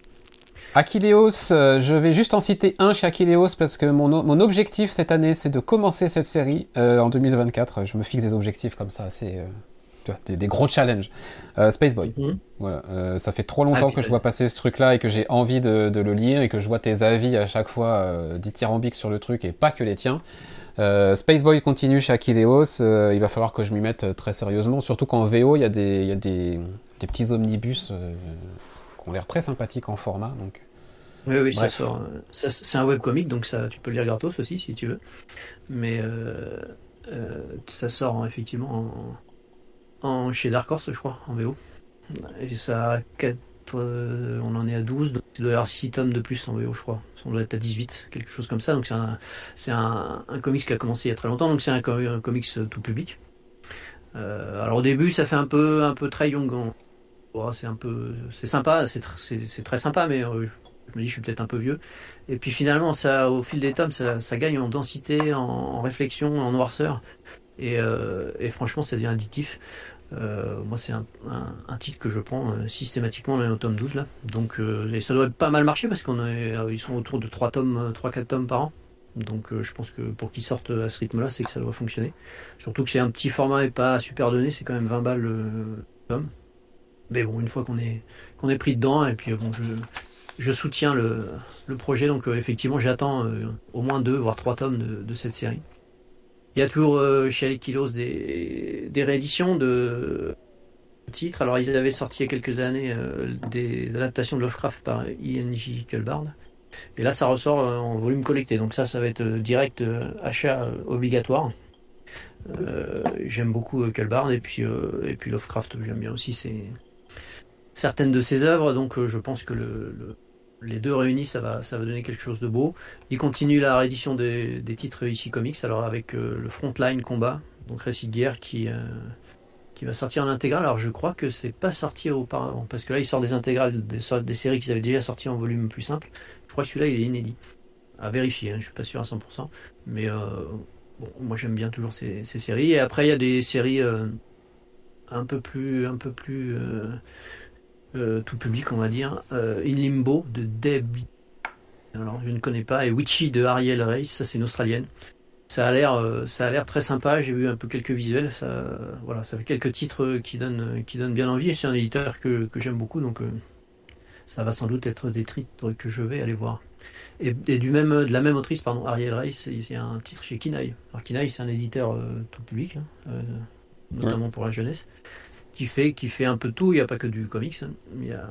Achilleos, euh, je vais juste en citer un chez Achilleos parce que mon, mon objectif cette année, c'est de commencer cette série euh, en deux mille vingt-quatre. Je me fixe des objectifs comme ça, c'est euh, tu vois, des, des gros challenges. Euh, Space Boy. Mmh. Voilà, euh, ça fait trop longtemps Ah, que je vois passer ce truc-là et que j'ai envie de, de le lire et que je vois tes avis à chaque fois euh, dithyrambiques sur le truc et pas que les tiens. Euh, Space Boy continue chez Achilleos, euh, il va falloir que je m'y mette très sérieusement, surtout qu'en V O, il y a des, il y a des, des petits omnibus euh, qui ont l'air très sympathiques en format. Donc... Oui, oui, ça Bref. sort. euh, ça, c'est un webcomic, donc ça, tu peux le lire gratos aussi si tu veux. Mais euh, euh, ça sort en- effectivement en, en- chez Dark Horse, je crois, en V O. Et ça a quatre, euh, on en est à douze, donc il doit y avoir six tomes de plus en V O, je crois. On doit être à dix-huit, quelque chose comme ça. Donc c'est un, c'est un, un comics qui a commencé il y a très longtemps, donc c'est un, co- un comics tout public. Euh, alors au début, ça fait un peu, un peu très young. hein. Bon, c'est un peu, c'est sympa, c'est, tr- c'est, c'est très sympa, mais euh, je me dis, je suis peut-être un peu vieux. Et puis finalement, ça, au fil des tomes, ça, ça gagne en densité, en, en réflexion, en noirceur. Et, euh, et franchement, ça devient addictif. Euh, moi, c'est un, un, un titre que je prends euh, systématiquement même au tome douze là. Donc, euh, et ça doit pas mal marcher parce qu'on est, euh, ils sont autour de trois tomes, trois quatre tomes par an. Donc, euh, je pense que pour qu'ils sortent à ce rythme-là, c'est que ça doit fonctionner. Surtout que c'est un petit format et pas super donné, c'est quand même vingt balles le tome. Mais bon, une fois qu'on est qu'on est pris dedans, et puis euh, bon, je je soutiens le, le projet, donc euh, effectivement j'attends euh, au moins deux voire trois tomes de, de cette série. Il y a toujours euh, chez Achilleos des, des rééditions de titres. Alors ils avaient sorti il y a quelques années euh, des adaptations de Lovecraft par I N J Kullbard. Et là ça ressort euh, en volume collecté. Donc ça, ça va être euh, direct euh, achat euh, obligatoire. Euh, j'aime beaucoup euh, Kullbard et puis, euh, et puis Lovecraft, j'aime bien aussi ses, certaines de ses œuvres. Donc euh, je pense que le, le les deux réunis, ça va, ça va donner quelque chose de beau. Il continue la réédition des, des titres ici comics, alors avec euh, le Frontline Combat, donc récit de guerre qui, euh, qui va sortir en intégrale. Alors je crois que c'est pas sorti auparavant, parce que là il sort des intégrales, des, des séries qui avaient déjà sorti en volume plus simple. Je crois que celui-là il est inédit. À vérifier, hein, je suis pas sûr à cent pour cent. Mais euh, bon, moi j'aime bien toujours ces, ces séries. Et après, il y a des séries euh, un peu plus, un peu plus euh, euh, tout public, on va dire. Euh, In Limbo de Deb. Alors, je ne connais pas. Et Witchy de Ariel Race, ça c'est une australienne. Ça a l'air, euh, ça a l'air très sympa. J'ai vu un peu quelques visuels. Ça, euh, voilà, ça fait quelques titres qui donnent, qui donnent bien envie. Et c'est un éditeur que, que j'aime beaucoup, donc euh, ça va sans doute être des titres que je vais aller voir. Et, et du même, de la même autrice, pardon, Ariel Race, il y a un titre chez Kinaï. Alors Kinaï, c'est un éditeur euh, tout public, hein, euh, notamment ouais. pour la jeunesse, qui fait, qui fait un peu tout. Il n'y a pas que du comics, hein, il y a,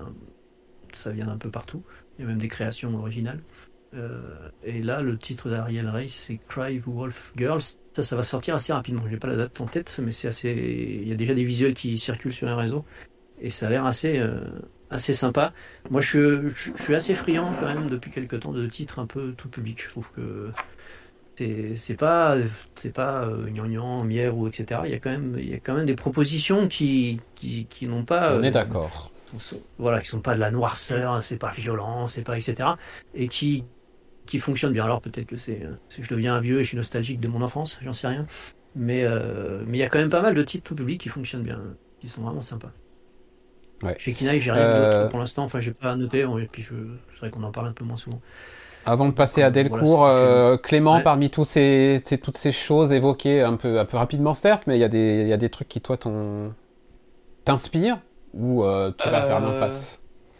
ça vient d'un peu partout. Il y a même des créations originales. Euh, et là, le titre d'Ariel Race, c'est Cry Wolf Girls. Ça, ça va sortir assez rapidement. Je n'ai pas la date en tête, mais c'est assez. Il y a déjà des visuels qui circulent sur les réseaux, et ça a l'air assez, euh, assez sympa. Moi, je, je, je suis assez friand quand même depuis quelques temps de titres un peu tout public. Je trouve que c'est, c'est pas, c'est pas euh, gnangnan, mière ou et cetera. Il y a quand même, il y a quand même des propositions qui, qui, qui n'ont pas. On euh, est d'accord. Voilà, qui sont pas de la noirceur, c'est pas violent, c'est pas et cetera. Et qui qui fonctionne bien. Alors peut-être que c'est, c'est que je deviens un vieux et je suis nostalgique de mon enfance, j'en sais rien. Mais euh, mais il y a quand même pas mal de titres tout public qui fonctionnent bien, qui sont vraiment sympas. Ouais. Chez Kinaï, j'ai rien euh... d'autre pour l'instant. Enfin, j'ai pas noté. Et puis je, c'est vrai qu'on en parle un peu moins souvent. Avant de passer Donc, à Delcourt, voilà, euh, Clément, ouais. parmi tous ces, ces, toutes ces choses évoquées un peu, un peu rapidement certes, mais il y a des, il y a des trucs qui toi t'ont... t'inspirent ou euh, tu vas euh... faire l'impasse?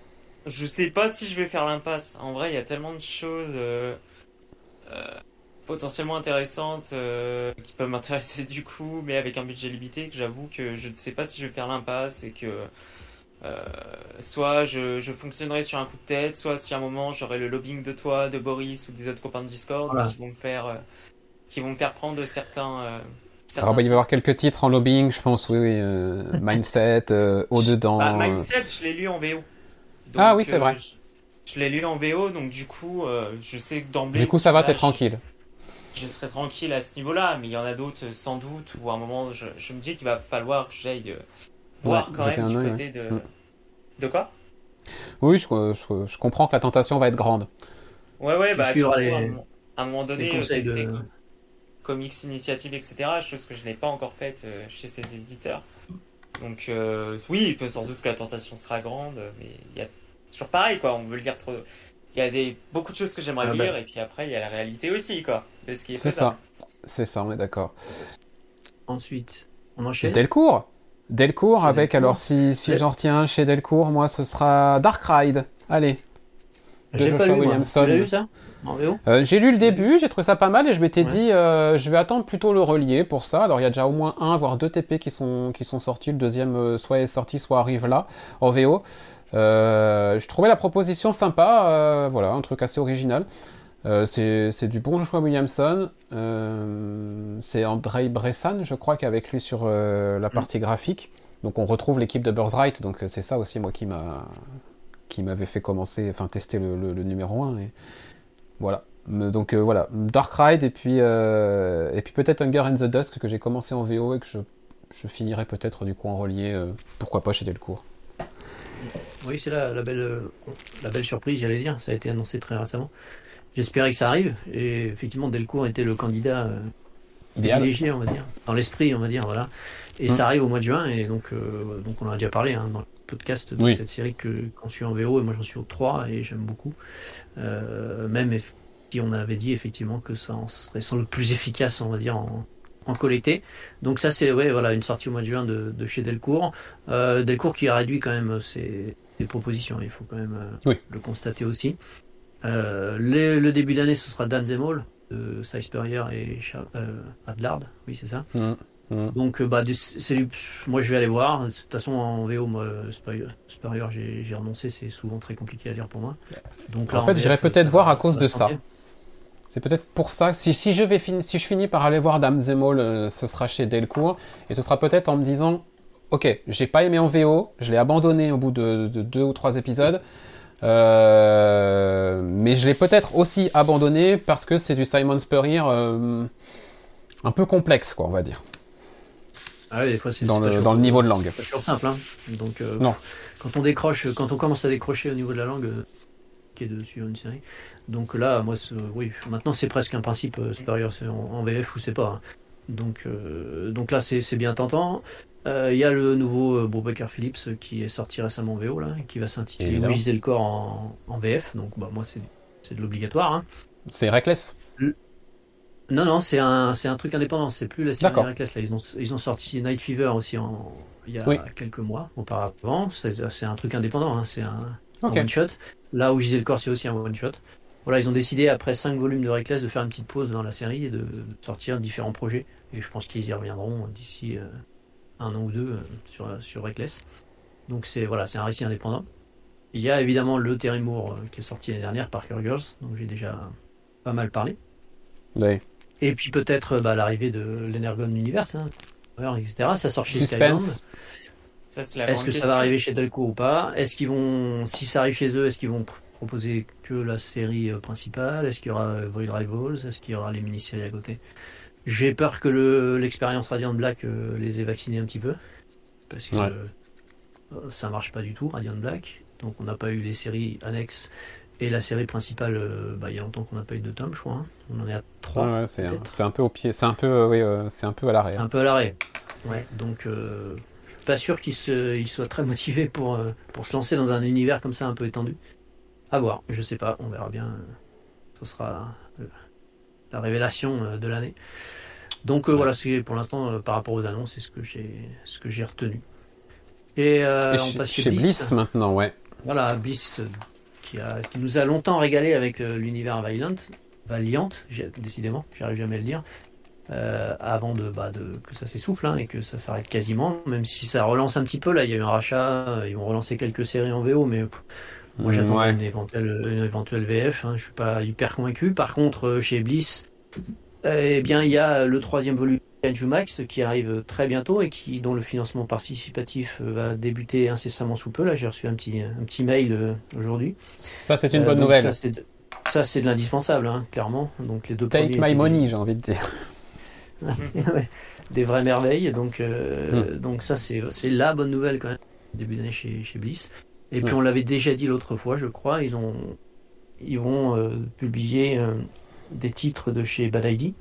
Je sais pas si je vais faire l'impasse. En vrai, il y a tellement de choses euh, euh, potentiellement intéressantes euh, qui peuvent m'intéresser du coup, mais avec un budget limité, que j'avoue que je ne sais pas si je vais faire l'impasse et que euh, soit je, je fonctionnerai sur un coup de tête, soit si à un moment j'aurai le lobbying de toi, de Boris ou des autres copains de Discord voilà. qui vont me faire, euh, qui vont me faire prendre certains. Euh, Alors, bah, il va y avoir quelques titres en lobbying, je pense, oui, oui. Euh, Mindset, euh, Au-dedans. Bah, Mindset, je l'ai lu en V O. Donc, ah oui, c'est euh, vrai. Je, je l'ai lu en V O, donc du coup, euh, je sais que d'emblée... Du coup, ça va, t'es tranquille. Je, je serai tranquille à ce niveau-là, mais il y en a d'autres, sans doute, où à un moment, je, je me dis qu'il va falloir que j'aille euh, voir ouais, quand même du oeil, côté ouais. de... Mmh. De quoi? Oui, je, je, je comprends que la tentation va être grande. Ouais, ouais, je bah, surtout, les, les, à, un, à un moment donné, euh, tester de... quoi. Comics Initiative, et cetera, chose que je n'ai pas encore faite euh, chez ces éditeurs. Donc, euh, oui, il peut sans doute que la tentation sera grande, mais il y a toujours pareil, quoi. On veut lire trop. Il y a des beaucoup de choses que j'aimerais ah lire, ben. Et puis après, il y a la réalité aussi, quoi. De ce qui est c'est ça. C'est ça, on est d'accord. Ensuite, on enchaîne. Delcourt. Delcourt avec, Delcourt. Alors, si, si j'en retiens chez Delcourt, moi, ce sera Dark Ride. Allez. De j'ai Joshua pas lu, Williamson. Tu l'as lu, ça en V O euh, J'ai lu le début, j'ai trouvé ça pas mal et je m'étais ouais. dit, euh, je vais attendre plutôt le relier pour ça. Alors, il y a déjà au moins un, voire deux T P qui sont, qui sont sortis. Le deuxième, euh, soit est sorti, soit arrive là, en V O. Euh, je trouvais la proposition sympa, euh, voilà, un truc assez original. Euh, c'est, c'est du bon Joshua Williamson. Euh, c'est Andrei Bressan, je crois, qui est avec lui sur euh, la partie mm. graphique. Donc, on retrouve l'équipe de Birthright. Donc, c'est ça aussi, moi, qui m'a... qui m'avait fait commencer, enfin tester le, le, le numéro un. Et voilà. Donc euh, voilà, Dark Ride et puis, euh, et puis peut-être Hunger and the Dusk que j'ai commencé en V O et que je, je finirai peut-être du coup en relié, euh, pourquoi pas chez Delcourt. Oui, c'est la, la, belle, la belle surprise, j'allais dire. Ça a été annoncé très récemment. J'espérais que ça arrive. Et effectivement, Delcourt était le candidat euh, privilégié, on va dire. Dans l'esprit, on va dire, voilà. Et hum. ça arrive au mois de juin. Et donc, euh, donc on en a déjà parlé hein, dans podcast de oui. cette série que qu'on suit en V O et moi j'en suis au trois et j'aime beaucoup euh, même si on avait dit effectivement que ça en serait sans doute plus efficace on va dire en, en collecté donc ça c'est ouais, voilà, une sortie au mois de juin de, de chez Delcourt euh, Delcourt qui a réduit quand même ses, ses propositions il faut quand même euh, oui. le constater aussi euh, le, le début d'année ce sera Dan Zemmour de Cy Spurrier et Charles, euh, Adlard oui c'est ça mmh. Donc, bah, c'est, moi je vais aller voir. De toute façon, en V O, moi, Spurrier, j'ai, j'ai renoncé, c'est souvent très compliqué à lire pour moi. Donc, là, en fait, en j'irai F, peut-être voir à cause de ça. C'est peut-être pour ça. Si, si, je vais fin... si je finis par aller voir Dame Zemmour, euh, ce sera chez Delcourt. Et ce sera peut-être en me disant ok, j'ai pas aimé en V O, je l'ai abandonné au bout de, de deux ou trois épisodes. Euh, mais je l'ai peut-être aussi abandonné parce que c'est du Simon Spurrier euh, un peu complexe, quoi, on va dire. Ah oui, des fois c'est dans, c'est le, toujours, dans le niveau de langue. C'est pas toujours simple, hein. Donc, euh, non. Quand on décroche, quand on commence à décrocher au niveau de la langue, euh, compliqué de suivre une série. Donc là, moi, c'est, oui, maintenant c'est presque un principe euh, supérieur, c'est en, en V F ou c'est pas. Hein. Donc, euh, donc là, c'est, c'est bien tentant. Il euh, y a le nouveau euh, Beau Baker Phillips qui est sorti récemment en V O, là, qui va s'intituler Où gisait le corps en, en V F. Donc, bah, moi, c'est, c'est de l'obligatoire. Hein. C'est Reckless. Le... Non, non, c'est un, c'est un truc indépendant. C'est plus la série Reckless. Là, ils ont, ils ont sorti Night Fever aussi en, il y a oui. quelques mois auparavant. C'est, c'est un truc indépendant. Hein. C'est un, okay. un one shot. Là, Où gisait le corps, c'est aussi un one shot. Voilà, ils ont décidé après cinq volumes de Reckless de faire une petite pause dans la série et de, de sortir différents projets. Et je pense qu'ils y reviendront d'ici euh, un an ou deux euh, sur, sur Reckless. Donc c'est, voilà, c'est un récit indépendant. Il y a évidemment le Terry Moore euh, qui est sorti l'année dernière, Parker Girls, donc j'ai déjà pas mal parlé. Oui. Et puis peut-être bah, l'arrivée de l'Energon Universe, hein, et cetera. Ça sort chez Skybound. Ça, c'est la Est-ce que question. Ça va arriver chez Delcourt ou pas? Est-ce qu'ils vont, si ça arrive chez eux, est-ce qu'ils vont pr- proposer que la série euh, principale? Est-ce qu'il y aura Void Rivals? Est-ce qu'il y aura les mini-séries à côté? J'ai peur que le, l'expérience Radiant Black euh, les ait vaccinés un petit peu. Parce que ouais. euh, ça marche pas du tout, Radiant Black. Donc on n'a pas eu les séries annexes. Et la série principale, euh, bah, il y a longtemps qu'on n'a pas eu de tome, je crois. Hein. On en est à trois. Ouais, ouais, c'est, un, c'est un peu au pied. C'est un peu, euh, oui, euh, c'est un peu à l'arrêt. Hein. Un peu à l'arrêt. Ouais. Donc euh, je suis pas sûr qu'ils se, ils soient très motivés pour, euh, pour se lancer dans un univers comme ça un peu étendu. À voir. Je sais pas. On verra bien. Ce sera euh, la révélation euh, de l'année. Donc euh, ouais. voilà, c'est pour l'instant euh, par rapport aux annonces, c'est ce que j'ai, ce que j'ai retenu. Et, euh, Et on chez, passe chez, chez Bliss. Bliss maintenant, ouais. Voilà, Bliss euh, qui, a, qui nous a longtemps régalé avec euh, l'univers Valiant, Valiant, j'ai, décidément, j'arrive jamais à le dire, euh, avant de, bah, de que ça s'essouffle hein, et que ça s'arrête quasiment, même si ça relance un petit peu. Là, il y a eu un rachat, euh, ils vont relancer quelques séries en V O, mais pff, moi j'attends ouais. une éventuelle, une éventuelle V F. Hein, je suis pas hyper convaincu. Par contre, euh, chez Bliss. Eh bien, il y a le troisième volume de Max qui arrive très bientôt et qui, dont le financement participatif va débuter incessamment sous peu. Là, j'ai reçu un petit, un petit mail euh, aujourd'hui. Ça, c'est une euh, bonne nouvelle. Ça c'est, de, ça, c'est de l'indispensable, hein, clairement. Donc, les deux Take my money, des... j'ai envie de dire. Des vraies merveilles. Donc, euh, mm. donc ça, c'est, c'est la bonne nouvelle quand même. Début d'année chez, chez Bliss. Et puis, mm. on l'avait déjà dit l'autre fois, je crois. Ils ont, ils vont euh, publier. Euh, des titres de chez Bad I D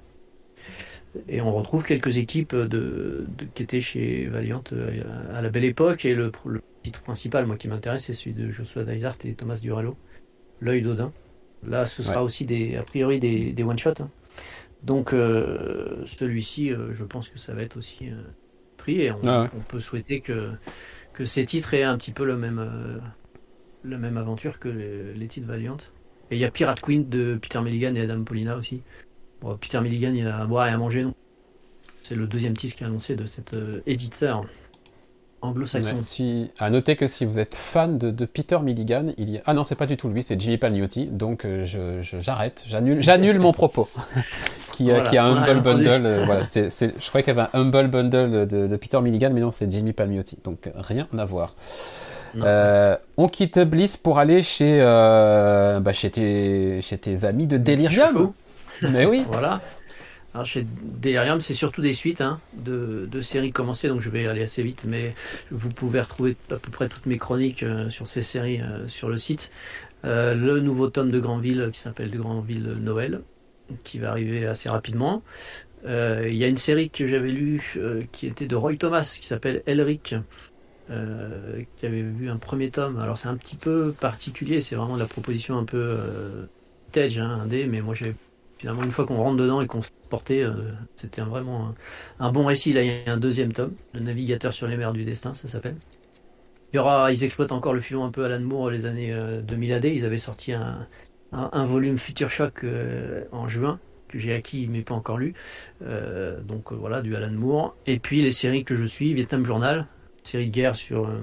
et on retrouve quelques équipes de, de qui étaient chez Valiant à la belle époque et le, le titre principal moi qui m'intéresse c'est celui de Joshua Dysart et Thomas Durello, L'œil d'Odin. Là ce sera ouais. aussi des a priori des, des one shot hein. Donc euh, celui-ci euh, je pense que ça va être aussi euh, pris et on, ah ouais. on peut souhaiter que que ces titres aient un petit peu le même euh, la même aventure que les, les titres Valiant. Et il y a Pirate Queen de Peter Milligan et Adam Pollina aussi. Bon, Peter Milligan, il a à boire et à manger, non. C'est le deuxième titre qui est annoncé de cet euh, éditeur anglo-saxon. Ouais, si... À noter que si vous êtes fan de, de Peter Milligan, il y a... Ah non, c'est pas du tout lui, c'est Jimmy Palmiotti, donc euh, je, je, j'arrête, j'annule, j'annule mon propos. qui, voilà, qui a un Humble Bundle, euh, voilà, c'est, c'est... je croyais qu'il y avait un Humble Bundle de, de Peter Milligan, mais non, c'est Jimmy Palmiotti, donc rien à voir. Euh, on quitte Bliss pour aller chez, euh, bah chez, tes, chez tes amis de Delirium. Mais oui. Voilà. Alors chez Delirium, c'est surtout des suites hein, de, de séries commencées, donc je vais aller assez vite, mais vous pouvez retrouver à peu près toutes mes chroniques euh, sur ces séries euh, sur le site. Euh, le nouveau tome de Granville qui s'appelle de Granville Noël, qui va arriver assez rapidement. Il euh, y a une série que j'avais lue euh, qui était de Roy Thomas qui s'appelle Elric. Euh, qui avait vu un premier tome. Alors c'est un petit peu particulier, c'est vraiment de la proposition un peu euh, tedge, hein, indé, mais moi j'ai finalement une fois qu'on rentre dedans et qu'on se portait, euh, c'était un, vraiment un, un bon récit. Là il y a un deuxième tome, Le Navigateur sur les mers du destin, ça s'appelle. Il y aura, ils exploitent encore le filon un peu Alan Moore les années euh, deux mille A D. Ils avaient sorti un, un, un volume Future Shock euh, en juin que j'ai acquis mais pas encore lu. Euh, donc euh, voilà du Alan Moore. Et puis les séries que je suis, Vietnam Journal. Série de guerre sur un,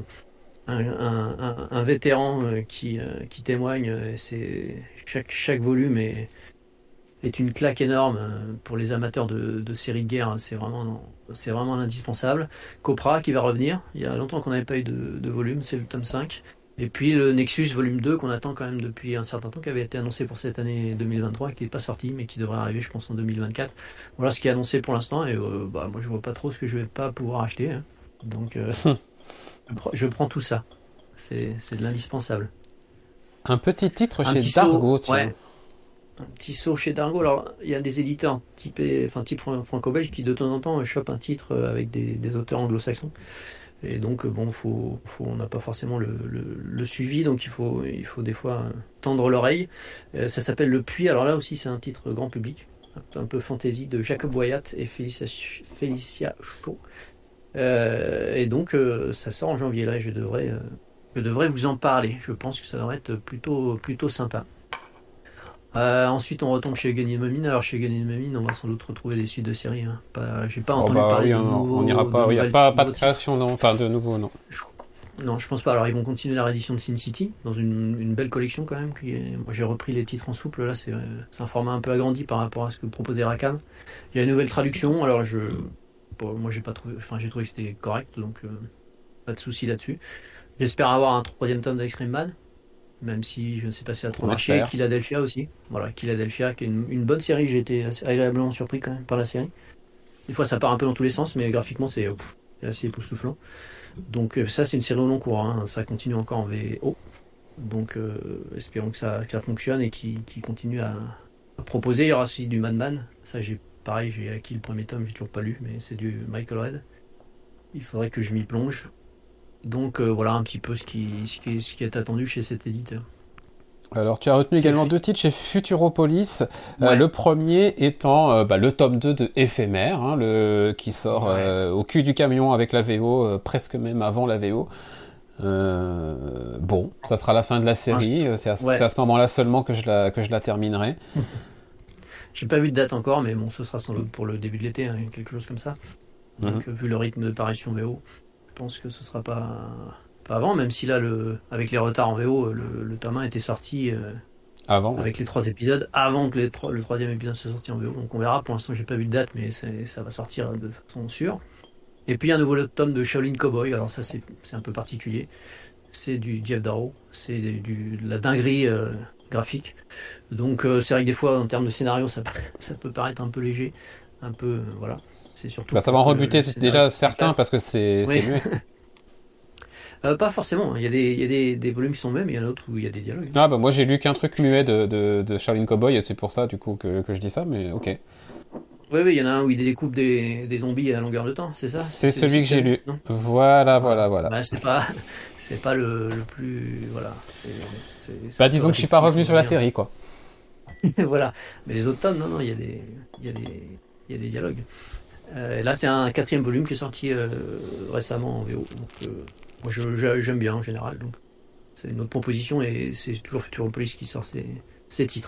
un, un, un vétéran qui, qui témoigne. C'est, chaque, chaque volume est, est une claque énorme pour les amateurs de, de séries de guerre. C'est vraiment, c'est vraiment indispensable. Copra qui va revenir. Il y a longtemps qu'on n'avait pas eu de, de volume. C'est le tome cinq. Et puis le Nexus volume deux qu'on attend quand même depuis un certain temps, qui avait été annoncé pour cette année deux mille vingt-trois, qui n'est pas sorti, mais qui devrait arriver je pense en deux mille vingt-quatre. Voilà ce qui est annoncé pour l'instant. Et euh, bah, moi je vois pas trop ce que je vais pas pouvoir acheter. Hein. Donc, euh, je, prends, je prends tout ça. C'est, c'est de l'indispensable. Un petit titre Un chez petit Dargo, saut, tiens. ouais. Un petit saut chez Dargo. Alors, il y a des éditeurs typés, enfin, type fran- franco-belge qui de temps en temps chopent un titre euh, avec des, des auteurs anglo-saxons. Et donc, euh, bon, faut, faut, on n'a pas forcément le, le, le suivi, donc il faut, il faut des fois euh, tendre l'oreille. Euh, ça s'appelle Le Puits. Alors là aussi, c'est un titre grand public, un peu, un peu fantasy de Jacob Wyatt et Félicia, Ch- Félicia Shaw. Euh, et donc, euh, ça sort en janvier. Là, je devrais, euh, je devrais vous en parler. Je pense que ça devrait être plutôt, plutôt sympa. Euh, ensuite, on retombe chez Gun Momine. Alors, chez Gun Momine, on va sans doute retrouver des suites de séries. Hein. Pas, j'ai pas Oh, entendu bah parler oui, de on nouveaux. on n'ira pas. de Il n'y a nouvelles- pas, pas de nouveaux titres. création, non. Enfin, de nouveau, non. Je- Non, je pense pas. Alors, ils vont continuer la réédition de Sin City dans une, une belle collection quand même. Qui est... Moi, j'ai repris les titres en souple. Là, c'est, c'est un format un peu agrandi par rapport à ce que proposait Rackham. Il y a une nouvelle traduction. Alors, je, bon, moi, j'ai pas trouvé. Enfin, j'ai trouvé que c'était correct, donc euh, pas de souci là-dessus. J'espère avoir un troisième tome d'Extreme Man, même si je ne sais pas si ça a trop On marché. espère. Philadelphia aussi. Voilà, Philadelphia, qui est une, une bonne série. J'ai été assez agréablement surpris quand même par la série. Des fois, ça part un peu dans tous les sens, mais graphiquement, c'est, pff, c'est assez époustouflant. Donc euh, ça, c'est une série au long cours, hein. Ça continue encore en V O. Donc euh, espérons que ça, que ça fonctionne et qu'il, qu'il continue à, à proposer. Il y aura aussi du Madman. Ça, j'ai pareil, j'ai acquis le premier tome, j'ai toujours pas lu, mais c'est du Michael Red. Il faudrait que je m'y plonge. Donc euh, voilà un petit peu ce qui, ce, qui est, ce qui est attendu chez cet éditeur. Alors, tu as retenu Qui également fait- deux titres chez Futuropolis. Euh, Ouais. le premier étant euh, bah, le tome deux de Éphémère, hein, le, qui sort Ouais. euh, au cul du camion avec la V O, euh, presque même avant la V O. Euh, bon, ça sera la fin de la série. euh, C'est à, Ouais. c'est à ce moment-là seulement que je la, que je la terminerai. J'ai pas vu de date encore, mais bon, ce sera sans doute pour le début de l'été, hein, quelque chose comme ça. Donc, euh, vu le rythme de parution V O, je pense que ce sera pas, pas avant, même si là, le, avec les retards en V O, le, le tome un était sorti euh, Avant. ouais. avec les trois épisodes avant que les trois- le troisième épisode soit sorti en V O. Donc on verra. Pour l'instant, j'ai pas vu de date, mais c'est- ça va sortir de façon sûre. Et puis un nouveau tome de Shaolin Cowboy. Alors ça, c'est c'est un peu particulier. C'est du Jeff Darrow. C'est du, de la dinguerie euh, graphique. Donc euh, c'est vrai que des fois, en termes de scénario, ça, ça peut paraître un peu léger, un peu euh, voilà. C'est surtout. Bah, ça va en pour que rebuter le c'est scénario déjà soit certains spectacle. parce que c'est Oui. c'est muet. Euh, pas forcément. Il y a des, il y a des, des volumes qui sont muets, mais il y en a d'autres où il y a des dialogues. Ah bah moi j'ai lu qu'un truc muet de, de, de Shaolin Cowboy et c'est pour ça du coup que, que je dis ça, mais ok. Oui, oui, il y en a un où il découpe des, des zombies à longueur de temps, c'est ça? C'est celui que j'ai lu. Non. Voilà, voilà, voilà. Bah, c'est pas, c'est pas le, le plus, voilà. c'est- c'est- c'est Bah un peu disons que je suis pas répétitif, revenu on sur va la dire. série quoi. Voilà. Mais les autres tomes, non, non, il y a des, il y a des, il y a des dialogues. Euh, là, c'est un quatrième volume qui est sorti euh, récemment en V O. Donc, euh, moi, je, je- j'aime bien en général. Donc, c'est une autre proposition et c'est toujours Futuropolis qui sort ces, ces titres.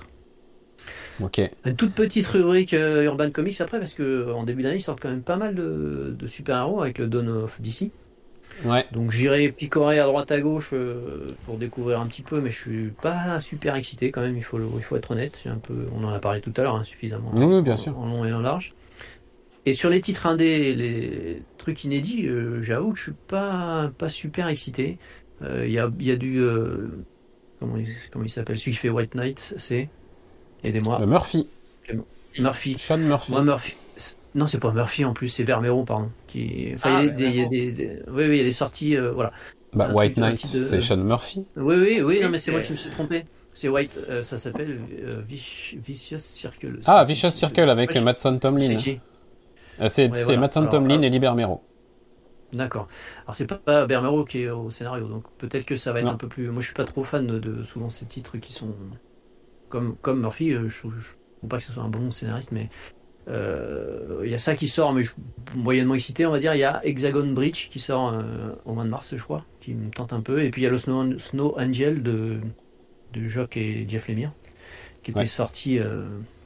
Ok. Une toute petite rubrique euh, Urban Comics après, parce que en début d'année, ils sortent quand même pas mal de, de super-héros avec le Dawn of D C. Ouais. Donc j'irai picorer à droite à gauche euh, pour découvrir un petit peu, mais je suis pas super excité quand même, il faut, le- il faut être honnête. J'ai un peu, on en a parlé tout à l'heure, hein, suffisamment. Oui, oui, bien sûr. En long et en large. Et sur les titres indés, les trucs inédits, euh, j'avoue que je suis pas, pas super excité. Euh, Il y, a, il y a du... euh, comment, il, comment il s'appelle? Celui qui fait White Knight, c'est... Aidez-moi. Euh, Murphy. Murphy. Sean Murphy. Moi, Murphy. Non, c'est pas Murphy en plus, c'est Vermeero, pardon. Qui... Enfin, il y a Ah, des, il y a des, des- Oui, oui, il y a des sorties, euh, voilà. Bah un White truc, un Knight, petit de- c'est Sean Murphy. Oui, oui, oui, non, Oui, mais c'est moi c'est- qui me suis trompé. C'est White, euh, ça s'appelle euh, Vic- Vicious Circle. Ah, C'est- Vicious c'est- Circle avec Ouais, Madson c'est Tomlin. qui Euh, C'est Ouais, c'est voilà. Madson Alors, Tomlin euh, et Lee Bermero. D'accord. Alors c'est pas Bermero qui est au scénario, donc peut-être que ça va être Non. un peu plus. Moi, je suis pas trop fan de, de souvent ces titres qui sont comme comme Murphy. euh, Je trouve, je trouve pas que ce soit un bon scénariste, mais euh, il y a ça qui sort, mais je suis moyennement excité, on va dire. Il y a Hexagon Bridge qui sort euh, au mois de mars, je crois, qui me tente un peu. Et puis il y a le Snow, Snow Angel de de Jock et Jeff Lemire, qui était Ouais. sorti, euh,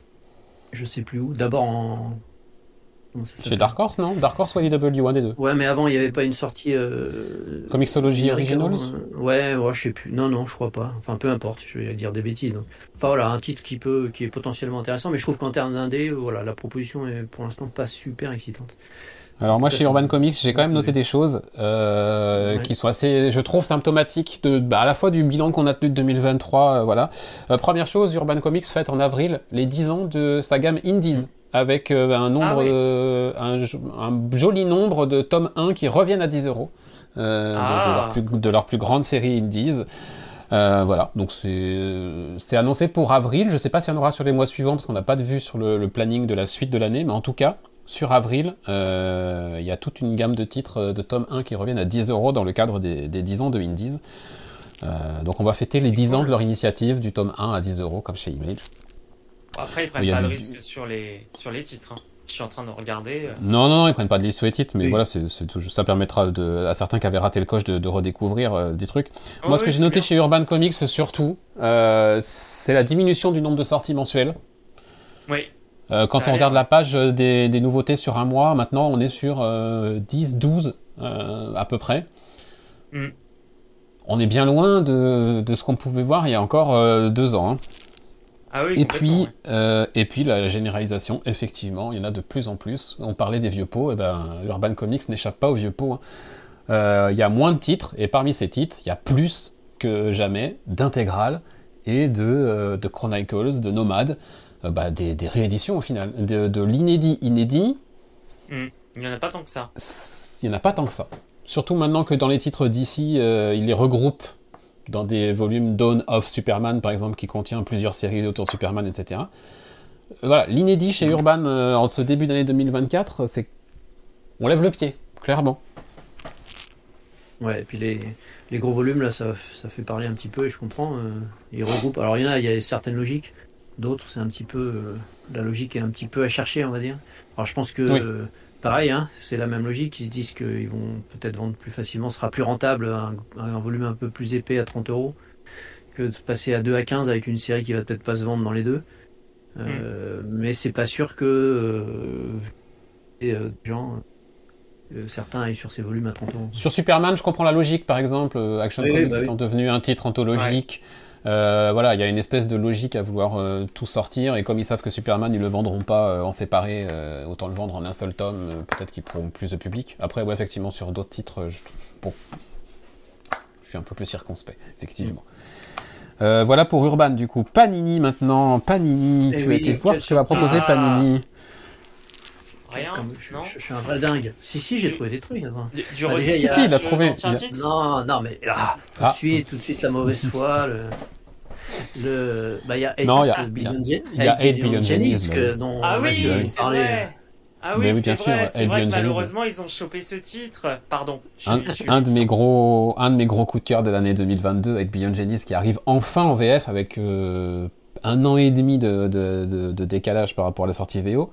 je sais plus où. D'abord en comment ça Chez s'appelle Dark Horse, non Dark Horse ou I W, un des deux. Ouais, mais avant, il n'y avait pas une sortie. Euh, Comixology américaine, Originals euh, Ouais, ouais, je sais plus. Non, non, je crois pas. Enfin, peu importe, je vais dire des bêtises. donc. Enfin, voilà, un titre qui peut, qui est potentiellement intéressant, mais je trouve qu'en termes d'indé, euh, voilà, la proposition est pour l'instant pas super excitante. Alors moi Tout à chez fait. Urban Comics j'ai quand même noté Oui. des choses euh, Ouais. qui sont assez, je trouve, symptomatiques de, bah, à la fois du bilan qu'on a tenu de deux mille vingt-trois. Euh, voilà. Euh, première chose, Urban Comics fête en avril les dix ans de sa gamme Indies avec euh, un nombre, Ah oui. euh, un, jo- un joli nombre de tomes un qui reviennent à dix euros euh, de- de, Ah. leur plus, de leur plus grande série Indies. Euh, voilà, donc c'est, c'est annoncé pour avril. Je ne sais pas s'il y en aura sur les mois suivants parce qu'on n'a pas de vue sur le, le planning de la suite de l'année, mais en tout cas, sur avril, euh, il y a toute une gamme de titres de tome un qui reviennent à dix euros dans le cadre des, des dix ans de Indies. Euh, donc on va fêter les dix cool. ans de leur initiative du tome un à dix euros comme chez Image. Après, ils prennent Il y a pas de du- risque sur les, sur les titres. Hein. Je suis en train de regarder. euh, Non, non, non, ils prennent pas de liste sur les titres, mais Oui. voilà, c'est, c'est tout- ça permettra de, à certains qui avaient raté le coche de, de redécouvrir euh, des trucs. oh Moi, ce oui, que j'ai c'est noté bien. chez Urban Comics, surtout, euh, c'est la diminution du nombre de sorties mensuelles. Oui. Euh, quand Ça a on l'air, regarde ouais. la page des, des nouveautés sur un mois, maintenant, on est sur euh, dix, douze euh, à peu près. Mm. On est bien loin de, de ce qu'on pouvait voir il y a encore euh, deux ans. hein. Ah oui, Et complètement, puis, ouais. euh, et puis la généralisation, effectivement, il y en a de plus en plus. On parlait des vieux pots, et ben Urban Comics n'échappe pas aux vieux pots. hein. Euh, Il y a moins de titres, et parmi ces titres, il y a plus que jamais d'intégrales et de, euh, de Chronicles, de Nomad, euh, bah, des, des rééditions au final. De, de l'inédit inédit, Mm. Il n'y en a pas tant que ça. il n'y en a pas tant que ça. Surtout maintenant que dans les titres d'ici, euh, ils les regroupent dans des volumes Dawn of Superman, par exemple, qui contient plusieurs séries autour de Superman, et cetera. Euh, Voilà, l'inédit chez Urban euh, en ce début d'année deux mille vingt-quatre, c'est... On lève le pied, clairement. Ouais, et puis les, les gros volumes, là, ça, ça fait parler un petit peu, et je comprends. euh, ils regroupent. Alors, il y en a, il y a certaines logiques. D'autres, c'est un petit peu. euh, la logique est un petit peu à chercher, on va dire. Alors, je pense que. Oui. euh, pareil, hein, c'est la même logique. Ils se disent qu'ils vont peut-être vendre plus facilement. Ce sera plus rentable, un, un volume un peu plus épais à trente euros, que de passer à deux à quinze avec une série qui va peut-être pas se vendre dans les deux. Euh, Mais c'est pas sûr que. Euh, et, euh, des gens. euh, certains aillent sur ces volumes à trente euros. Sur Superman, je comprends la logique, par exemple, euh, Action Oui, oui, Comics bah oui. étant devenu un titre anthologique. Euh, voilà, il y a une espèce de logique à vouloir euh, tout sortir, et comme ils savent que Superman, ils le vendront pas euh, en séparé, euh, autant le vendre en un seul tome, euh, peut-être qu'ils pourront plus de public. Après, ouais, effectivement, sur d'autres titres, euh, je... bon, je suis un peu plus circonspect, effectivement. Euh, voilà pour Urban, du coup. Panini, maintenant. Panini, Eh tu as oui, été voir quelle ce que va proposer surprise. Panini. Rien, Comme je, non je- je suis un vrai dingue. Si, si, j'ai Du- trouvé des trucs. Attends. Du, du Ah, déjà, recyclage il y a- Si, il a de trouvé, l'ancien il a- titre Non, non, mais ah, tout Ah. de suite, tout de suite la mauvaise foi. Le, le, bah, il y a eight Non, il y a- billion il y a- Yen- il y a eight eight billion billion Jennies, Jennies, que- mais- dont Ah on a oui, dû c'est parler. vrai. Ah oui, Mais oui, c'est bien sûr, vrai, c'est Eight vrai que Billion Jennies. malheureusement ils ont chopé ce titre. Pardon. Je Un, suis- je suis- un de mes gros, un de mes gros coups de cœur de l'année deux mille vingt-deux avec Billion Genies qui arrive enfin en V F avec euh, un an et demi de, de, de- de décalage par rapport à la sortie V O.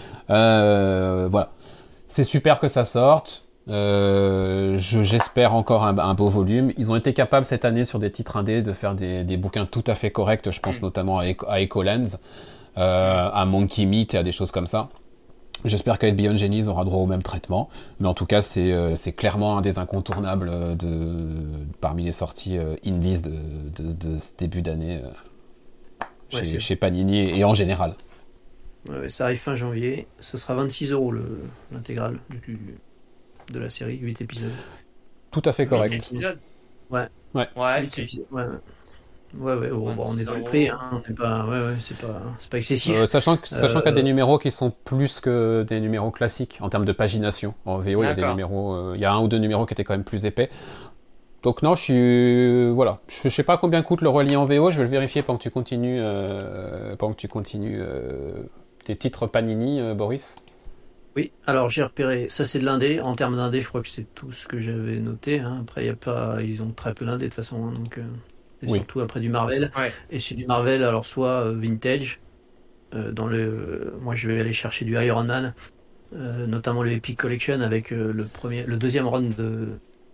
Euh, voilà, c'est super que ça sorte. Euh, je- j'espère encore un, un beau volume. Ils ont été capables cette année sur des titres indés de faire des, des bouquins tout à fait corrects. Je pense Mm. notamment à, Eco, à Ecolens, euh, à Monkey Meat et à des choses comme ça. J'espère qu'avec Beyond Genies aura droit au même traitement, mais en tout cas c'est euh, c'est clairement un des incontournables euh, de, parmi les sorties euh, indies de, de, de ce début d'année euh, Ouais, chez, c'est- chez Panini et, et en général. Ouais, ouais, ça arrive fin janvier. Ce sera vingt-six euros le- l'intégrale du- de la série, huit épisodes. Tout à fait Huit correct. épisodes. Ouais. Ouais. Ouais, Huit c'est- épisodes, ouais, ouais. Ouais, ouais, oh, bon, on est dans le vingt-six prix, euros. hein, on n'est pas, ouais, ouais, c'est pas, c'est pas excessif. Euh, sachant que- sachant Euh, qu'il y a des numéros qui sont plus que des numéros classiques en termes de pagination. En V O, il y a des D'accord. numéros, euh, il y a un ou deux numéros qui étaient quand même plus épais. Donc non, je suis voilà, je, je sais pas combien coûte le relié en V O. Je vais le vérifier pendant que tu continues, euh, pendant que tu continues euh, tes titres Panini, euh, Boris. Oui, alors j'ai repéré, ça c'est de l'indé. En termes d'indé, je crois que c'est tout ce que j'avais noté. hein. Après, il y a pas, ils ont très peu d'indé de toute façon, hein, donc euh, c'est Oui. surtout après du Marvel. Ouais. Et c'est du Marvel, alors soit euh, vintage, euh, dans le, euh, moi je vais aller chercher du Iron Man, euh, notamment le Epic Collection avec euh, le premier, le deuxième run de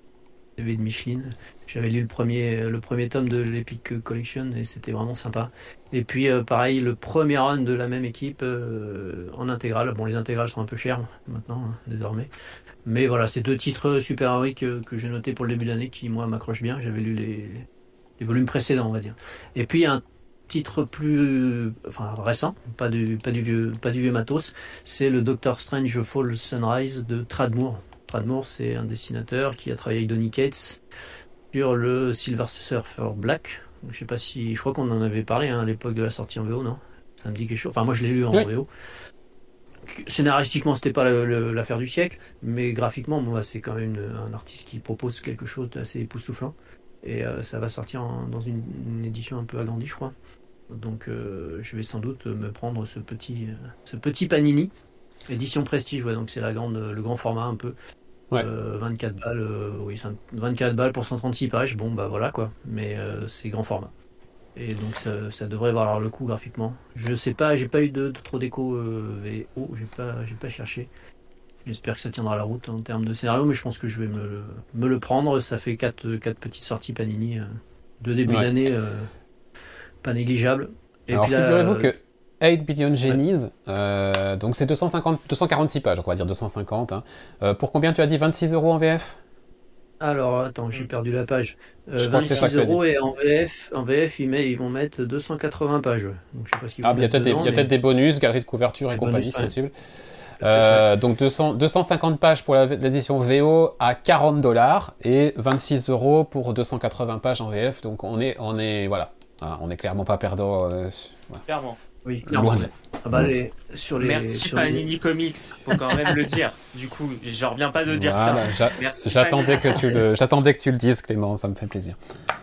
de Micheline. J'avais lu le premier, le premier tome de l'Epic Collection et c'était vraiment sympa. Et puis euh, pareil, le premier run de la même équipe euh, en intégrale. Bon, les intégrales sont un peu chères maintenant, hein, désormais. Mais voilà, c'est deux titres super-héroïques que, que j'ai notés pour le début d'année qui, moi, m'accrochent bien. J'avais lu les, les volumes précédents, on va dire. Et puis un titre plus enfin récent, pas du, pas du, vieux, pas du vieux matos, c'est le Doctor Strange Fall Sunrise de Tradmoor. Tradmoor, c'est un dessinateur qui a travaillé avec Donny Cates sur le Silver Surfer Black. Je sais pas si, je crois qu'on en avait parlé hein, à l'époque de la sortie en V O, non? Ça me dit quelque chose. Enfin, moi je l'ai lu en Oui. V O. Scénaristiquement, c'était pas le- le- l'affaire du siècle, mais graphiquement, moi, c'est quand même une- un artiste qui propose quelque chose d'assez époustouflant. Et euh, ça va sortir en- dans une, une édition un peu agrandie, je crois. Donc euh, je vais sans doute me prendre ce petit, euh, ce petit Panini. Édition Prestige, ouais, donc c'est la grande, le grand format un peu. Ouais. Euh, vingt-quatre balles, euh, oui, cent- vingt-quatre balles pour cent trente-six pages, bon bah voilà quoi. Mais euh, c'est grand format. Et donc ça, ça devrait valoir le coup graphiquement. Je sais pas, j'ai pas eu de, de trop d'écho euh, V O, j'ai pas, j'ai pas cherché. J'espère que ça tiendra la route en termes de scénario, mais je pense que je vais me le, me le prendre. Ça fait quatre, quatre petites sorties Panini euh, de début Ouais. d'année, euh, pas négligeable. Et Alors, puis là, figurez-vous euh, que huit Billion Genies, euh, donc c'est deux cent cinquante, deux cent quarante-six pages, on va dire deux cent cinquante. Hein. Euh, pour combien tu as dit vingt-six euros en V F? alors attends, j'ai perdu la page. Euh, Je crois que c'est ça que vingt-six t'as euros et en V F, en V F ils, met- ils vont mettre deux cent quatre-vingts pages. Donc je sais pas ce qu'ils vont Ah, il y a mettre peut-être des, dedans, il y a mais peut-être des bonus, galerie de couverture et Des compagnie, bonus, c'est ouais. possible. peut-être, Euh, donc deux cents, deux cent cinquante pages pour la- l'édition V O à quarante dollars et vingt-six euros pour deux cent quatre-vingts pages en V F. Donc on est, on est, voilà, Ah, on est clairement pas perdant. euh, voilà. Clairement. oui, clairement. Loin de- Ah bah, les, sur les, Merci sur les- Panini Comics, faut quand même le dire. Du coup, je reviens pas de dire Voilà, ça. j'a- Merci. j'attendais Panini. que tu le, j'attendais que tu le dises, Clément, ça me fait plaisir.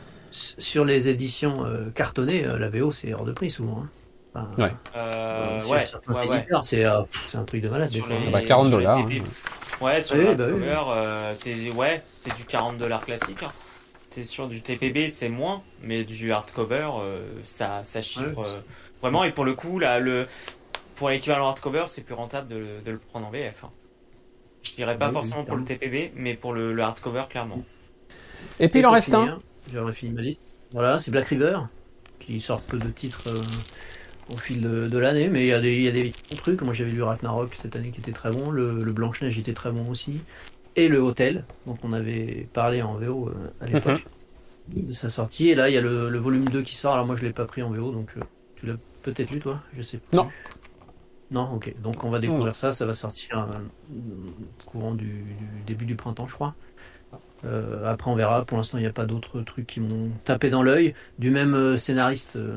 sur les éditions euh, cartonnées, euh, la V O c'est hors de prix souvent. Hein. Enfin, Ouais. Euh, sur ouais, certains ouais, ouais. éditeurs, c'est euh, c'est un truc de malade des Sur fois. les- hein. Ah bah, quarante sur les dollars, T P. hein. Ouais, sur Oui, le bah oui. hardcover, euh, t'es- ouais, c'est du quarante dollars classique. Hein. T'es sur du T P B, c'est moins, mais du hardcover, euh, ça, ça chiffre Ouais. euh, vraiment. Et pour le coup, là, le, pour l'équivalent hardcover, c'est plus rentable de, le- de le prendre en V F. Hein. Je dirais pas Oui, forcément oui, pour le T P B, mais pour le, le hardcover, clairement. Et puis il en pour reste un. finir, J'aurais fini ma liste. Voilà, c'est Black River, qui sort peu de titres euh, au fil de, de l'année, mais il y a des, il y a des bons trucs. Moi j'avais lu Ragnarok cette année qui était très bon, le, le Blanche-Neige était très bon aussi, et le Hôtel, dont on avait parlé en V O euh, à l'époque de sa sortie. Et là il y a le, le volume deux qui sort, alors moi je l'ai pas pris en V O, donc euh, tu l'as peut-être lu toi, je sais plus. Non. Non, ok. Donc on va découvrir ça, ça va sortir euh, courant du, du début du printemps, je crois. Euh, après on verra, pour l'instant il n'y a pas d'autres trucs qui m'ont tapé dans l'œil. Du même euh, scénariste, euh,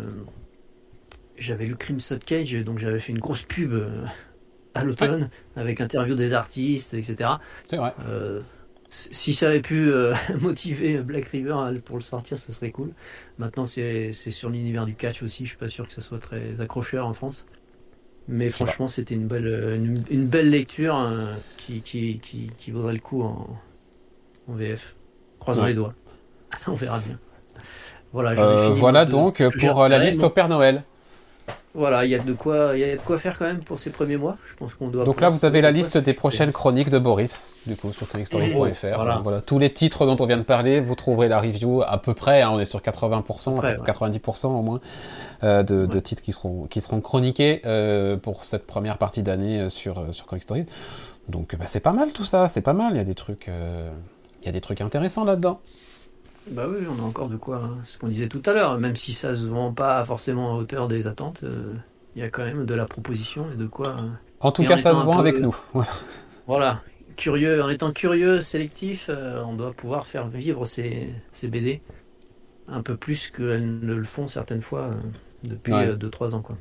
j'avais lu Crimson Cage, donc j'avais fait une grosse pub euh, à l'automne, avec interview des artistes, et cetera. C'est vrai. Euh, si ça avait pu euh, motiver Black River à- pour le sortir, ça serait cool. Maintenant c'est c'est sur l'univers du catch aussi, je suis pas sûr que ça soit très accrocheur en France. Mais sais pas. franchement c'était une belle, une, une belle lecture euh, qui, qui, qui, qui vaudrait le coup en, en V F. Croisons Ouais. les doigts. On verra bien. Voilà, j'en ai Euh, fini voilà de- donc de ce que j'ai pour euh, la repéré. liste Donc, au Père Noël. Voilà, il y a de quoi, il y a de quoi faire quand même pour ces premiers mois. Je pense qu'on doit. Donc là, pouvoir vous avez trouver la de quoi list se des faire. prochaines chroniques de Boris, du coup, sur comic stories point f r. Oh, voilà. voilà. Tous les titres dont on vient de parler, vous trouverez la review à peu près, hein, on est sur quatre-vingts pour cent, À peu près, ouais. quatre-vingt-dix pour cent au moins, euh, de, de Ouais. titres qui seront, qui seront chroniqués euh, pour cette première partie d'année euh, sur, euh, sur Comic Stories. Donc bah, c'est pas mal tout ça, c'est pas mal, il y a des trucs, euh, il y a des trucs intéressants là-dedans. Bah oui, on a encore de quoi. Hein. Ce qu'on disait tout à l'heure, même si ça se vend pas forcément à hauteur des attentes, euh, il y a quand même de la proposition et de quoi. euh, En tout Et cas, en ça étant se un vend peu- avec nous. Voilà. Voilà, curieux, en étant curieux, sélectif, euh, on doit pouvoir faire vivre ces, ces B D un peu plus qu'elles ne le font certaines fois euh, depuis Ouais. deux trois ans. Quoi.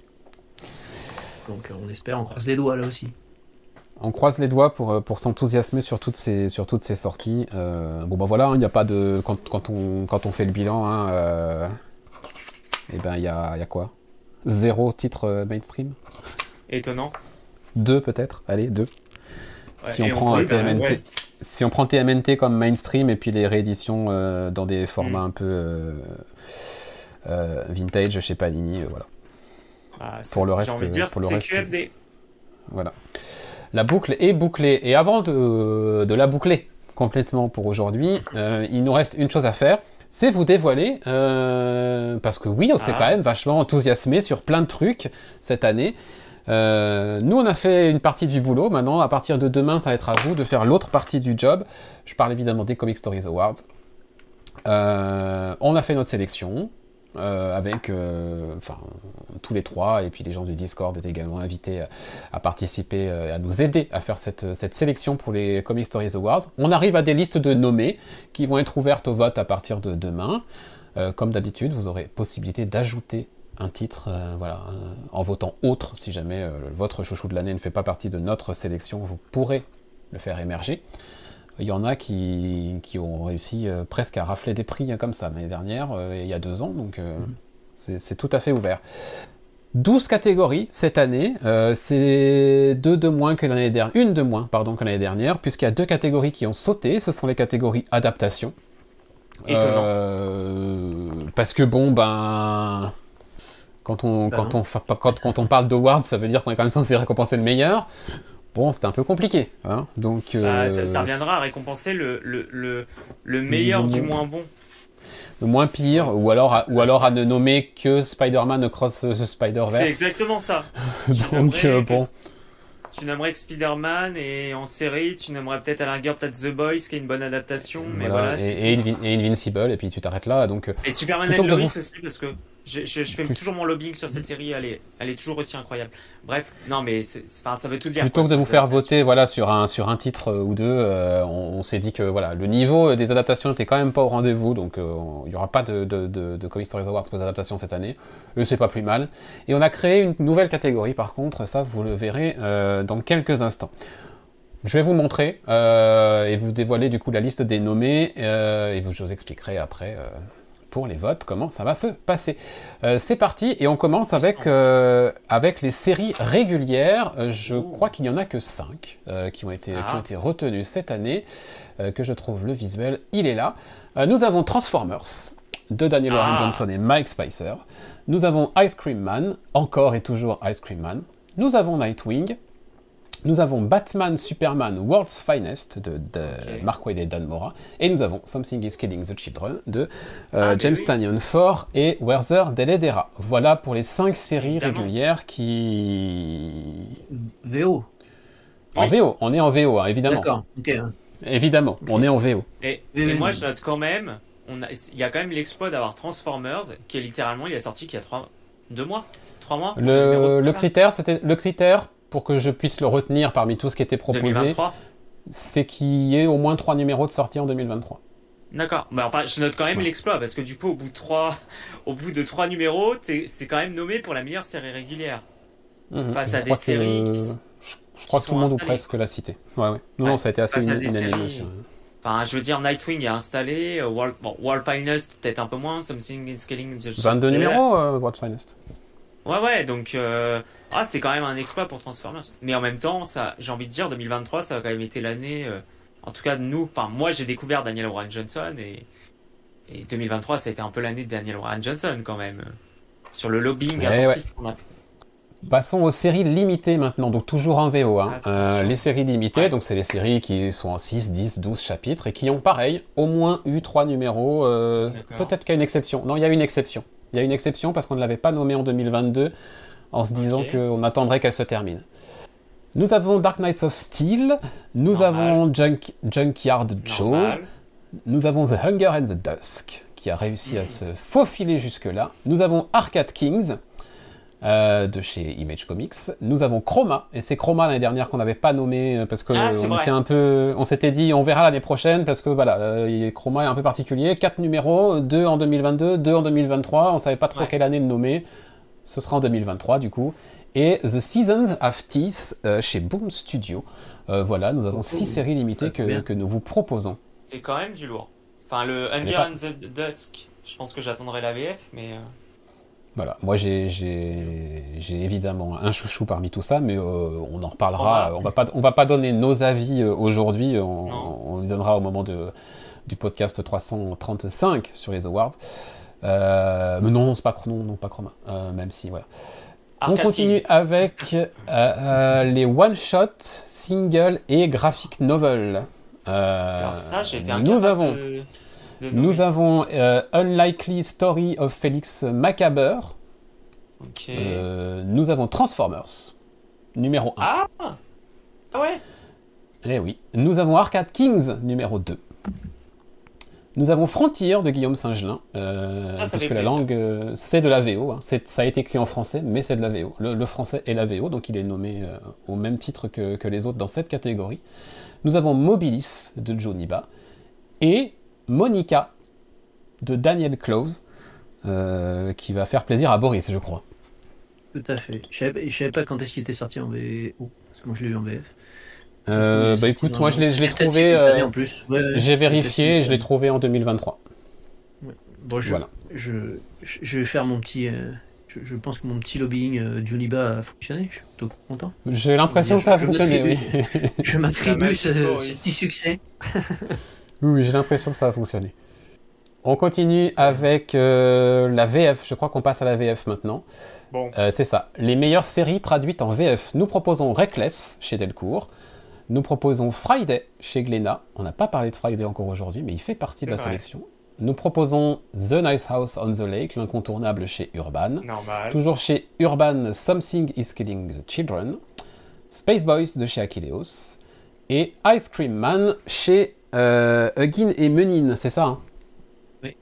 Donc euh, on espère, on croise les doigts là aussi. On croise les doigts pour, euh, pour s'enthousiasmer sur toutes ces, sur toutes ces sorties. Euh, bon, bah voilà, il n'y a pas de. Quand, quand, on, quand on fait le bilan, hein, euh, eh ben, il y a, il y a quoi? Zéro titre euh, mainstream? Étonnant. Deux peut-être? Allez, deux. Ouais, si, on et prend peut- T M N T, ouais. si on prend T M N T comme mainstream et puis les rééditions euh, dans des formats Mm. un peu euh, euh, vintage chez Panini, euh, voilà. Ah, c'est- Pour le j'ai reste, envie de dire, pour le c'est reste, Q F D. Voilà. La boucle est bouclée. Et avant de, de la boucler complètement pour aujourd'hui, euh, il nous reste une chose à faire, c'est vous dévoiler, euh, parce que oui, on s'est Ah. quand même vachement enthousiasmé sur plein de trucs cette année. Euh, nous, on a fait une partie du boulot. Maintenant, à partir de demain, ça va être à vous de faire l'autre partie du job. Je parle évidemment des Comic Stories Awards. Euh, on a fait notre sélection. Euh, avec euh, enfin, tous les trois, et puis les gens du Discord étaient également invités à, à participer, euh, à nous aider à faire cette, cette sélection pour les Comic Stories Awards. On arrive à des listes de nommés qui vont être ouvertes au vote à partir de demain. Euh, comme d'habitude, vous aurez possibilité d'ajouter un titre euh, voilà, euh, en votant autre. Si jamais euh, votre chouchou de l'année ne fait pas partie de notre sélection, vous pourrez le faire émerger. il y en a qui, qui ont réussi euh, presque à rafler des prix hein, comme ça l'année dernière euh, et il y a deux ans, donc euh, mmh. c'est, c'est tout à fait ouvert. douze catégories cette année, euh, c'est deux de moins que l'année dernière, une de moins pardon que l'année dernière, puisqu'il y a deux catégories qui ont sauté, ce sont les catégories adaptation. Étonnant. Euh, parce que bon ben quand on Bah quand non. on quand, quand on parle d'awards, ça veut dire qu'on est quand même censé récompenser le meilleur. Bon, c'était un peu compliqué, hein. Donc euh, Bah, ça, ça reviendra à récompenser le le le, le meilleur le, du moins bon. Le moins pire, ou alors à, ou alors à ne nommer que Spider-Man Across the Spider-Verse. C'est exactement ça. Donc euh, bon. Tu nommerais que Spider-Man et en série, tu nommerais peut-être à la rigueur peut-être The Boys qui est une bonne adaptation, mais voilà, voilà. Et, et, Invi- et Invincible, et puis tu t'arrêtes là. Donc, et Superman plutôt and que de Lois vous- aussi, parce que je, je, je fais toujours mon lobbying sur cette série, elle est, elle est toujours aussi incroyable. Bref, non mais c'est, c'est- enfin, ça veut tout dire. Plutôt quoi, que de sur vous les faire adaptations. voter voilà, sur, un, sur un titre euh, ou deux, euh, on, on s'est dit que voilà, le niveau des adaptations n'était quand même pas au rendez-vous, donc euh, il n'y aura pas de, de, de, de Comic Stories Awards pour les adaptations cette année, et c'est pas plus mal. Et on a créé une nouvelle catégorie par contre, ça vous le verrez euh, dans quelques instants. Je vais vous montrer euh, et vous dévoiler du coup la liste des nommés, euh, et vous, je vous expliquerai après euh, pour les votes comment ça va se passer. Euh, c'est parti et on commence avec, euh, avec les séries régulières. Euh, je crois qu'il n'y en a que cinq euh, qui, ont été, Ah. qui ont été retenues cette année, euh, que je trouve le visuel, il est là. Euh, nous avons Transformers de Daniel Warren Ah. Johnson et Mike Spicer. Nous avons Ice Cream Man, encore et toujours Ice Cream Man. Nous avons Nightwing. Nous avons Batman Superman World's Finest de, de Ok. Mark Waid et Dan Mora. Et nous avons Something is Killing the Children de euh, Ah, mais James oui. Tynion Ford et Werther Dell'Edera. Voilà pour les cinq séries Évidemment. régulières qui... V O. En Oui. V O, on est en V O, hein, évidemment. D'accord. Ok. Évidemment, on est en V O. Et, Oui, et oui, moi, oui. je note quand même, on a, il y a quand même l'exploit d'avoir Transformers, qui est littéralement, il est sorti qu'il y a trois, deux mois, trois mois. pour numéro Le, trois, le là. critère, c'était le critère pour que je puisse le retenir parmi tout ce qui était deux proposé, mille vingt-trois. c'est qu'il y ait au moins trois numéros de sortie en deux mille vingt-trois. D'accord. Bah, enfin, je note quand même Ouais. l'exploit parce que du coup, au bout de trois, au bout de trois numéros, t'es- c'est quand même nommé pour la meilleure série régulière. Mhm. Face Je à crois des séries que- qui- Je, je crois qui que tout le sont monde ou installées. presque l'a cité. Ouais, ouais. Non, Ouais. non, ça a été assez Face à une- des unanime. séries- sur- Enfin, je veux dire, Nightwing est installé, euh, World, bon, World Finest peut-être un peu moins, Something in Scaling. the- vingt-deux numéros, euh, World's Finest. Ouais, ouais, donc euh, ah, c'est quand même un exploit pour Transformers. Mais en même temps, ça, j'ai envie de dire, deux mille vingt-trois, ça a quand même été l'année, euh, en tout cas de nous. Enfin, moi, j'ai découvert Daniel Warren Johnson et, et deux mille vingt-trois, ça a été un peu l'année de Daniel Warren Johnson quand même, euh, sur le lobbying Eh intensif qu'on a fait. Passons aux séries limitées maintenant, donc toujours en V O. Hein. Attention. Euh, les séries limitées, Ouais. donc c'est les séries qui sont en six, dix, douze chapitres et qui ont pareil, au moins eu trois numéros. euh, D'accord. peut-être qu'il y a une exception. Non, il y a une exception. Il y a une exception parce qu'on ne l'avait pas nommée en deux mille vingt-deux en se disant Ok. qu'on attendrait qu'elle se termine. Nous avons Dark Knights of Steel, nous Normal. avons Junk, Junkyard Joe, Normal. nous avons The Hunger and the Dusk, qui a réussi à se faufiler jusque-là. Nous avons Arcade Kings, euh, de chez Image Comics. Nous avons Chroma, et c'est Chroma l'année dernière qu'on n'avait pas nommé, euh, parce qu'on Ah, c'est vrai. était un peu... On s'était dit, on verra l'année prochaine, parce que voilà, euh, il- Chroma est un peu particulier. Quatre numéros, deux en deux mille vingt-deux, deux en deux mille vingt-trois, on savait pas trop Ouais. quelle année le nommer. Ce sera en deux mille vingt-trois, du coup. Et The Seasons of Teeth, euh, chez Boom Studio. Euh, voilà, nous avons Oh, six séries limitées ah, que, bien. que nous vous proposons. C'est quand même du lourd. Enfin, le n'est Hunger pas- and the Dusk, je pense que j'attendrai la V F, mais. euh, Voilà, moi j'ai, j'ai, j'ai évidemment un chouchou parmi tout ça, mais euh, on en reparlera. On va- On va pas, on va pas donner nos avis euh, aujourd'hui. On, Non. on les donnera au moment de, du podcast trois cent trente-cinq sur les awards. Euh, mais non, c'est pas non, non pas Chroma. Euh, même si voilà. On Arcade continue Kings. avec euh, euh, les one-shot, singles et graphic novels. Euh, Alors ça, j'ai été nous incapable avons, de, de nous nommer. avons euh, Unlikely Story of Felix Macabre. Ok. Euh, nous avons Transformers, numéro un. Ah Ah ouais. Eh oui. Nous avons Arcade Kings, numéro deux. Nous avons Frontier de Guillaume Singelin, euh, Ça, ça puisque fait la plaisir. langue, euh, c'est de la V O. Hein. C'est, ça a été écrit en français, mais c'est de la V O. Le, le français est la V O, donc il est nommé euh, au même titre que, que les autres dans cette catégorie. Nous avons Mobilis de Joe Niba et Monica de Daniel Close, euh, qui va faire plaisir à Boris, je crois. Tout à fait. Je savais, je savais pas quand est-ce qu'il était sorti en V O, parce que moi je l'ai eu en V F. Euh, bah écoute, moi je l'ai, je l'ai trouvé, euh, en plus. Ouais, ouais, j'ai vérifié, je l'ai trouvé en deux mille vingt-trois. Ouais. Bon, je, voilà. je, je, je vais faire mon petit, euh, je, je pense que mon petit lobbying euh, Juniba a fonctionné, je suis plutôt content. J'ai l'impression que ça a fonctionné, oui. Je m'attribue ce, ce petit succès. Oui, j'ai l'impression que ça a fonctionné. On continue avec euh, la V F, je crois qu'on passe à la V F maintenant. Bon. Euh, c'est ça, les meilleures séries traduites en V F. Nous proposons Reckless chez Delcourt. Nous proposons Friday chez Glénat. On n'a pas parlé de Friday encore aujourd'hui, mais il fait partie de la vrai. sélection. Nous proposons The Nice House on the Lake, l'incontournable chez Urban. Normal. Toujours chez Urban, Something is Killing the Children. Space Boys de chez Achilleos. Et Ice Cream Man chez euh, Huggin et Menin, c'est ça hein? Oui.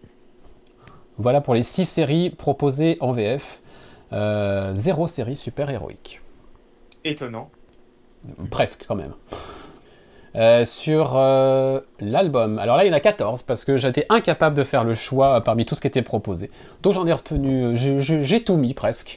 Voilà pour les six séries proposées en V F. Euh, zéro série super-héroïque. Étonnant. Presque, quand même. Euh, sur euh, l'album, alors là, il y en a quatorze, parce que j'étais incapable de faire le choix parmi tout ce qui était proposé. Donc j'en ai retenu, j'ai tout mis, presque.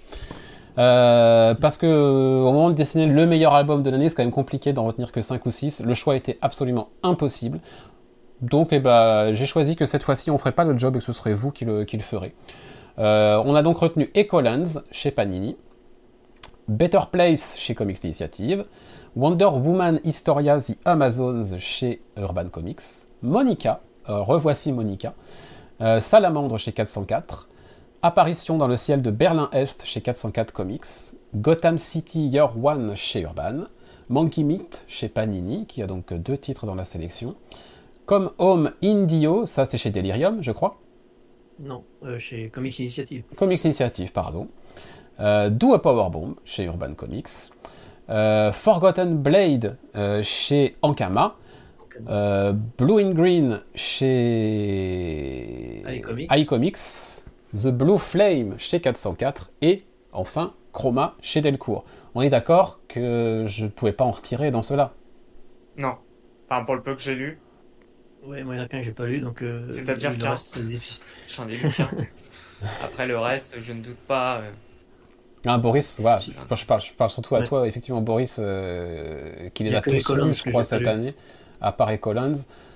Euh, parce que euh, au moment de dessiner le meilleur album de l'année, c'est quand même compliqué d'en retenir que cinq ou six. Le choix était absolument impossible. Donc eh ben, j'ai choisi que cette fois-ci, on ne ferait pas le job et que ce serait vous qui le, qui le ferez. Euh, on a donc retenu Ecolands chez Panini, Better Place chez Comics Initiative, Wonder Woman Historia The Amazons chez Urban Comics, Monica, euh, revoici Monica, euh, Salamandre chez quatre cent quatre, Apparition dans le ciel de Berlin-Est chez quatre cent quatre Comics, Gotham City Year One chez Urban, Monkey Meat chez Panini, qui a donc deux titres dans la sélection, Come Home Indio, ça c'est chez Delirium, je crois. Non, euh, chez Comics Initiative. Comics Initiative, pardon. Euh, Do a Powerbomb chez Urban Comics. Euh, Forgotten Blade euh, chez Ankama. Euh, Blue and Green chez iComics. iComics. The Blue Flame chez quatre cent quatre. Et enfin Chroma chez Delcourt. On est d'accord que je ne pouvais pas en retirer dans cela. Non. Enfin, pour le peu que j'ai lu. Ouais, moi il y en a qu'un que j'ai pas lu, donc euh, C'est-à-dire le qu'un. reste, c'est difficile. J'en ai lu qu'un. Après le reste, je ne doute pas. Euh... Ah, Boris, ouais, je, je, parle, je parle surtout à ouais. toi, effectivement, Boris, euh, qui les il a tous lus, je crois, cette lu. année, à part Ecolands.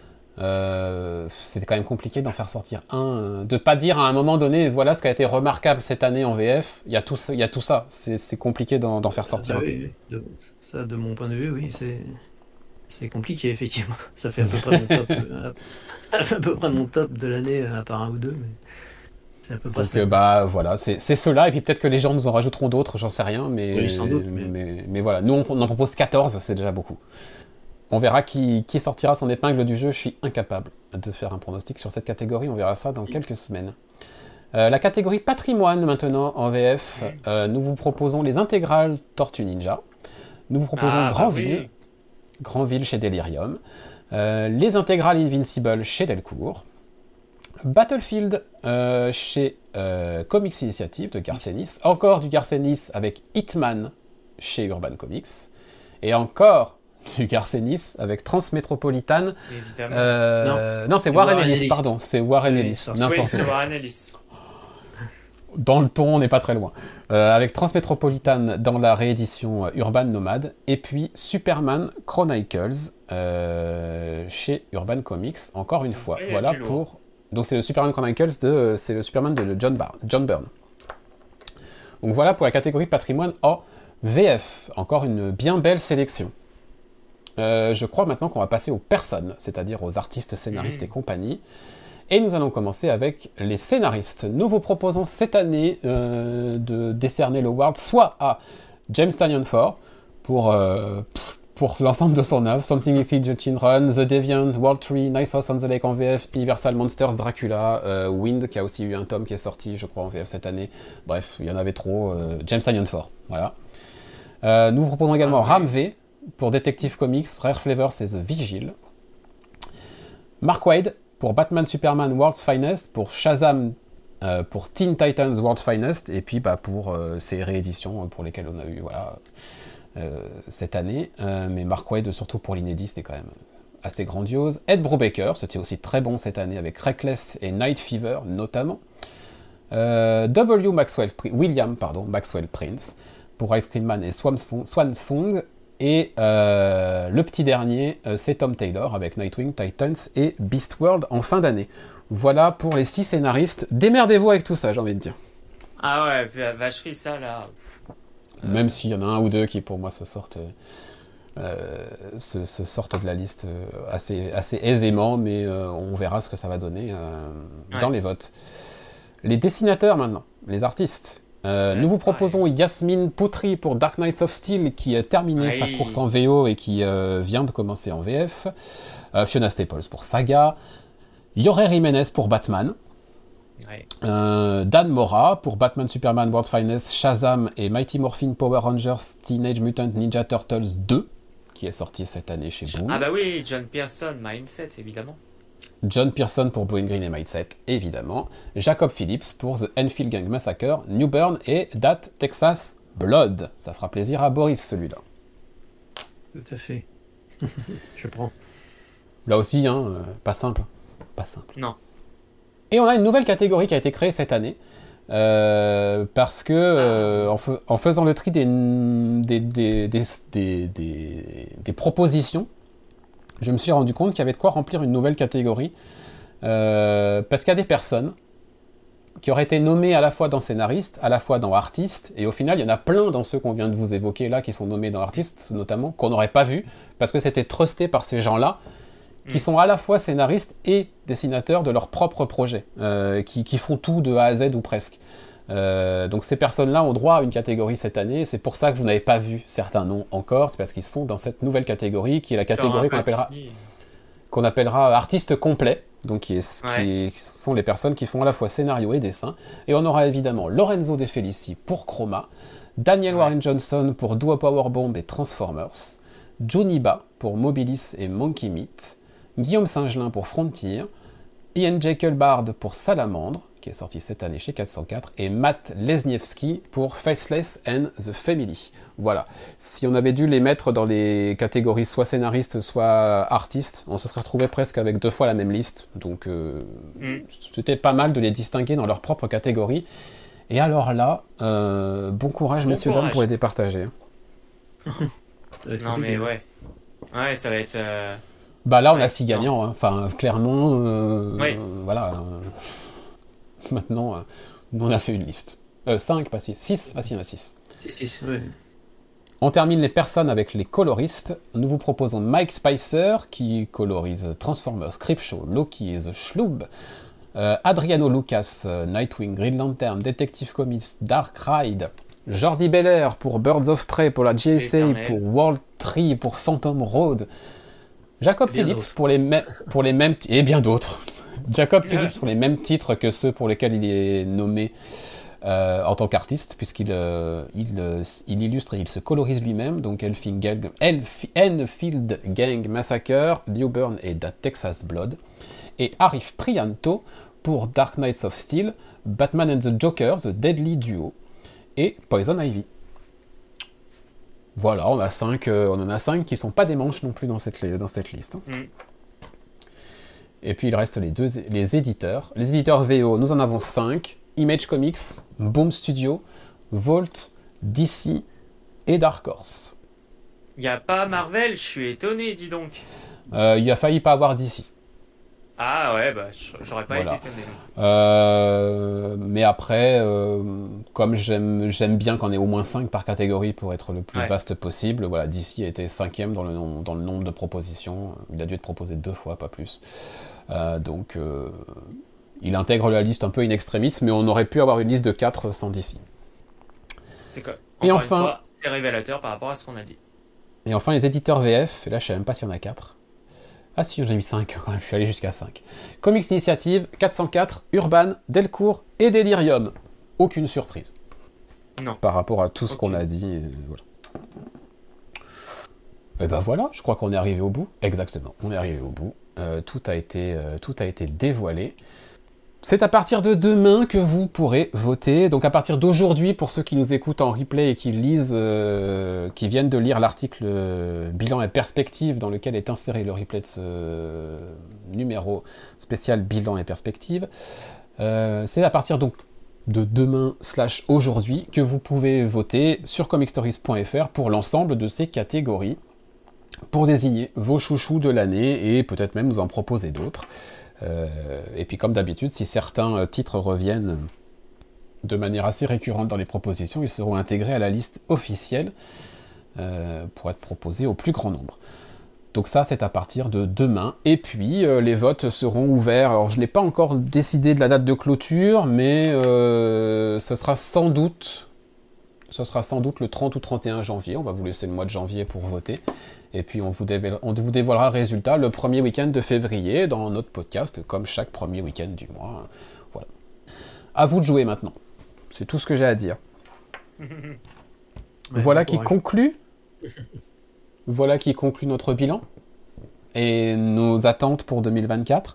Euh, c'était quand même compliqué d'en faire sortir un. De pas dire à un moment donné, voilà ce qui a été remarquable cette année en V F, il y a tout, il y a tout ça, c'est compliqué d'en faire sortir ah, un. Oui, de, ça, de mon point de vue, oui, c'est. C'est compliqué, effectivement. Ça fait à peu près mon top, euh, à peu près mon top de l'année, à part un ou deux, mais c'est à peu près Donc, ça. Euh, bah voilà, c'est ceux-là, et puis peut-être que les gens nous en rajouteront d'autres, j'en sais rien, mais, oui, sans doute, mais... mais, mais voilà, nous on, on en propose quatorze, c'est déjà beaucoup. On verra qui, qui sortira son épingle du jeu, je suis incapable de faire un pronostic sur cette catégorie, on verra ça dans quelques semaines. Euh, la catégorie patrimoine maintenant en V F, euh, nous vous proposons les intégrales Tortue Ninja, nous vous proposons Ah, Grandville, bah oui. Grandville chez Delirium, euh, les intégrales Invincible chez Delcourt, Battlefield euh, chez euh, Comics Initiative de Garcenis, encore du Garcenis avec Hitman chez Urban Comics, et encore du Garcenis avec Transmétropolitane. Évidemment. Euh, non, non c'est Warren, Warren Ellis, Ellis, pardon, c'est Warren oui, Ellis. Oui, c'est Warren Ellis. Dans le ton, on n'est pas très loin. Euh, avec Transmétropolitane dans la réédition Urban Nomade, et puis Superman Chronicles euh, chez Urban Comics, encore une fois. Et voilà pour. Donc c'est le Superman Chronicles de, c'est le Superman de John, Bar John Byrne. Donc voilà pour la catégorie patrimoine en V F. Encore une bien belle sélection. Euh, je crois maintenant qu'on va passer aux personnes, c'est-à-dire aux artistes, scénaristes mmh. et compagnie. Et nous allons commencer avec les scénaristes. Nous vous proposons cette année euh, de décerner l'award soit à James Tynion Ford pour, euh, pour l'ensemble de son œuvre, Something is Killing the Children, The Deviant, World Tree, Nice House on the Lake en V F, Universal Monsters, Dracula, euh, Wind, qui a aussi eu un tome qui est sorti, je crois, en V F cette année. Bref, il y en avait trop. Euh, James Tynion Ford, voilà. Euh, nous vous proposons également Ram V pour Detective Comics, Rare Flavors et The Vigil. Mark Waid pour Batman Superman World's Finest, pour Shazam, euh, pour Teen Titans World's Finest, et puis bah, pour euh, ces rééditions pour lesquelles on a eu voilà, euh, cette année. Euh, mais Mark Waid, surtout pour l'inédit, c'était quand même assez grandiose. Ed Brubaker, c'était aussi très bon cette année avec Reckless et Night Fever notamment. Euh, W. Maxwell, William pardon, Maxwell Prince pour Ice Cream Man et Swan Song, Swan Song. Et euh, le petit dernier, euh, c'est Tom Taylor avec Nightwing, Titans et Beast World en fin d'année. Voilà pour les six scénaristes. Démerdez-vous avec tout ça, j'ai envie de dire. Ah ouais, puis la vacherie, ça, là... Euh... Même s'il y en a un ou deux qui, pour moi, se sortent, euh, se, se sortent de la liste assez, assez aisément, mais euh, on verra ce que ça va donner euh, ouais. dans les votes. Les dessinateurs, maintenant, les artistes. Euh, ouais, nous vous proposons pareil. Yasmine Poutri pour Dark Knights of Steel, qui a terminé oui. sa course en V O et qui euh, vient de commencer en V F. Euh, Fiona Staples pour Saga. Jorge Jiménez pour Batman. Ouais. Euh, Dan Mora pour Batman, Superman, World Finest, Shazam et Mighty Morphin Power Rangers Teenage Mutant Ninja Turtles deux, qui est sorti cette année chez Boom. Ah bah oui, John Pearson, Mindset, évidemment. John Pearson pour Blue and Green et Mindset, évidemment. Jacob Phillips pour The Enfield Gang Massacre, New Burn et That Texas Blood. Ça fera plaisir à Boris, celui-là. Tout à fait. Je prends. Là aussi, hein, euh, pas simple. Pas simple. Non. Et on a une nouvelle catégorie qui a été créée cette année, euh, parce que euh, en, fe- en faisant le tri des, des, des, des, des, des, des propositions, je me suis rendu compte qu'il y avait de quoi remplir une nouvelle catégorie, euh, parce qu'il y a des personnes qui auraient été nommées à la fois dans scénariste, à la fois dans artiste, et au final, il y en a plein dans ceux qu'on vient de vous évoquer là, qui sont nommés dans artiste, notamment, qu'on n'aurait pas vu, parce que c'était trusté par ces gens-là, qui sont à la fois scénaristes et dessinateurs de leur propre projet, euh, qui, qui font tout de A à Z ou presque. Euh, donc ces personnes-là ont droit à une catégorie cette année, c'est pour ça que vous n'avez pas vu certains noms encore, c'est parce qu'ils sont dans cette nouvelle catégorie, qui est la catégorie qu'on appellera, qu'on appellera artiste complet, donc qui, est, ouais. qui sont les personnes qui font à la fois scénario et dessin. Et on aura évidemment Lorenzo De Felici pour Chroma, Daniel ouais. Warren Johnson pour Duo Powerbomb et Transformers, Juniba pour Mobilis et Monkey Meat, Guillaume Singelin pour Frontier, Ian Jekyll-Bard pour Salamandre, qui est sorti cette année chez quatre cent quatre, et Matt Lesniewski pour Faceless and the Family. Voilà. Si on avait dû les mettre dans les catégories soit scénaristes, soit artistes, on se serait retrouvé presque avec deux fois la même liste. Donc euh, mm. c'était pas mal de les distinguer dans leur propre catégorie. Et alors là, euh, bon courage, bon messieurs, dames, pour les départager. Non mais ouais. Ouais, ça va être... Euh... Bah là, on ouais, a six gagnants. Hein. Enfin, clairement, euh, oui. euh, voilà. Euh, maintenant, euh, on a fait une liste. Euh, cinq, pas six. six. Ah si, il y en a six. six, oui. On termine les personnes avec les coloristes. Nous vous proposons Mike Spicer, qui colorise Transformers, Creepshow, Loki et The Schlub. Euh, Adriano Lucas, euh, Nightwing, Green Lantern, Detective Comics, Dark Ride. Jordi Belair pour Birds of Prey, pour la J S A, pour World Tree, pour Phantom Road. Jacob Phillips pour les, mê- pour les mêmes... T- et bien d'autres. Jacob Phillips pour les mêmes titres que ceux pour lesquels il est nommé euh, en tant qu'artiste, puisqu'il euh, il, euh, il illustre et il se colorise lui-même, donc Enfield Gang, Elf- Enfield Gang Massacre, New Burn et The Texas Blood. Et Arif Prianto pour Dark Knights of Steel, Batman and the Joker, The Deadly Duo, et Poison Ivy. Voilà, on, a cinq, euh, on en a cinq qui ne sont pas des manches non plus dans cette, dans cette liste. Hein. Mm. Et puis il reste les, deux, les éditeurs. Les éditeurs V O, nous en avons cinq. Image Comics, Boom Studio, Vault, D C et Dark Horse. Il n'y a pas Marvel, je suis étonné, dis donc. Euh, il a failli pas avoir D C. Ah ouais, bah j'aurais pas voilà. été étonné. Euh, mais après, euh, comme j'aime, j'aime bien qu'on ait au moins cinq par catégorie pour être le plus ouais. vaste possible, voilà, D C a été cinquième dans le, nom, dans le nombre de propositions. Il a dû être proposé deux fois, pas plus. Euh, donc, euh, il intègre la liste un peu in extremis, mais on aurait pu avoir une liste de quatre sans D C. C'est quoi ? Et enfin, fois, c'est révélateur par rapport à ce qu'on a dit. Et enfin, les éditeurs V F, et là je sais même pas s'il y en a quatre. Ah si, j'ai mis cinq quand même, je suis allé jusqu'à cinq. Comics Initiative, quatre cent quatre, Urban, Delcourt et Delirium. Aucune surprise. Non. Par rapport à tout ce okay. qu'on a dit. Et voilà. Et ben voilà, je crois qu'on est arrivé au bout. Exactement, on est arrivé au bout. Euh, tout a été, euh, tout a été dévoilé. C'est à partir de demain que vous pourrez voter. Donc à partir d'aujourd'hui, pour ceux qui nous écoutent en replay et qui lisent, euh, qui viennent de lire l'article euh, Bilan et Perspective dans lequel est inséré le replay de ce euh, numéro spécial Bilan et Perspective, euh, c'est à partir donc de demain slash aujourd'hui que vous pouvez voter sur comic stories point f r pour l'ensemble de ces catégories, pour désigner vos chouchous de l'année et peut-être même nous en proposer d'autres. Euh, et puis comme d'habitude, si certains titres reviennent de manière assez récurrente dans les propositions, ils seront intégrés à la liste officielle euh, pour être proposés au plus grand nombre. Donc ça, c'est à partir de demain. Et puis, euh, les votes seront ouverts. Alors, je n'ai pas encore décidé de la date de clôture, mais euh, ce sera sans doute, ce sera sans doute le trente ou trente et un janvier. On va vous laisser le mois de janvier pour voter. Et puis, on vous, dévoile, on vous dévoilera le résultat le premier week-end de février dans notre podcast, comme chaque premier week-end du mois. Voilà. À vous de jouer maintenant. C'est tout ce que j'ai à dire. Ouais, voilà bon qui courage. conclut. Voilà qui conclut notre bilan et nos attentes pour deux mille vingt-quatre.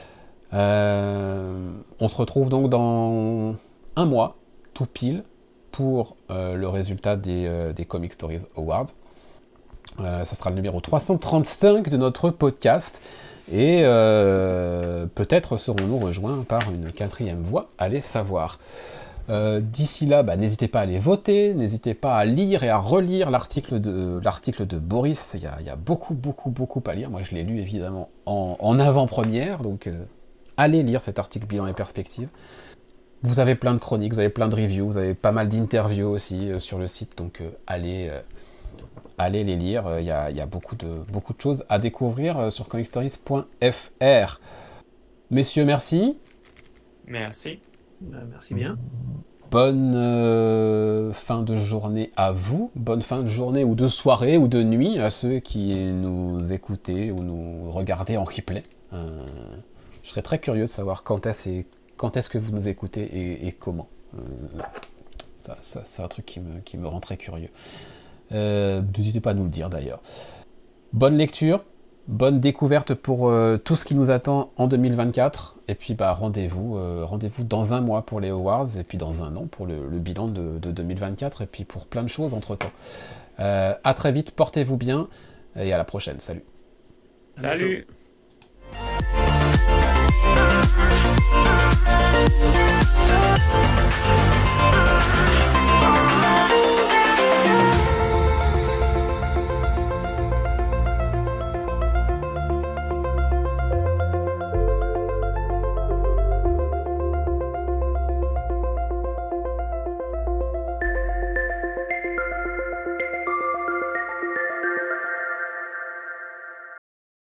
Euh, on se retrouve donc dans un mois, tout pile, pour euh, le résultat des, euh, des Comic Stories Awards. Euh, ce sera le numéro trois cent trente-cinq de notre podcast. Et euh, peut-être serons-nous rejoints par une quatrième voix, allez savoir. Euh, d'ici là, bah, n'hésitez pas à aller voter, n'hésitez pas à lire et à relire l'article de, l'article de Boris. Il y, a, il y a beaucoup, beaucoup, beaucoup à lire. Moi, je l'ai lu évidemment en, en avant-première, donc euh, allez lire cet article bilan et perspective. Vous avez plein de chroniques, vous avez plein de reviews, vous avez pas mal d'interviews aussi euh, sur le site, donc euh, allez, euh, allez les lire. Il y a, il y a beaucoup, de, beaucoup de choses à découvrir euh, sur comic stories point f r. Messieurs, merci. Merci. Bah, merci bien. Bonne euh, fin de journée à vous, bonne fin de journée ou de soirée ou de nuit à ceux qui nous écoutaient ou nous regardaient en replay. Euh, je serais très curieux de savoir quand est-ce, et, quand est-ce que vous nous écoutez et, et comment. Euh, ça, ça, c'est un truc qui me, qui me rend très curieux. Euh, n'hésitez pas à nous le dire d'ailleurs. Bonne lecture. Bonne découverte pour euh, tout ce qui nous attend en deux mille vingt-quatre. Et puis bah, rendez-vous, euh, rendez-vous dans un mois pour les Awards et puis dans un an pour le, le bilan de, de deux mille vingt-quatre et puis pour plein de choses entre-temps. Euh, à très vite, portez-vous bien et à la prochaine. Salut. À Salut. bientôt.